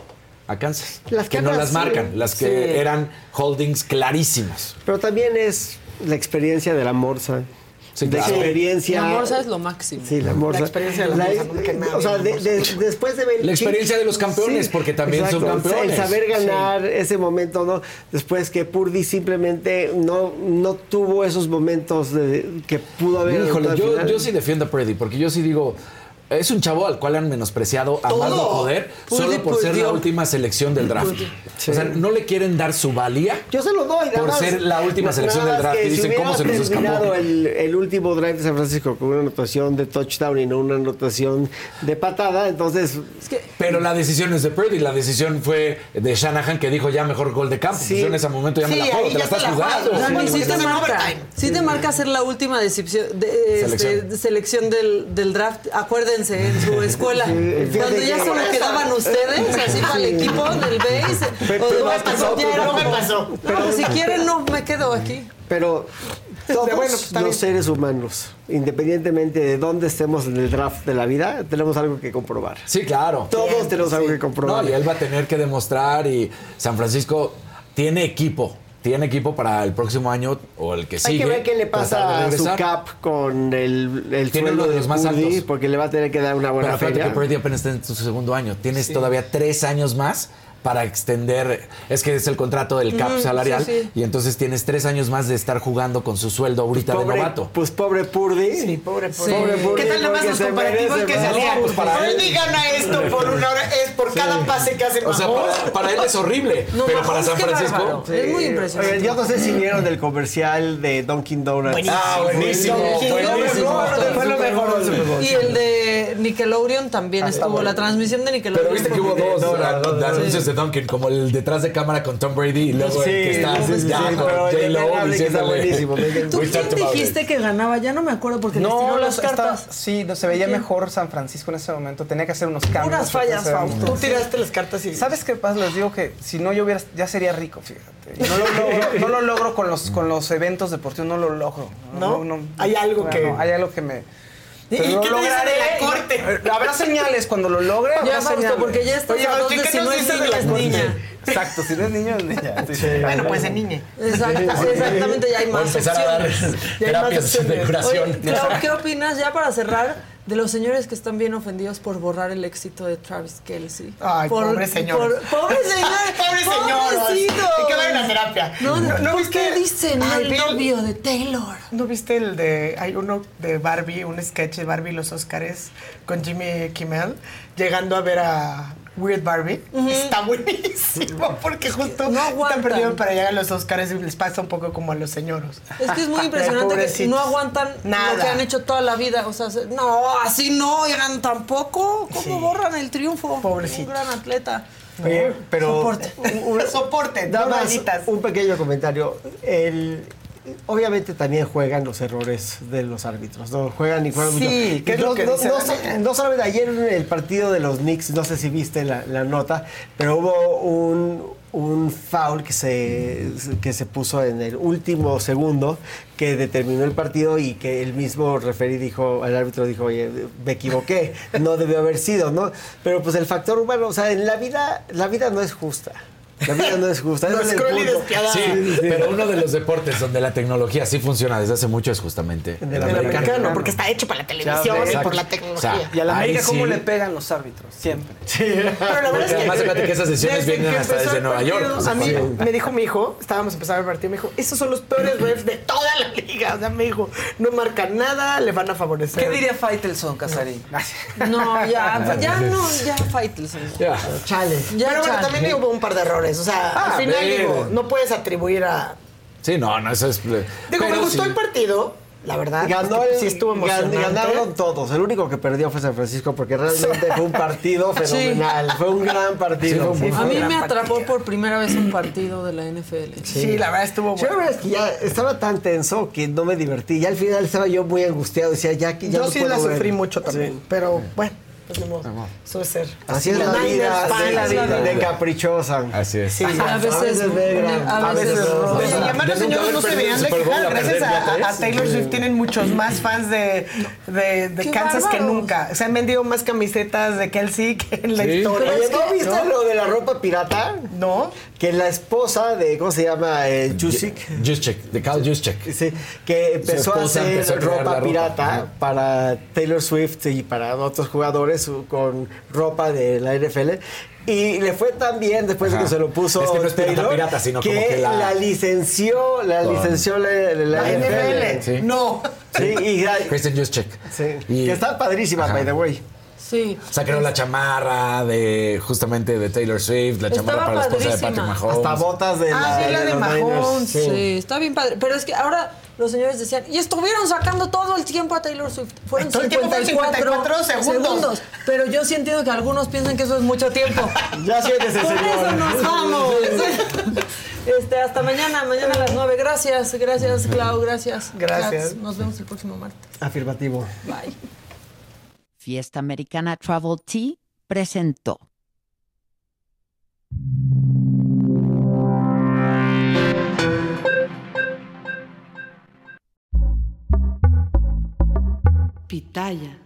a Kansas. Las que, que no las sí, marcan, las que sí. eran holdings clarísimas. Pero también es la experiencia de la Morsa. Sí, de claro. experiencia. La morsa es lo máximo. Sí, la morsa. La experiencia de la morsa, ¿no? Que nadie O sea, de- de- después de Belichick. La experiencia de los campeones, porque también son campeones. El saber ganar ese momento, ¿no? Después que Purdy simplemente no, no tuvo esos momentos de, que pudo haber. Híjole, al yo, final. yo sí defiendo a Purdy, porque yo sí digo, es un chavo al cual han menospreciado a más no poder Purdy solo por ser perdió. la última selección del draft. Sí. O sea, no le quieren dar su valía Yo se lo doy, nada por más. ser la última Nada selección más del draft. que Y dicen, si ¿cómo se hubiera nos escapó? terminado El, el último drive de San Francisco con una anotación de touchdown y no una anotación de patada, entonces. Pero la decisión es de Purdy, la decisión fue de Shanahan, que dijo ya mejor gol de campo. Sí. Pues yo en ese momento ya me Sí, la juego, ahí te la ya estás te la jugando. juegas. Dani, sí, Sí, te sí, marca, overtime. sí te marca ser la última decepción de, este, Selección. selección del, del draft. Acuérdense, en su escuela, fíjate donde ya que- solo quedaban ustedes, así para el equipo del base. Pero o de no me básquetbol, pasó, ya era no me como, pasó. No, Pero- si quieren, no me quedo aquí. Pero todos Bueno, pues, está los bien. seres humanos, independientemente de dónde estemos en el draft de la vida, tenemos algo que comprobar. Sí, claro. Todos tenemos algo que comprobar. No, y él va a tener que demostrar, y San Francisco tiene equipo. Tiene equipo para el próximo año o el que sigue. Hay que ver qué le tratar pasa de a su regresar. cap con el, el Tiene sueldo uno de de los más Purdy, altos. porque le va a tener que dar una Pero buena acuérdate feria. que Purdy apenas está en su segundo año. Tienes Sí. todavía tres años más para extender. Es que es el contrato del cap Ujú, salarial. sí, sí. Y entonces tienes tres años más de estar jugando con su sueldo ahorita Pobre- de novato. Pues pobre Purdy. Sí, pobre Purdy. Pobre Purdy, ¿Qué tal nomás porque los se comparativos merece que más. salían? Pues para Purdy él. gana esto por una hora, es por cada pase que hace O sea, Mahomes. para, para él es horrible. No, pero Mahomes, para San qué Francisco. bárbaro. Sí. Es muy impresionante. Oigan, yo no sé si vieron el comercial de Dunkin' Donuts. Buenísimo. Ah, buenísimo, Fue lo buenísimo. mejor, fue lo mejor del Super Bowl. Y el de Nickelodeon también estuvo, la transmisión de Nickelodeon. Pero viste que hubo fue- dos No, no, ah, no, no, anuncios sí. de Dunkin', como el detrás de cámara con Tom Brady y luego Sí, el que está sí, sí, ya sí, con pero J-Lo innegable que está diciéndole. buenísimo. ¿Tú We quién talked about dijiste it. que ganaba? Ya no me acuerdo porque les tiró No, las los, estaba- cartas. sí, no, se veía mejor San Francisco en ese momento. Tenía que hacer unos cambios. Puras fallas, Ese Fausto. momento. Tú tiraste las cartas y... ¿Sabes qué pasa? Les digo que si no yo hubiera, ya sería rico, fíjate. Y no lo logro, no lo logro con los con los eventos deportivos, no lo logro. ¿No? Hay algo bueno, que- hay algo que me... ¿Y pero qué lo te dicen lograré. de la corte? Habrá señales cuando lo logre. Ya, Habrá Fausto, señales. porque ya estás Oye, a dos Fausto, ¿y de qué si nos no es dices de niña, la es corte? niña. Exacto, si no es niño, es niña. Sí, sí. Bueno, pues en niñe. Exacto, sí, exactamente, ya hay Voy a más empezar a dar opciones. Ya hay más terapias de opciones. curación. Oye, Clau, ¿qué opinas ya para cerrar de los señores que están bien ofendidos por borrar el éxito de Travis Kelce? Ay, Por- pobre señor. por- pobre señor. Pobre señor. Pobrecito. Hay que ver la terapia. No, no, ¿No ¿por viste? qué dicen Ay, el vi- novio de Taylor? ¿No viste el de... Hay uno de Barbie, un sketch de Barbie y los Óscares con Jimmy Kimmel, llegando a ver a Weird Barbie? Está buenísimo, porque justo No están aguantan. perdidos para llegar a los Óscares y les pasa un poco como a los señoros. Es que es muy impresionante que Pobrecitos. no aguantan Nada. lo que han hecho toda la vida. O sea, se- no, así no, oigan, tampoco. ¿Cómo Sí. borran el triunfo? Pobrecitos. Un gran atleta. Oye, pero Soporte. un, Soporte, nada no más manitas. un pequeño comentario. El, obviamente también juegan los errores de los árbitros, ¿no? Juegan y juegan Sí, mucho. ¿qué es no, lo que no, dice no, Daniel? no solamente ayer en el partido de los Knicks, no sé si viste la, la nota, pero hubo un, un foul que se, que se puso en el último segundo que determinó el partido y que el mismo referí dijo, el árbitro dijo, oye, me equivoqué, no debió haber sido, ¿no? Pero pues el factor humano, o sea, en la vida, la vida no es justa. La vida no es justa. No, ese es el cruel y punto. despiadada. Sí, pero uno de los deportes donde la tecnología sí funciona desde hace mucho es justamente el El americano. americano, porque está hecho para la televisión y Exacto. por la O tecnología. sea, Y a la ahí América, ¿cómo sí. le pegan los árbitros? Siempre. Pero la verdad Porque es que... además, fíjate que esas sesiones desde vienen que hasta empezó desde el Nueva partido, York. A mí Sí. me dijo mi hijo, estábamos empezando el partido, me dijo, esos son los peores refs de toda la liga. O sea, me dijo, no marcan nada, le van a favorecer. ¿Qué diría Faitelson, Casarín? No, ya, ya no, ya Faitelson. Ya. Chale. Ya, Pero bueno, chale. también hubo un par de errores. O sea, Ah, al final ver. digo, no puedes atribuir a... Sí, no, no, eso es. Digo, pero me gustó sí. el partido, la verdad. Ganó es que el, sí estuvo gan- emocionante. ganaron todos. El único que perdió fue San Francisco porque realmente fue un partido fenomenal. Fue un gran partido. Sí, fue un A mí gran me atrapó partido. por primera vez un partido de la N F L. Sí, la verdad estuvo Sí, la bueno. verdad es que ya estaba tan tenso que no me divertí. Ya al final estaba yo muy angustiado. Decía, ya que ya Yo no sí puedo la ver. sufrí mucho también, Sí. pero bueno. pues ni modo. Eso es ser. Así es la vida, así es la vida de caprichosa. Así es. Sí, a veces negra, a veces rosa. Oye, y además los señores no se deberían de quejar. Gracias a, a Taylor Swift tienen muchos más fans de, de, de Kansas que nunca. Se han vendido más camisetas de Kelsey que en la Sí. historia. Oye, ¿no viste ¿no? lo de la ropa pirata? No. Que la esposa de, ¿cómo se llama? Eh, Juszczyk. Juszczyk, de Carl Juszczyk. Sí, que empezó a esposa hacer empezó a crear la ropa ropa. pirata Ajá. para Taylor Swift y para otros jugadores con ropa de la N F L. Y le fue tan bien después Ajá. de que se lo puso Es que no es pirata, Taylor, pirata, sino que, como que la- la licenció, la Con- licenció la, la, La N F L. Sí. No. Sí, y ya- Kristen Juszczyk. sí, Y- que está padrísima, Ajá. by the way. Sí. O sea, creó la chamarra de justamente de Taylor Swift, la chamarra Estaba para la esposa de padrísima. Patrick Mahomes. Hasta botas de Ah, la, sí, la de los Mahomes, Niners. Sí. está bien padre. Pero es que ahora los señores decían, y estuvieron sacando todo el tiempo a Taylor Swift. Fueron Todo el tiempo fueron cincuenta y cuatro cincuenta y cuatro segundos. Pero yo sí entiendo que algunos piensan que eso es mucho tiempo. Ya siéntese, Por señor. eso nos vamos. Este, hasta mañana, mañana a las nueve. Gracias, gracias, Clau, gracias. Gracias. Katz. Nos vemos el próximo martes. Afirmativo. Bye. Fiesta Americana Travel Tea presentó. Pitaya.